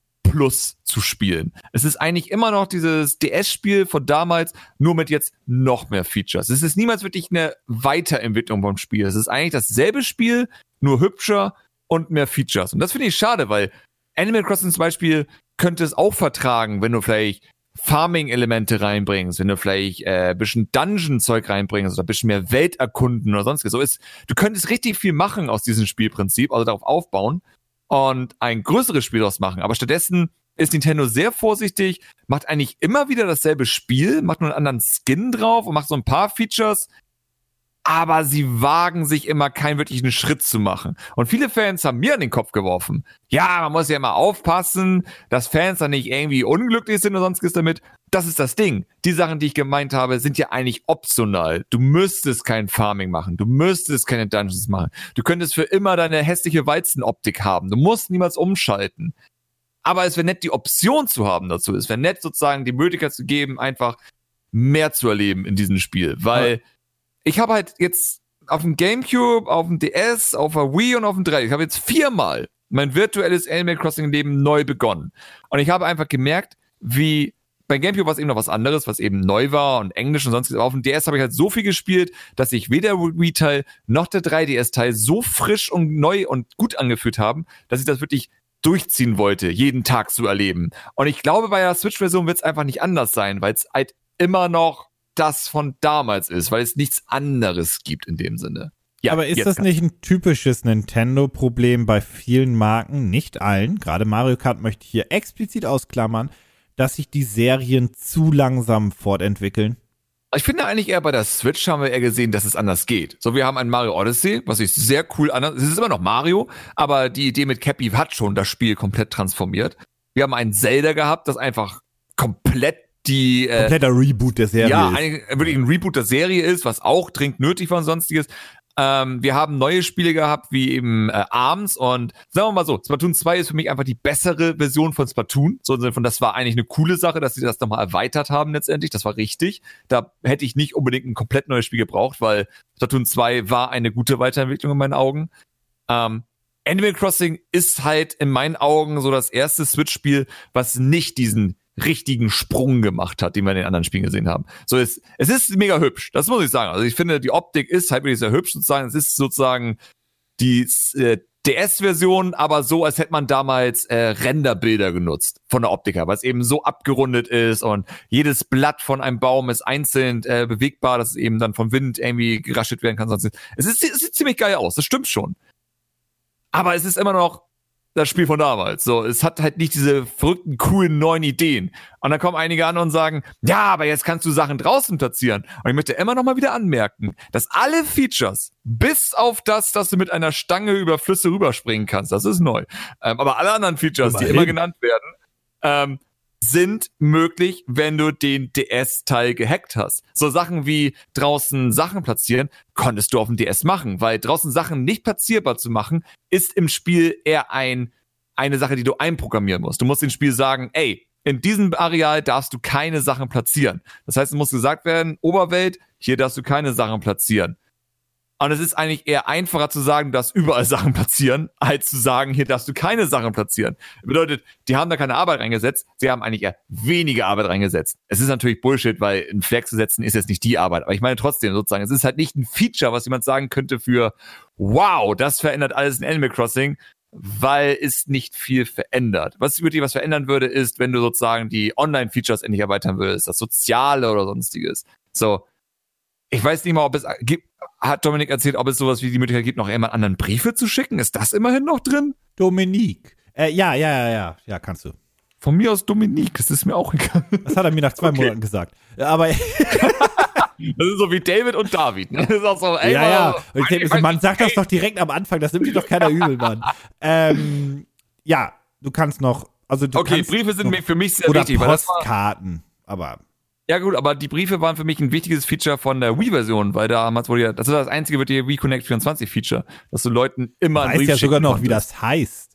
Plus zu spielen. Es ist eigentlich immer noch dieses D S-Spiel von damals, nur mit jetzt noch mehr Features. Es ist niemals wirklich eine Weiterentwicklung vom Spiel. Es ist eigentlich dasselbe Spiel, nur hübscher und mehr Features. Und das finde ich schade, weil Animal Crossing zum Beispiel könnte es auch vertragen, wenn du vielleicht Farming-Elemente reinbringst, wenn du vielleicht äh, ein bisschen Dungeon-Zeug reinbringst oder ein bisschen mehr Welt erkunden oder sonstiges. So ist, du könntest richtig viel machen aus diesem Spielprinzip, also darauf aufbauen und ein größeres Spiel daraus machen. Aber stattdessen ist Nintendo sehr vorsichtig, macht eigentlich immer wieder dasselbe Spiel, macht nur einen anderen Skin drauf und macht so ein paar Features, aber sie wagen sich immer keinen wirklichen Schritt zu machen. Und viele Fans haben mir an den Kopf geworfen, ja, man muss ja immer aufpassen, dass Fans dann nicht irgendwie unglücklich sind oder sonstiges damit. Das ist das Ding. Die Sachen, die ich gemeint habe, sind ja eigentlich optional. Du müsstest kein Farming machen. Du müsstest keine Dungeons machen. Du könntest für immer deine hässliche Weizenoptik haben. Du musst niemals umschalten. Aber es wäre nett, die Option zu haben dazu. Es wäre nett, sozusagen die Möglichkeit zu geben, einfach mehr zu erleben in diesem Spiel. Weil ja. ich habe halt jetzt auf dem GameCube, auf dem D S, auf der Wii und auf dem drei, ich habe jetzt viermal mein virtuelles Animal Crossing Leben neu begonnen. Und ich habe einfach gemerkt, wie bei GameCube war es eben noch was anderes, was eben neu war und Englisch und sonstiges. Aber auf dem D S habe ich halt so viel gespielt, dass sich weder der Wii-Teil noch der drei D S-Teil so frisch und neu und gut angefühlt haben, dass ich das wirklich durchziehen wollte, jeden Tag zu erleben. Und ich glaube, bei der Switch-Version wird es einfach nicht anders sein, weil es halt immer noch das von damals ist, weil es nichts anderes gibt in dem Sinne. Ja, aber ist das nicht ein typisches Nintendo-Problem bei vielen Marken, nicht allen, gerade Mario Kart möchte ich hier explizit ausklammern, dass sich die Serien zu langsam fortentwickeln? Ich finde eigentlich eher bei der Switch haben wir eher gesehen, dass es anders geht. So, wir haben ein Mario Odyssey, was sich sehr cool anders, es ist immer noch Mario, aber die Idee mit Cappy hat schon das Spiel komplett transformiert. Wir haben ein Zelda gehabt, das einfach komplett die äh, kompletter Reboot der Serie ja, ist. Ja, wirklich ein Reboot der Serie ist, was auch dringend nötig war und sonstiges. Ähm, wir haben neue Spiele gehabt, wie eben äh, ARMS und sagen wir mal so, Splatoon zwei ist für mich einfach die bessere Version von Splatoon. So im Sinne von, das war eigentlich eine coole Sache, dass sie das nochmal erweitert haben letztendlich. Das war richtig. Da hätte ich nicht unbedingt ein komplett neues Spiel gebraucht, weil Splatoon zwei war eine gute Weiterentwicklung in meinen Augen. Ähm, Animal Crossing ist halt in meinen Augen so das erste Switch-Spiel, was nicht diesen richtigen Sprung gemacht hat, den wir in den anderen Spielen gesehen haben. So, es, es ist mega hübsch, das muss ich sagen. Also ich finde, die Optik ist halt wirklich sehr hübsch sozusagen. Es ist sozusagen die äh, D S-Version, aber so, als hätte man damals äh, Renderbilder genutzt von der Optik her, weil es eben so abgerundet ist und jedes Blatt von einem Baum ist einzeln äh, bewegbar, dass es eben dann vom Wind irgendwie geraschelt werden kann. Sonst es, ist, es sieht ziemlich geil aus, das stimmt schon. Aber es ist immer noch das Spiel von damals. So, es hat halt nicht diese verrückten, coolen, neuen Ideen. Und dann kommen einige an und sagen, ja, aber jetzt kannst du Sachen draußen platzieren. Und ich möchte immer noch mal wieder anmerken, dass alle Features, bis auf das, dass du mit einer Stange über Flüsse rüberspringen kannst, das ist neu. Ähm, aber alle anderen Features, die immer genannt werden, ähm, sind möglich, wenn du den D S-Teil gehackt hast. So Sachen wie draußen Sachen platzieren, konntest du auf dem D S machen, weil draußen Sachen nicht platzierbar zu machen, ist im Spiel eher ein eine Sache, die du einprogrammieren musst. Du musst dem Spiel sagen, ey, in diesem Areal darfst du keine Sachen platzieren. Das heißt, es muss gesagt werden, Oberwelt, hier darfst du keine Sachen platzieren. Und es ist eigentlich eher einfacher zu sagen, du darfst überall Sachen platzieren, als zu sagen, hier darfst du keine Sachen platzieren. Das bedeutet, die haben da keine Arbeit reingesetzt, sie haben eigentlich eher weniger Arbeit reingesetzt. Es ist natürlich Bullshit, weil ein Flag zu setzen ist jetzt nicht die Arbeit. Aber ich meine trotzdem sozusagen, es ist halt nicht ein Feature, was jemand sagen könnte für, wow, das verändert alles in Animal Crossing, weil es nicht viel verändert. Was wirklich was verändern würde, ist, wenn du sozusagen die Online-Features endlich erweitern würdest, das Soziale oder sonstiges. So. ich weiß nicht mal, ob es gibt, hat Dominik erzählt, ob es sowas wie die Möglichkeit gibt, noch jemand anderen Briefe zu schicken? Ist das immerhin noch drin? Dominik. Äh, ja, ja, ja, ja, ja, kannst du. Von mir aus Dominik, das ist mir auch egal. Das hat er mir nach zwei okay. Monaten gesagt. Aber das ist so wie David und David. Das ist auch so, ey, ja, ja. Und ich denke so, man sagt das doch direkt am Anfang, das nimmt dir doch keiner übel, Mann. Ähm, ja, du kannst noch, also du okay, kannst Briefe sind noch, für mich sehr oder wichtig. Postkarten, aber ja gut, aber die Briefe waren für mich ein wichtiges Feature von der Wii-Version, weil damals wurde ja, das ist das einzige wird die Wii Connect vierundzwanzig Feature, dass du Leuten immer einen Brief schicken. Weiß ja sogar noch, konntest. wie das heißt.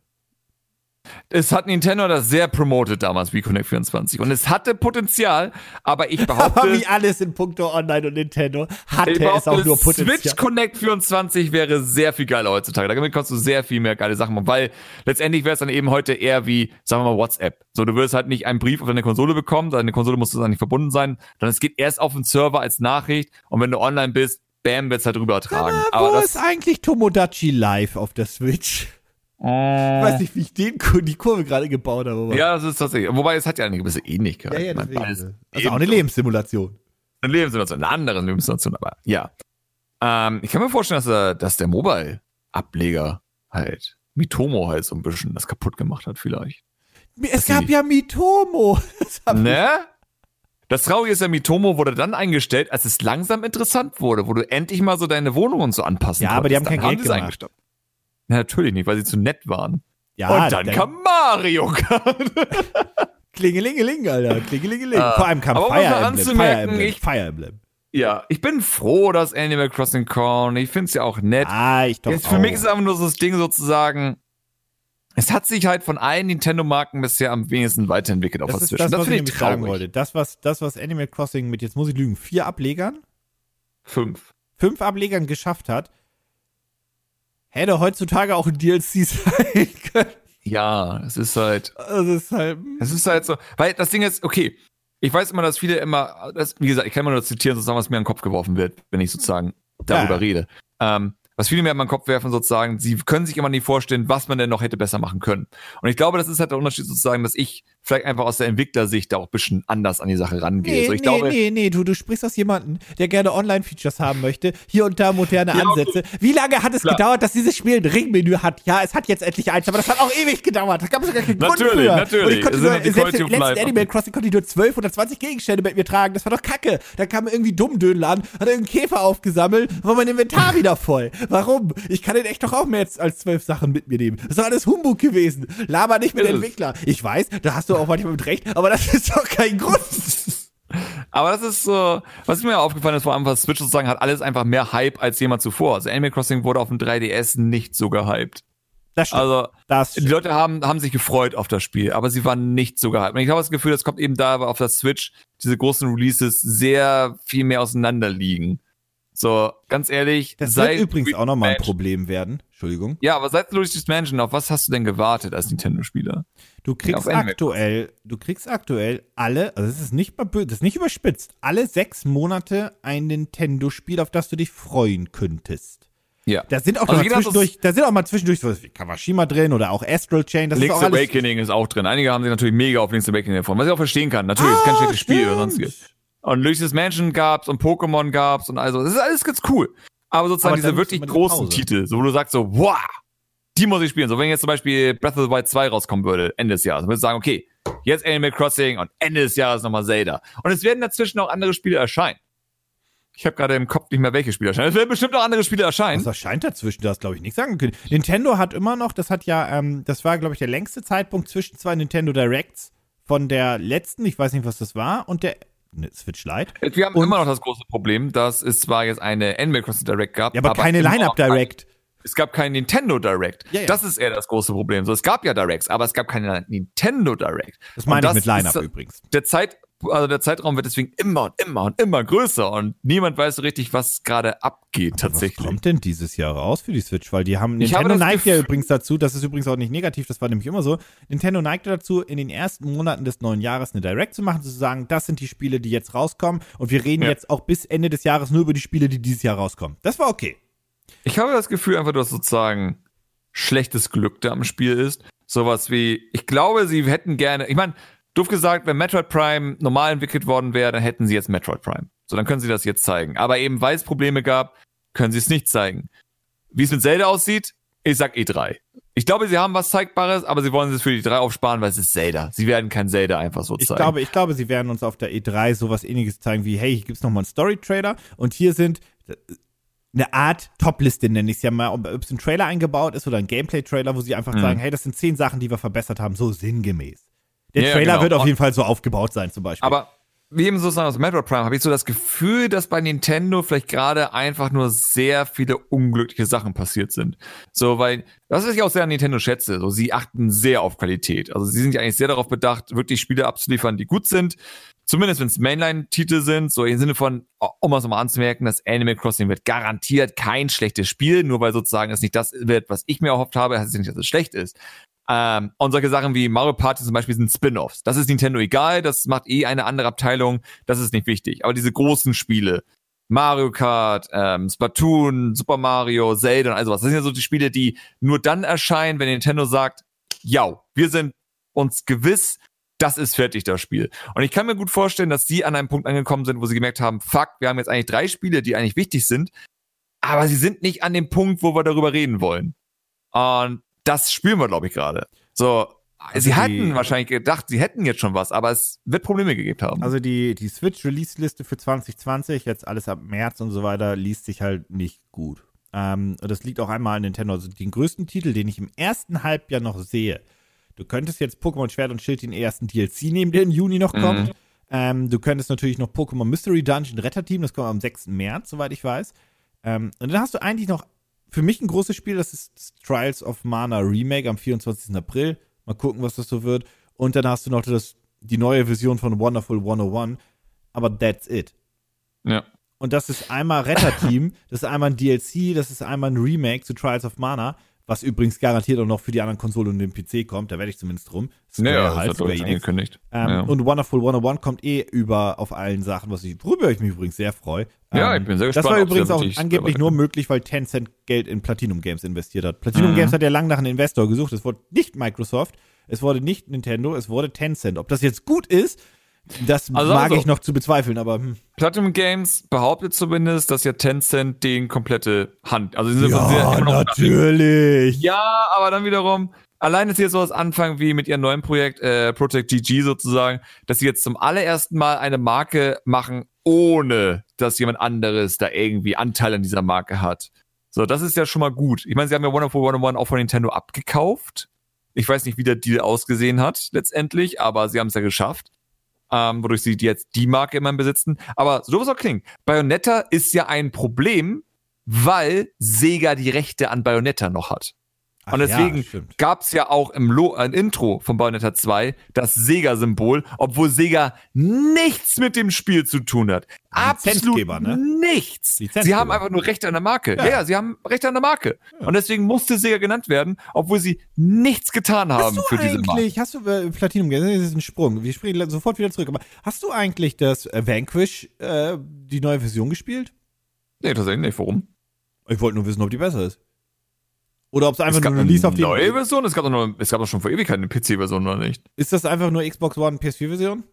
Es hat Nintendo das sehr promoted damals, Wii Connect vierundzwanzig. Und es hatte Potenzial, aber ich behaupte... aber wie alles in puncto Online und Nintendo hatte es auch nur Potenzial. Switch Connect vierundzwanzig wäre sehr viel geiler heutzutage. Damit kannst du sehr viel mehr geile Sachen machen, weil letztendlich wäre es dann eben heute eher wie, sagen wir mal, WhatsApp. So, du würdest halt nicht einen Brief auf deine Konsole bekommen, deine Konsole muss dann nicht verbunden sein, sondern es geht erst auf den Server als Nachricht und wenn du online bist, bam, wird's halt rübertragen. Ja, aber wo das ist eigentlich Tomodachi Live auf der Switch? Ich weiß nicht, wie ich den, die Kurve gerade gebaut habe. Aber. Ja, das ist tatsächlich. Wobei, es hat ja eine gewisse Ähnlichkeit. Ja, ja, deswegen. Also auch eine Lebenssimulation. Eine Lebenssimulation, eine andere Lebenssimulation, aber ja. Ähm, ich kann mir vorstellen, dass, er, dass der Mobile-Ableger halt, Mitomo halt so ein bisschen das kaputt gemacht hat vielleicht. Es dass gab die, ja Mitomo. Das ne? Das Traurige ist ja, Mitomo wurde dann eingestellt, als es langsam interessant wurde, wo du endlich mal so deine Wohnung und so anpassen ja, konntest. Aber die haben dann kein haben Geld gemacht. Ja, natürlich nicht, weil sie zu nett waren. Ja, und dann kam Mario Kart. Klingelingeling, Alter. Klingelingeling. Uh, Vor allem kam aber Fire um Emblem. Fire Emblem. Ich, Fire Emblem. Ja, ich bin froh, dass Animal Crossing kommt. Ich find's ja auch nett. Ah, ich doch Jetzt, auch. Für mich ist es einfach nur so das Ding sozusagen, es hat sich halt von allen Nintendo-Marken bisher am wenigsten weiterentwickelt auf das der ist Switch. das, Das was finde ich ich nämlich sagen traurig. wollte. Das was, das, was Animal Crossing mit, jetzt muss ich lügen, vier Ablegern? Fünf. Fünf Ablegern geschafft hat, hätte heutzutage auch ein D L C sein können. Ja, es ist halt, Das ist halt. es ist halt so, weil das Ding ist, okay, ich weiß immer, dass viele immer, das, wie gesagt, ich kann immer nur zitieren, sozusagen, was mir an den Kopf geworfen wird, wenn ich sozusagen darüber Ja. rede. Ähm, was viele mir immer an den Kopf werfen, sozusagen, sie können sich immer nicht vorstellen, was man denn noch hätte besser machen können. Und ich glaube, das ist halt der Unterschied sozusagen, dass ich vielleicht einfach aus der Entwicklersicht da auch ein bisschen anders an die Sache rangehe. Nee, so, ich nee, glaube, nee, nee, du, du sprichst aus jemandem, der gerne Online-Features haben möchte, hier und da moderne Ja, Ansätze. Wie lange hat es Klar. gedauert, dass dieses Spiel ein Ringmenü hat? Ja, es hat jetzt endlich eins, aber das hat auch ewig gedauert. Da gab es gar keinen Grund Natürlich, für. natürlich. Und ich konnte Es nur, sind die selbst Quality im of letzten Life Animal Crossing konnte ich nur zwölf oder zwanzig Gegenstände mit mir tragen. Das war doch kacke. Da kam irgendwie Dummdödel an, hat irgendeinen Käfer aufgesammelt, war mein Inventar wieder voll. Warum? Ich kann den echt doch auch mehr als zwölf Sachen mit mir nehmen. Das ist doch alles Humbug gewesen. Laber nicht mit Ist es. Entwickler. Ich weiß, da hast du auch manchmal mit recht, aber das ist doch kein Grund. aber das ist so, was mir aufgefallen ist, vor allem was Switch sozusagen hat alles einfach mehr Hype als jemand zuvor. Also Animal Crossing wurde auf dem drei D S nicht so gehypt. Das stimmt. Also Das die Leute haben, haben sich gefreut auf das Spiel, aber sie waren nicht so gehypt. Und ich habe das Gefühl, das kommt eben da, weil auf der Switch diese großen Releases sehr viel mehr auseinander liegen. So, ganz ehrlich. Das seit wird übrigens Luigi's auch nochmal ein Mansion- Problem werden. Entschuldigung. Ja, aber seit Luigi's Mansion, auf was hast du denn gewartet als Nintendo-Spieler? Du kriegst auf Animal aktuell, du kriegst aktuell alle, also das ist nicht mal bö- das ist nicht überspitzt, alle sechs Monate ein Nintendo-Spiel, auf das du dich freuen könntest. Ja. Da sind auch Also mal jeder hat zwischendurch, da sind auch mal zwischendurch sowas wie Kawashima drin oder auch Astral Chain. Das Link's ist auch alles. Awakening ist auch drin. Einige haben sich natürlich mega auf Link's Awakening gefreut, was ich auch verstehen kann. Natürlich, ist kein Ah, schlechtes Spiel oder stimmt. sonstiges. Und Luigi's Mansion gab's und Pokémon gab's und also, das ist alles ganz cool. Aber sozusagen Aber diese dann wirklich ist immer die großen Pause. Titel, so wo du sagst so, wow, die muss ich spielen. So wenn jetzt zum Beispiel Breath of the Wild zwei rauskommen würde, Ende des Jahres, dann würde ich sagen, okay, jetzt Animal Crossing und Ende des Jahres nochmal Zelda. Und es werden dazwischen auch andere Spiele erscheinen. Ich habe gerade im Kopf nicht mehr, welche Spiele erscheinen. Es werden bestimmt auch andere Spiele erscheinen. Was erscheint dazwischen? Du hast, glaube ich, nichts angekündigt. Nintendo hat immer noch, das hat ja, ähm, das war, glaube ich, der längste Zeitpunkt zwischen zwei Nintendo Directs von der letzten, ich weiß nicht, was das war, und der ne, Switch Lite. Wir haben Und- immer noch das große Problem, dass es zwar jetzt eine Animal Crossing Direct gab, Ja, aber, keine immer Line-Up noch kein- Direct. Es gab kein Nintendo Direct. Ja, ja. Das ist eher das große Problem. So, es gab ja Directs, aber es gab keine Nintendo Direct. Das meine Und ich mit Line-Up ist- übrigens. Der Zeit, also der Zeitraum wird deswegen immer und immer und immer größer und niemand weiß so richtig, was gerade abgeht tatsächlich. Was kommt denn dieses Jahr raus für die Switch? Weil die haben, Ich Nintendo habe das neigt ja Gefühl- übrigens dazu, das ist übrigens auch nicht negativ, das war nämlich immer so, Nintendo neigte dazu, in den ersten Monaten des neuen Jahres eine Direct zu machen, zu sagen, das sind die Spiele, die jetzt rauskommen und wir reden Ja. jetzt auch bis Ende des Jahres nur über die Spiele, die dieses Jahr rauskommen. Das war okay. Ich habe das Gefühl einfach, dass sozusagen schlechtes Glück da am Spiel ist. Sowas wie, ich glaube, sie hätten gerne, ich meine, doof gesagt, wenn Metroid Prime normal entwickelt worden wäre, dann hätten sie jetzt Metroid Prime. So, dann können sie das jetzt zeigen. Aber eben, weil es Probleme gab, können sie es nicht zeigen. Wie es mit Zelda aussieht, ich sag E drei. Ich glaube, sie haben was Zeigbares, aber sie wollen es für die E drei aufsparen, weil es ist Zelda. Sie werden kein Zelda einfach so Ich zeigen. glaube, ich glaube, sie werden uns auf der E drei sowas Ähnliches zeigen wie, hey, hier gibt's nochmal einen Story-Trailer und hier sind eine Art Top-Liste, nenne ich es ja mal, ob es ein Trailer eingebaut ist oder ein Gameplay-Trailer, wo sie einfach Mhm. sagen, hey, das sind zehn Sachen, die wir verbessert haben, so sinngemäß. Der Ja, Trailer genau. wird auf Und- jeden Fall so aufgebaut sein, zum Beispiel. Aber wie eben sozusagen aus Metroid Prime habe ich so das Gefühl, dass bei Nintendo vielleicht gerade einfach nur sehr viele unglückliche Sachen passiert sind. So, weil, das ist ich auch sehr an Nintendo schätze, so, sie achten sehr auf Qualität. Also sie sind ja eigentlich sehr darauf bedacht, wirklich Spiele abzuliefern, die gut sind. Zumindest wenn es Mainline-Titel sind, so im Sinne von, um es mal anzumerken, das Animal Crossing wird garantiert kein schlechtes Spiel, nur weil sozusagen es nicht das wird, was ich mir erhofft habe, heißt es nicht, dass es schlecht ist. Ähm, und solche Sachen wie Mario Party zum Beispiel sind Spin-Offs. Das ist Nintendo egal, das macht eh eine andere Abteilung, das ist nicht wichtig. Aber diese großen Spiele, Mario Kart, ähm, Splatoon, Super Mario, Zelda und all sowas, das sind ja so die Spiele, die nur dann erscheinen, wenn Nintendo sagt, ja, wir sind uns gewiss, das ist fertig, das Spiel. Und ich kann mir gut vorstellen, dass sie an einem Punkt angekommen sind, wo sie gemerkt haben, fuck, wir haben jetzt eigentlich drei Spiele, die eigentlich wichtig sind, aber sie sind nicht an dem Punkt, wo wir darüber reden wollen. Und das spüren wir, glaube ich, gerade. So, Also sie hatten die- wahrscheinlich gedacht, sie hätten jetzt schon was, aber es wird Probleme gegeben haben. Also die, die Switch-Release-Liste für zwanzig zwanzig, jetzt alles ab März und so weiter, liest sich halt nicht gut. Ähm, und das liegt auch einmal an Nintendo. Also den größten Titel, den ich im ersten Halbjahr noch sehe, du könntest jetzt Pokémon Schwert und Schild den ersten D L C nehmen, der im Juni noch kommt. Mhm. Ähm, du könntest natürlich noch Pokémon Mystery Dungeon Retterteam, das kommt am sechsten März, soweit ich weiß. Ähm, und dann hast du eigentlich noch für mich ein großes Spiel, das ist das Trials of Mana Remake am vierundzwanzigsten April. Mal gucken, was das so wird. Und dann hast du noch das, die neue Version von Wonderful hundertundeins. Aber that's it. Ja. Und das ist einmal Retterteam, das ist einmal ein D L C, das ist einmal ein Remake zu Trials of Mana, was übrigens garantiert auch noch für die anderen Konsolen und den P C kommt. Da werde ich zumindest drum. Square Naja, das halt, hat doch Square jetzt Enix. angekündigt. Ähm, ja. Und Wonderful hunderteins kommt eh über auf allen Sachen, was ich, worüber ich mich übrigens sehr freue. Ja, Ähm, ich bin sehr Das gespannt, war ob sie übrigens da auch wirklich angeblich dabei nur sind. möglich, weil Tencent Geld in Platinum Games investiert hat. Platinum Mhm. Games hat ja lange nach einem Investor gesucht. Es wurde nicht Microsoft, es wurde nicht Nintendo, es wurde Tencent. Ob das jetzt gut ist, das Also, mag also. ich noch zu bezweifeln, aber hm. Platinum Games behauptet zumindest, dass ja Tencent den komplette Hand, also sie sind sehr, Ja, immer noch natürlich. Ja, aber dann wiederum, allein, dass sie jetzt sowas anfangen wie mit ihrem neuen Projekt, äh, Project G G sozusagen, dass sie jetzt zum allerersten Mal eine Marke machen, ohne dass jemand anderes da irgendwie Anteil an dieser Marke hat. So, das ist ja schon mal gut. Ich meine, sie haben ja Wonderful hunderteins auch von Nintendo abgekauft. Ich weiß nicht, wie der Deal ausgesehen hat letztendlich, aber sie haben es ja geschafft. Ähm, wodurch sie jetzt die Marke immer besitzen. Aber so doof es auch klingt, Bayonetta ist ja ein Problem, weil Sega die Rechte an Bayonetta noch hat. Ach Und deswegen ja, stimmt. gab's ja auch im Lo ein Intro von Bayonetta zwei das Sega-Symbol, obwohl Sega nichts mit dem Spiel zu tun hat. Absolut Lizenzgeber, ne? nichts. Lizenzgeber. Sie haben einfach nur Rechte an der Marke. Ja, Ja. ja, sie haben Rechte an der Marke. Und deswegen musste Sega genannt werden, obwohl sie nichts getan haben Hast du für diese Marke. eigentlich, hast du äh, Platinum Games, das ist ein Sprung, wir springen sofort wieder zurück, aber hast du eigentlich das äh, Vanquish, äh, die neue Version gespielt? Nee, tatsächlich nicht. Warum? Ich wollte nur wissen, ob die besser ist. Oder ob es einfach Es gab nur eine Release auf die. neue Version? Es gab doch, nur, es gab doch schon vor Ewigkeiten eine P C-Version, oder nicht? Ist das einfach nur Xbox One P S vier Version?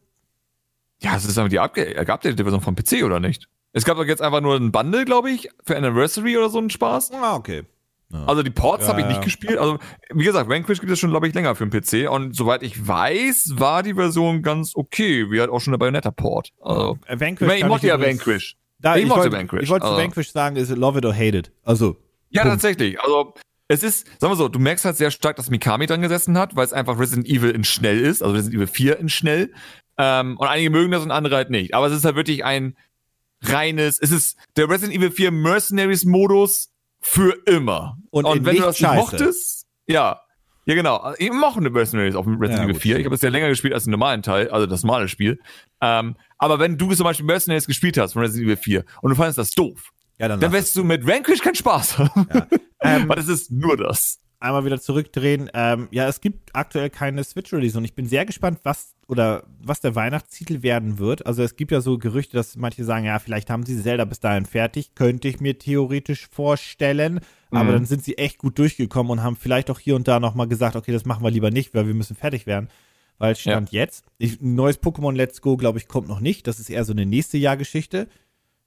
Ja, es ist einfach die geupdatete Version vom P C, oder nicht? Es gab doch jetzt einfach nur ein Bundle, glaube ich, für Anniversary oder so einen Spaß. Ah, okay. Ja. Also die Ports Ja, habe ich ja. nicht gespielt. Also, wie gesagt, Vanquish gibt es schon, glaube ich, länger für den P C. Und soweit ich weiß, war die Version ganz okay. Wie halt auch schon der Bayonetta-Port. Also, Äh, ich Vanquish meine, ich kann mochte ja übrigens- Vanquish. Da, Ich ich mochte wollte Vanquish, ich wollte zu also. Vanquish sagen, ist love it or hate it. Also, Ja, Punkt. tatsächlich. Also, es ist, sagen wir so, du merkst halt sehr stark, dass Mikami dran gesessen hat, weil es einfach Resident Evil in schnell ist, also Resident Evil vier in schnell. Ähm, und einige mögen das und andere halt nicht. Aber es ist halt wirklich ein reines, es ist der Resident Evil vier Mercenaries-Modus für immer. Und in wenn nicht du das nicht scheiße. mochtest, ja. Ja, genau. Ich mochte eine Mercenaries auf dem Resident Ja, Evil gut, vier. stimmt. Ich habe es ja länger gespielt als den normalen Teil, also das normale Spiel. Ähm, aber wenn du zum Beispiel Mercenaries gespielt hast von Resident Evil vier und du fandest das doof, ja, dann, dann lass wirst du mit Vanquish keinen Spaß haben. Ja. Ähm, Weil es ist nur das. einmal wieder zurückdrehen. Ähm, ja, es gibt aktuell keine Switch-Release und ich bin sehr gespannt, was oder was der Weihnachtstitel werden wird. Also es gibt ja so Gerüchte, dass manche sagen, ja, vielleicht haben sie Zelda bis dahin fertig. Könnte ich mir theoretisch vorstellen. Aber Mhm. dann sind sie echt gut durchgekommen und haben vielleicht auch hier und da nochmal gesagt, okay, das machen wir lieber nicht, weil wir müssen fertig werden. Weil Stand jetzt, ich, ein neues Pokémon Let's Go, glaube ich, kommt noch nicht. Das ist eher so eine nächste Jahrgeschichte.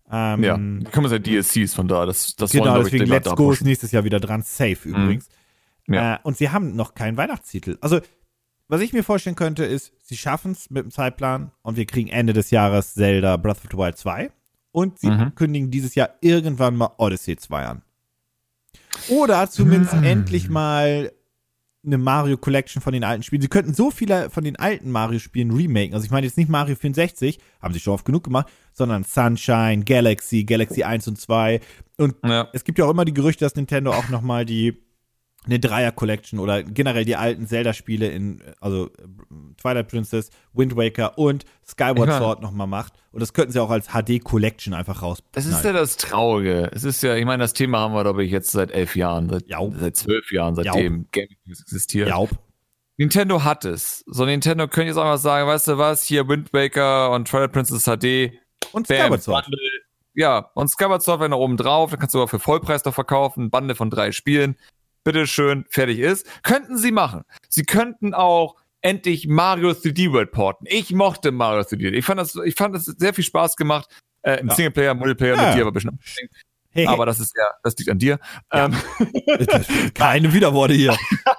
Ähm, ja, da kommen ja D L Cs von da. Das, das genau, wollen, deswegen ich, Let's Go ist nächstes Jahr wieder dran, safe übrigens. Mhm. Ja. Äh, und sie haben noch keinen Weihnachtstitel. Also, was ich mir vorstellen könnte, ist, sie schaffen es mit dem Zeitplan und wir kriegen Ende des Jahres Zelda Breath of the Wild zwei und sie Mhm. kündigen dieses Jahr irgendwann mal Odyssey zwei an. Oder zumindest Mhm. endlich mal eine Mario Collection von den alten Spielen. Sie könnten so viele von den alten Mario-Spielen remaken. Also ich meine jetzt nicht Mario vierundsechzig, haben sie schon oft genug gemacht, sondern Sunshine, Galaxy, Galaxy eins und zwei. Und Ja. es gibt ja auch immer die Gerüchte, dass Nintendo auch nochmal die eine Dreier-Collection oder generell die alten Zelda-Spiele in, also Twilight Princess, Wind Waker und Skyward Ich mein- Sword nochmal macht. Und das könnten sie auch als H D-Collection einfach raus. Das ist ja das Traurige. Es ist ja, ich meine, das Thema haben wir, glaube ich, jetzt seit elf Jahren, seit, Jau. seit zwölf Jahren, seitdem Gaming existiert. Jaub. Nintendo hat es. So, Nintendo könnte jetzt einfach sagen, weißt du was, hier Wind Waker und Twilight Princess H D. Und Bam, Skyward Sword. Bundle. Ja, und Skyward Sword wäre noch oben drauf, dann kannst du aber für Vollpreis noch verkaufen, Bande von drei Spielen. Bitteschön, fertig ist. Könnten sie machen. Sie könnten auch endlich Mario drei D World porten. Ich mochte Mario drei D. Ich fand das, ich fand das sehr viel Spaß gemacht. Äh, Im Ja. Singleplayer, Multiplayer Ja. mit dir aber ein bisschen abgeschränkt. Hey, Aber das ist ja, das liegt an dir. Ähm, keine Widerworte hier.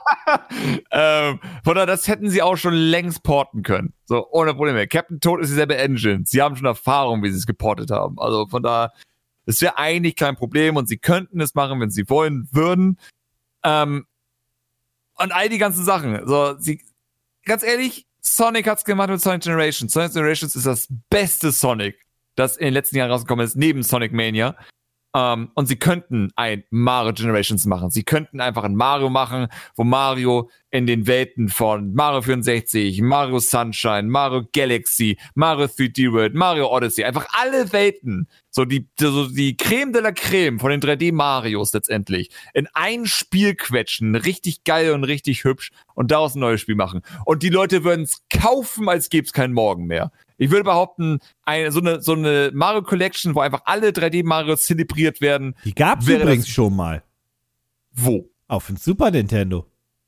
ähm, von daher, das hätten sie auch schon längst porten können. So, ohne Probleme. Captain Toad ist dieselbe Engine. Sie haben schon Erfahrung, wie sie es geportet haben. Also von daher, es wäre eigentlich kein Problem und sie könnten es machen, wenn sie wollen würden. Ähm, und all die ganzen Sachen. So, sie, ganz ehrlich, Sonic hat's gemacht mit Sonic Generations. Sonic Generations ist das beste Sonic, das in den letzten Jahren rausgekommen ist, neben Sonic Mania. Um, und sie könnten ein Mario Generations machen. Sie könnten einfach ein Mario machen, wo Mario in den Welten von Mario vierundsechzig, Mario Sunshine, Mario Galaxy, Mario drei D World, Mario Odyssey, einfach alle Welten, so die, so die Creme de la Creme von den drei D Marios letztendlich, in ein Spiel quetschen, richtig geil und richtig hübsch und daraus ein neues Spiel machen. Und die Leute würden es kaufen, als gäbe es keinen Morgen mehr. Ich würde behaupten, eine, so eine, so eine Mario Collection, wo einfach alle drei D Marios zelebriert werden. Die gab's Wäre übrigens das- schon mal. Wo? Auf dem Super Nintendo.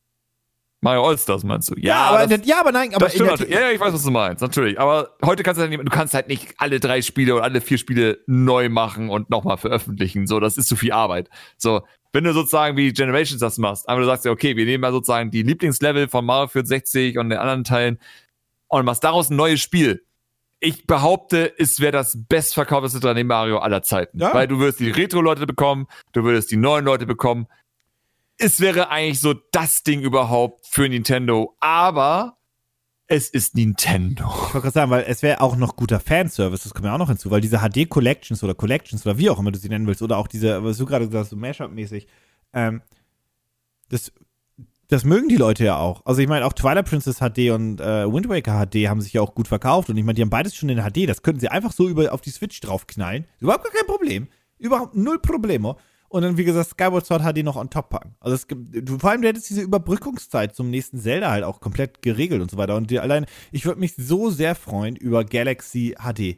Mario All-Stars meinst du? Ja, aber, das, ja, aber nein, aber das in stimmt der, natürlich. Ja, ja, ich weiß, was du meinst, natürlich. Aber heute kannst du halt nicht, du kannst halt nicht alle drei Spiele oder alle vier Spiele neu machen und nochmal veröffentlichen. So, das ist zu viel Arbeit. So, wenn du sozusagen wie Generations das machst, aber du sagst ja, okay, wir nehmen mal sozusagen die Lieblingslevel von Mario vierundsechzig und den anderen Teilen und machst daraus ein neues Spiel. Ich behaupte, es wäre das bestverkaufteste drei D Mario aller Zeiten. Ja. Weil du würdest die Retro-Leute bekommen, du würdest die neuen Leute bekommen. Es wäre eigentlich so das Ding überhaupt für Nintendo, aber es ist Nintendo. Ich wollte gerade sagen, weil es wäre auch noch guter Fanservice, das kommt ja auch noch hinzu, weil diese H D-Collections oder Collections oder wie auch immer du sie nennen willst, oder auch diese, was du gerade gesagt hast, so Mashup-mäßig, ähm, das, das mögen die Leute ja auch. Also ich meine, auch Twilight Princess H D und äh, Wind Waker H D haben sich ja auch gut verkauft und ich meine, die haben beides schon in H D, das könnten sie einfach so über auf die Switch draufknallen. Überhaupt gar kein Problem. Überhaupt null Problemo. Und dann, wie gesagt, Skyward Sword H D noch on top packen. Also es gibt, du, vor allem, du hättest diese Überbrückungszeit zum nächsten Zelda halt auch komplett geregelt und so weiter. Und die, allein, ich würde mich so sehr freuen über Galaxy H D.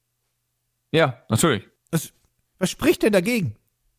Ja, natürlich. Was, was spricht denn dagegen?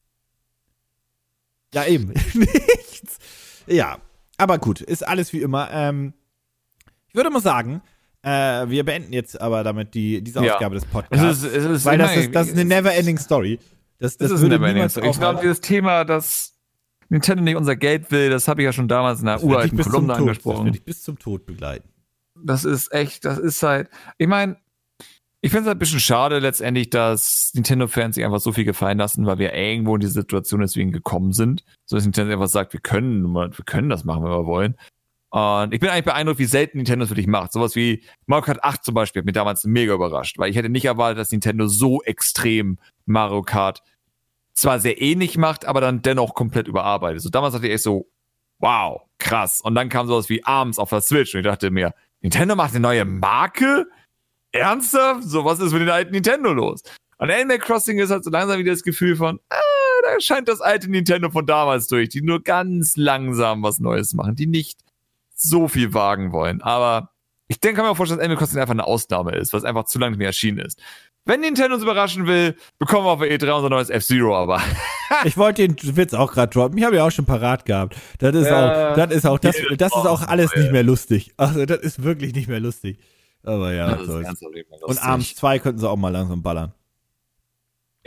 Ja, eben. Nichts. Ja, aber gut, ist alles wie immer. Ähm, ich würde mal sagen, äh, wir beenden jetzt aber damit die, diese Ja. Ausgabe des Es Podcasts. ist, es ist, weil das nein, ist, das ist eine never-ending Story. Das, das, das ist würde eine niemals Never-Ending-Story. Ich aufhören. glaube, dieses Thema, dass Nintendo nicht unser Geld will, das habe ich ja schon damals in einer Das wird dich uralten bis zum Kolumne Tod- Das angesprochen. wird dich bis zum Tod begleiten. Das ist echt, das ist halt, ich meine, ich finde es halt ein bisschen schade letztendlich, dass Nintendo-Fans sich einfach so viel gefallen lassen, weil wir irgendwo in die Situation deswegen gekommen sind. So dass Nintendo einfach sagt, wir können, wir können das machen, wenn wir wollen. Und ich bin eigentlich beeindruckt, wie selten Nintendo es wirklich macht. Sowas wie Mario Kart acht zum Beispiel hat mich damals mega überrascht, weil ich hätte nicht erwartet, dass Nintendo so extrem Mario Kart zwar sehr ähnlich macht, aber dann dennoch komplett überarbeitet. So damals dachte ich echt so, wow, krass. Und dann kam sowas wie ARMS auf der Switch und ich dachte mir, Nintendo macht eine neue Marke? Ernsthaft? So, was ist mit den alten Nintendo los? Und Animal Crossing ist halt so langsam wieder das Gefühl von, ah, da scheint das alte Nintendo von damals durch, die nur ganz langsam was Neues machen, die nicht so viel wagen wollen. Aber ich denke, kann mir auch vorstellen, dass Animal Crossing einfach eine Ausnahme ist, was einfach zu lange nicht mehr erschienen ist. Wenn Nintendo uns überraschen will, bekommen wir auf der E drei unser neues F-Zero, aber Ich wollte den Witz auch gerade droppen. Ich habe ja auch schon parat gehabt. Das ist Ja. auch, das ist auch, das, Jedes das ist Mal. auch alles nicht mehr lustig. Also das ist wirklich nicht mehr lustig. Aber ja, was das ist soll's. ernsthaft nicht mehr Und lustig. abends zwei könnten sie auch mal langsam ballern.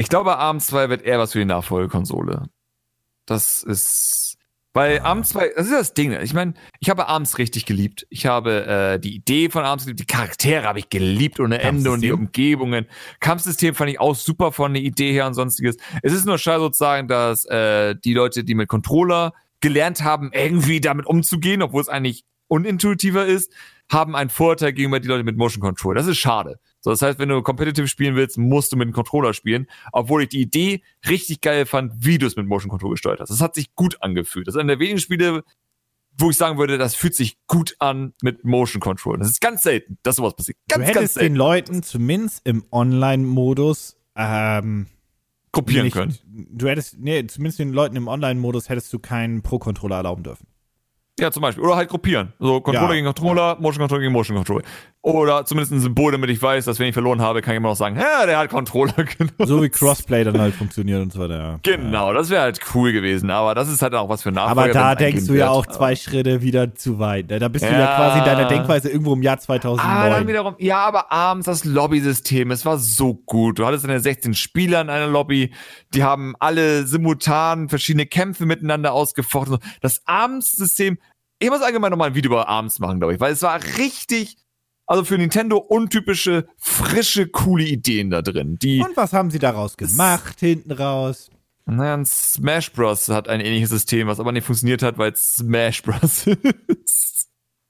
Ich glaube, A R M zwei wird eher was für die Nachfolgekonsole. Das ist, weil A R M zwei, das ist das Ding. Ich meine, ich habe A R Ms richtig geliebt. Ich habe äh, die Idee von A R Ms geliebt, die Charaktere habe ich geliebt ohne Ende und die Umgebungen. Kampfsystem fand ich auch super von der Idee her und sonstiges. Es ist nur schade sozusagen, dass äh, die Leute, die mit Controller gelernt haben, irgendwie damit umzugehen, obwohl es eigentlich unintuitiver ist, haben einen Vorteil gegenüber die Leute mit Motion Control. Das ist schade. So, das heißt, wenn du competitive spielen willst, musst du mit dem Controller spielen, obwohl ich die Idee richtig geil fand, wie du es mit Motion Control gesteuert hast. Das hat sich gut angefühlt. Das ist einer der wenigen Spiele, wo ich sagen würde, das fühlt sich gut an mit Motion Control. Das ist ganz selten, dass sowas passiert. Ganz, du hättest ganz selten. den Leuten zumindest im Online-Modus ähm, gruppieren nicht, können. Du hättest, nee, zumindest den Leuten im Online-Modus hättest du keinen Pro-Controller erlauben dürfen. Ja, zum Beispiel. Oder halt gruppieren. So Controller Ja. gegen Controller, Motion Control gegen Motion Control. Oder zumindest ein Symbol, damit ich weiß, dass wenn ich verloren habe, kann ich immer noch sagen, ja, der hat Controller genutzt. So wie Crossplay dann halt funktioniert und so weiter. Ja. Genau, das wäre halt cool gewesen. Aber das ist halt auch was für Nachfolger. Aber da wenn's denkst eingehen du ja wird. auch zwei Schritte wieder zu weit. Ne? Da bist du Ja. ja quasi in deiner Denkweise irgendwo im Jahr Ah, zweitausendneun. dann wiederum, ja, aber abends das Lobby-System, es war so gut. Du hattest deine sechzehn Spieler in einer Lobby, die haben alle simultan verschiedene Kämpfe miteinander ausgefochten. Das Abends-System, ich muss allgemein nochmal ein Video über Abends machen, glaube ich, weil es war richtig, also für Nintendo untypische, frische, coole Ideen da drin. Die, Und was haben sie daraus gemacht, hinten raus? naja, ein Smash Bros. Hat ein ähnliches System, was aber nicht funktioniert hat, weil es Smash Bros. ist.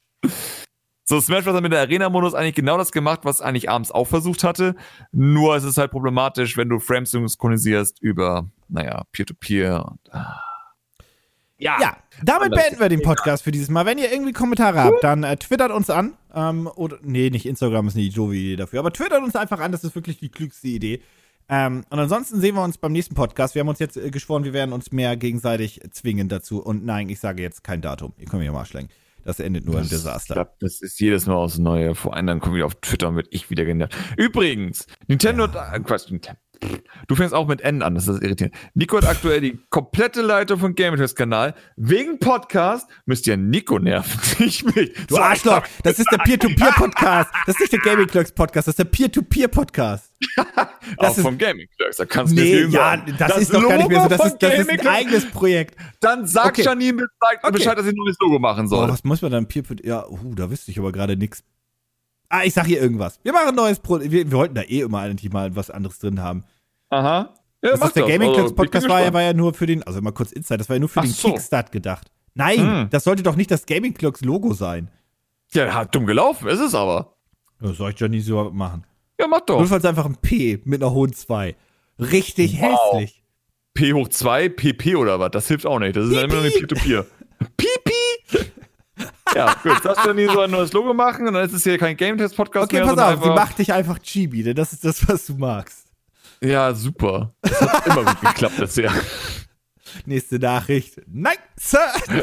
So, Smash Bros. Hat mit der Arena-Modus eigentlich genau das gemacht, was eigentlich abends auch versucht hatte. Nur es ist halt problematisch, wenn du Frames synchronisierst über, naja, Peer-to-Peer und ah. Ja. Ja, damit Anders. beenden wir den Podcast für dieses Mal. Wenn ihr irgendwie Kommentare habt, dann äh, twittert uns an. Ähm, oder, nee, nicht Instagram ist nicht die doofe Idee dafür, aber twittert uns einfach an, das ist wirklich die klügste Idee. Ähm, und ansonsten sehen wir uns beim nächsten Podcast. Wir haben uns jetzt äh, geschworen, wir werden uns mehr gegenseitig zwingen dazu. Und nein, ich sage jetzt kein Datum. Ihr könnt mich mal schlängen. Das endet nur im Ich Desaster. glaub, das ist jedes Mal aufs Neue. Vor allem dann kommen wir auf Twitter und wird ich wieder genervt. Übrigens, Nintendo, ja. äh, Quatsch, Nintendo. Du fängst auch mit N an, das ist irritierend. Nico hat aktuell die komplette Leitung von Gamertest-Kanal. Wegen Podcast müsst ihr Nico nerven, nicht mich. Du Arschloch, das ist der Peer-to-Peer-Podcast. Das ist nicht der Gaming Clerks Podcast, das ist der Peer-to-Peer-Podcast. Das auch vom Gaming Clerks, da kannst du Nee, nicht ja, sagen. das, ist doch gar nicht mehr so. Das Logo ist, das von ist ein Gaming eigenes Projekt. Dann sagt Okay. Janine Bescheid, Okay. Bescheid, dass sie ein neues Logo machen soll. Boah, was muss man dann Peer Ja, uh, da wüsste ich aber gerade nix. Ah, ich sag hier irgendwas. Wir machen ein neues Projekt. Wir, wir wollten da eh immer eigentlich mal was anderes drin haben. Aha. Ja, Das mach ist der das. Gaming Also, Clerks ich bin Podcast war ja, gespannt. war ja nur für den, also mal kurz Insight, das war ja nur für Ach den so. Kickstart gedacht. Nein, Hm. das sollte doch nicht das Gaming Clerks Logo sein. Ja, hat dumm gelaufen, ist es aber. Das soll ich ja nie so machen. Ja, mach doch. Notfalls einfach ein P mit einer hohen zwei. Richtig Wow. hässlich. P hoch zwei, P P oder was? Das hilft auch nicht. Das ist ja immer nur eine Peer-to-Peer. Pipi! Ja, gut. Das dann nie so ein neues Logo machen und dann ist es hier kein Game-Test-Podcast Okay, mehr. pass sondern auf, sie einfach- macht dich einfach Chibi, denn das ist das, was du magst. Ja, super. Das hat immer gut geklappt bisher. Nächste Nachricht. Nein, Sir.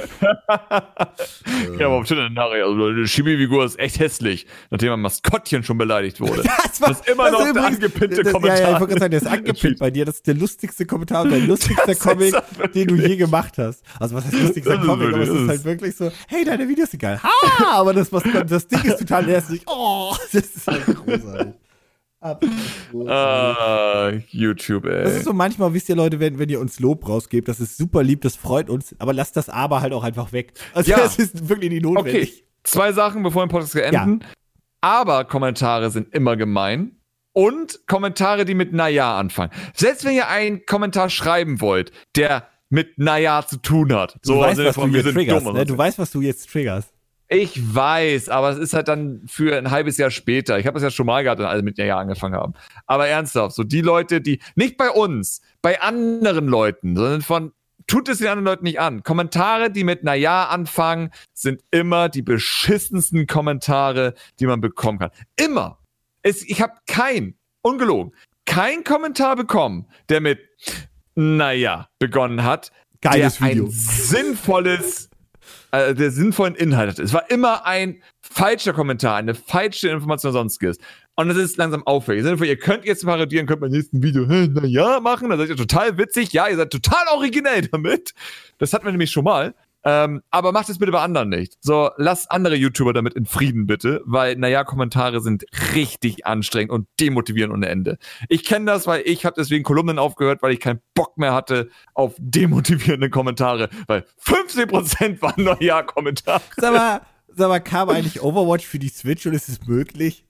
Ja, aber auf Twitter nachher, also die Chibi-Figur ist echt hässlich, nachdem ein Maskottchen schon beleidigt wurde. Das, war, Das ist immer das noch ist der übrigens- angepinnte das- Kommentar. Ja, ja, ich wollte gerade sagen, der ist angepinnt bei dir. Das ist der lustigste Kommentar und der lustigste Das ist Comic, aber den du je gemacht hast. Also was heißt lustigster Das ist Comic? Aber es wirklich- ist halt wirklich so, hey, deine Videos sind geil. Ha! Aber das, was, das Ding ist total hässlich. Oh, das ist halt großartig. Absolut großartig. Ah, YouTube, ey. Das ist so manchmal, wisst ihr Leute, wenn, wenn ihr uns Lob rausgebt, das ist super lieb, das freut uns, aber lasst das Aber halt auch einfach weg. Also Ja. das ist wirklich nicht notwendig. Okay, zwei Sachen, bevor wir den Podcast enden. Aber Kommentare sind immer gemein. Und Kommentare, die mit Naja anfangen. Selbst wenn ihr einen Kommentar schreiben wollt, der mit Naja zu tun hat. Du so, weißt, also was du von, wir jetzt sind triggerst, dumm und ne? so. Du weißt, was du jetzt triggerst. Ich weiß, aber es ist halt dann für ein halbes Jahr später. Ich habe das ja schon mal gehabt, als alle mit Naja angefangen haben. Aber ernsthaft, so die Leute, die, nicht bei uns, bei anderen Leuten, sondern von, tut es den anderen Leuten nicht an. Kommentare, die mit Naja anfangen, sind immer die beschissensten Kommentare, die man bekommen kann. Immer. Es, ich habe kein, ungelogen, kein Kommentar bekommen, der mit Naja begonnen hat, Geiles der Video. ein sinnvolles, äh, der sinnvollen Inhalt hatte. Es war immer ein falscher Kommentar, eine falsche Information sonstiges. Und das ist langsam auffällig. Ihr könnt jetzt parodieren, könnt beim nächsten Video, hä, na ja, machen, dann seid ihr total witzig. Ja, ihr seid total originell damit. Das hatten wir nämlich schon mal. Ähm, aber macht es bitte bei anderen nicht. So, lasst andere YouTuber damit in Frieden bitte, weil, naja, Kommentare sind richtig anstrengend und demotivierend ohne Ende. Ich kenne das, weil ich habe deswegen Kolumnen aufgehört, weil ich keinen Bock mehr hatte auf demotivierende Kommentare, weil fünfzehn Prozent waren Neujahr-Kommentare. Sag mal, sag mal, kam eigentlich Overwatch für die Switch und ist es möglich?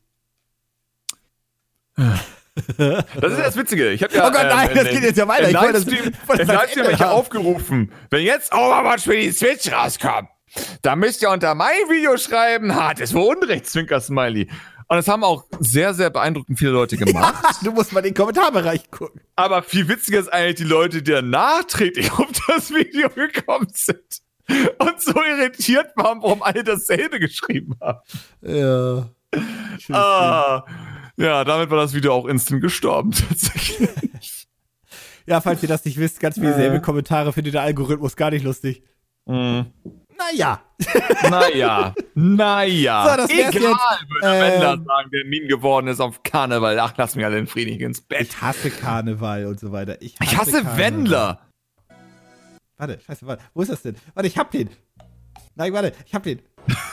Das ist das Witzige. Ich hab ja, oh Gott, nein, ähm, das geht jetzt ja weiter. Im Ich wollte das- Livestream, wollte im das Livestream habe ich ja aufgerufen, wenn jetzt Overwatch für die Switch rauskommt, dann müsst ihr unter mein Video schreiben, hart ist wohl Unrecht, Zwinker-Smiley. Und das haben auch sehr, sehr beeindruckend viele Leute gemacht. Du musst mal in den Kommentarbereich gucken. Aber viel witziger ist eigentlich die Leute, die dann nachträglich auf das Video gekommen sind und so irritiert waren, warum alle dasselbe geschrieben haben. Ja. Ah, ja, damit war das Video auch instant gestorben, tatsächlich. Ja, falls ihr das nicht wisst, ganz viele selbe Kommentare findet der Algorithmus gar nicht lustig. Mm. Naja. Naja, naja. So, das wär's Egal, jetzt. würde Ähm, Wendler sagen, der Meme geworden ist auf Karneval. Ach, lass mich alle in Frieden, ich geh ins Bett. Ich hasse Karneval und so weiter. Ich hasse, Ich hasse Karneval. Wendler. Warte, scheiße, warte. Wo ist das denn? Warte, ich hab den. Nein, warte, ich hab den.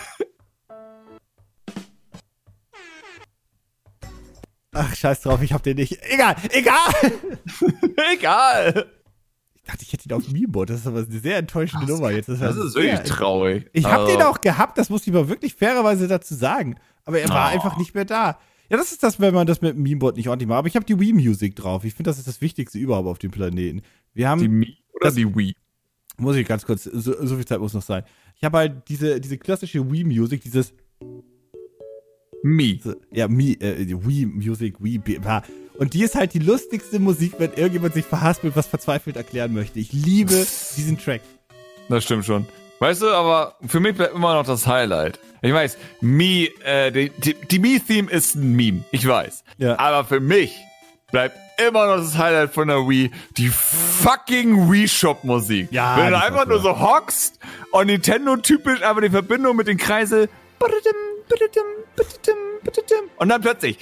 Ach, scheiß drauf, ich hab den nicht. Egal, egal. Egal. Ich dachte, ich hätte ihn auf Memebot. Das ist aber eine sehr enttäuschende Nummer jetzt. Das ist wirklich traurig. Ich hab Also, den auch gehabt, das muss ich mal wirklich fairerweise dazu sagen. Aber er war Oh. einfach nicht mehr da. Ja, das ist das, wenn man das mit dem Memebot nicht ordentlich macht. Aber ich habe die Wii-Music drauf. Ich finde, das ist das Wichtigste überhaupt auf dem Planeten. Wir haben, Die Mi oder das- die Wii? muss ich ganz kurz, so, so viel Zeit muss noch sein. Ich habe halt diese, diese klassische Wii-Music, dieses, Mi. ja, Mi, äh, Wii-Music, Wii, bla. Und die ist halt die lustigste Musik, wenn irgendjemand sich verhaspelt, was verzweifelt erklären möchte. Ich liebe diesen Track. Das stimmt schon. Weißt du, aber für mich bleibt immer noch das Highlight. Ich weiß, Mi, äh, die, die, die Mi-Theme ist ein Meme. Ich weiß. Ja. Aber für mich bleibt immer noch das Highlight von der Wii, die fucking Wii-Shop-Musik. Ja, Wenn du die ist einfach auch nur cool. so hockst und Nintendo-typisch aber die Verbindung mit den Kreisel und dann plötzlich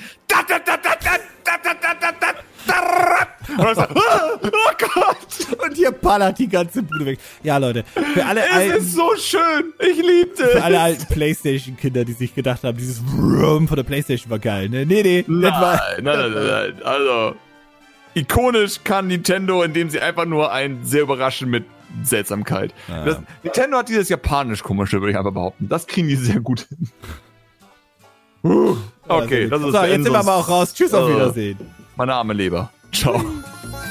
und dann so, oh Gott, Und hier ballert die ganze Bude weg. Ja, Leute, für alle es alten, ist so schön. Ich liebte für es. alle alten Playstation-Kinder, die sich gedacht haben, dieses Vroom von der Playstation war geil, ne? Nee, nee, das war, Nein, nein, nein, nein, nein. Also, ikonisch kann Nintendo, indem sie einfach nur einen sehr überraschen mit Seltsamkeit. Ja. Das, Nintendo hat dieses japanisch-komische, würde ich einfach behaupten. Das kriegen die sehr gut hin. Uh, okay, das ist so, jetzt sind wir Ensos- aber auch raus. Tschüss, auf äh, Wiedersehen. Meine arme Leber. Ciao.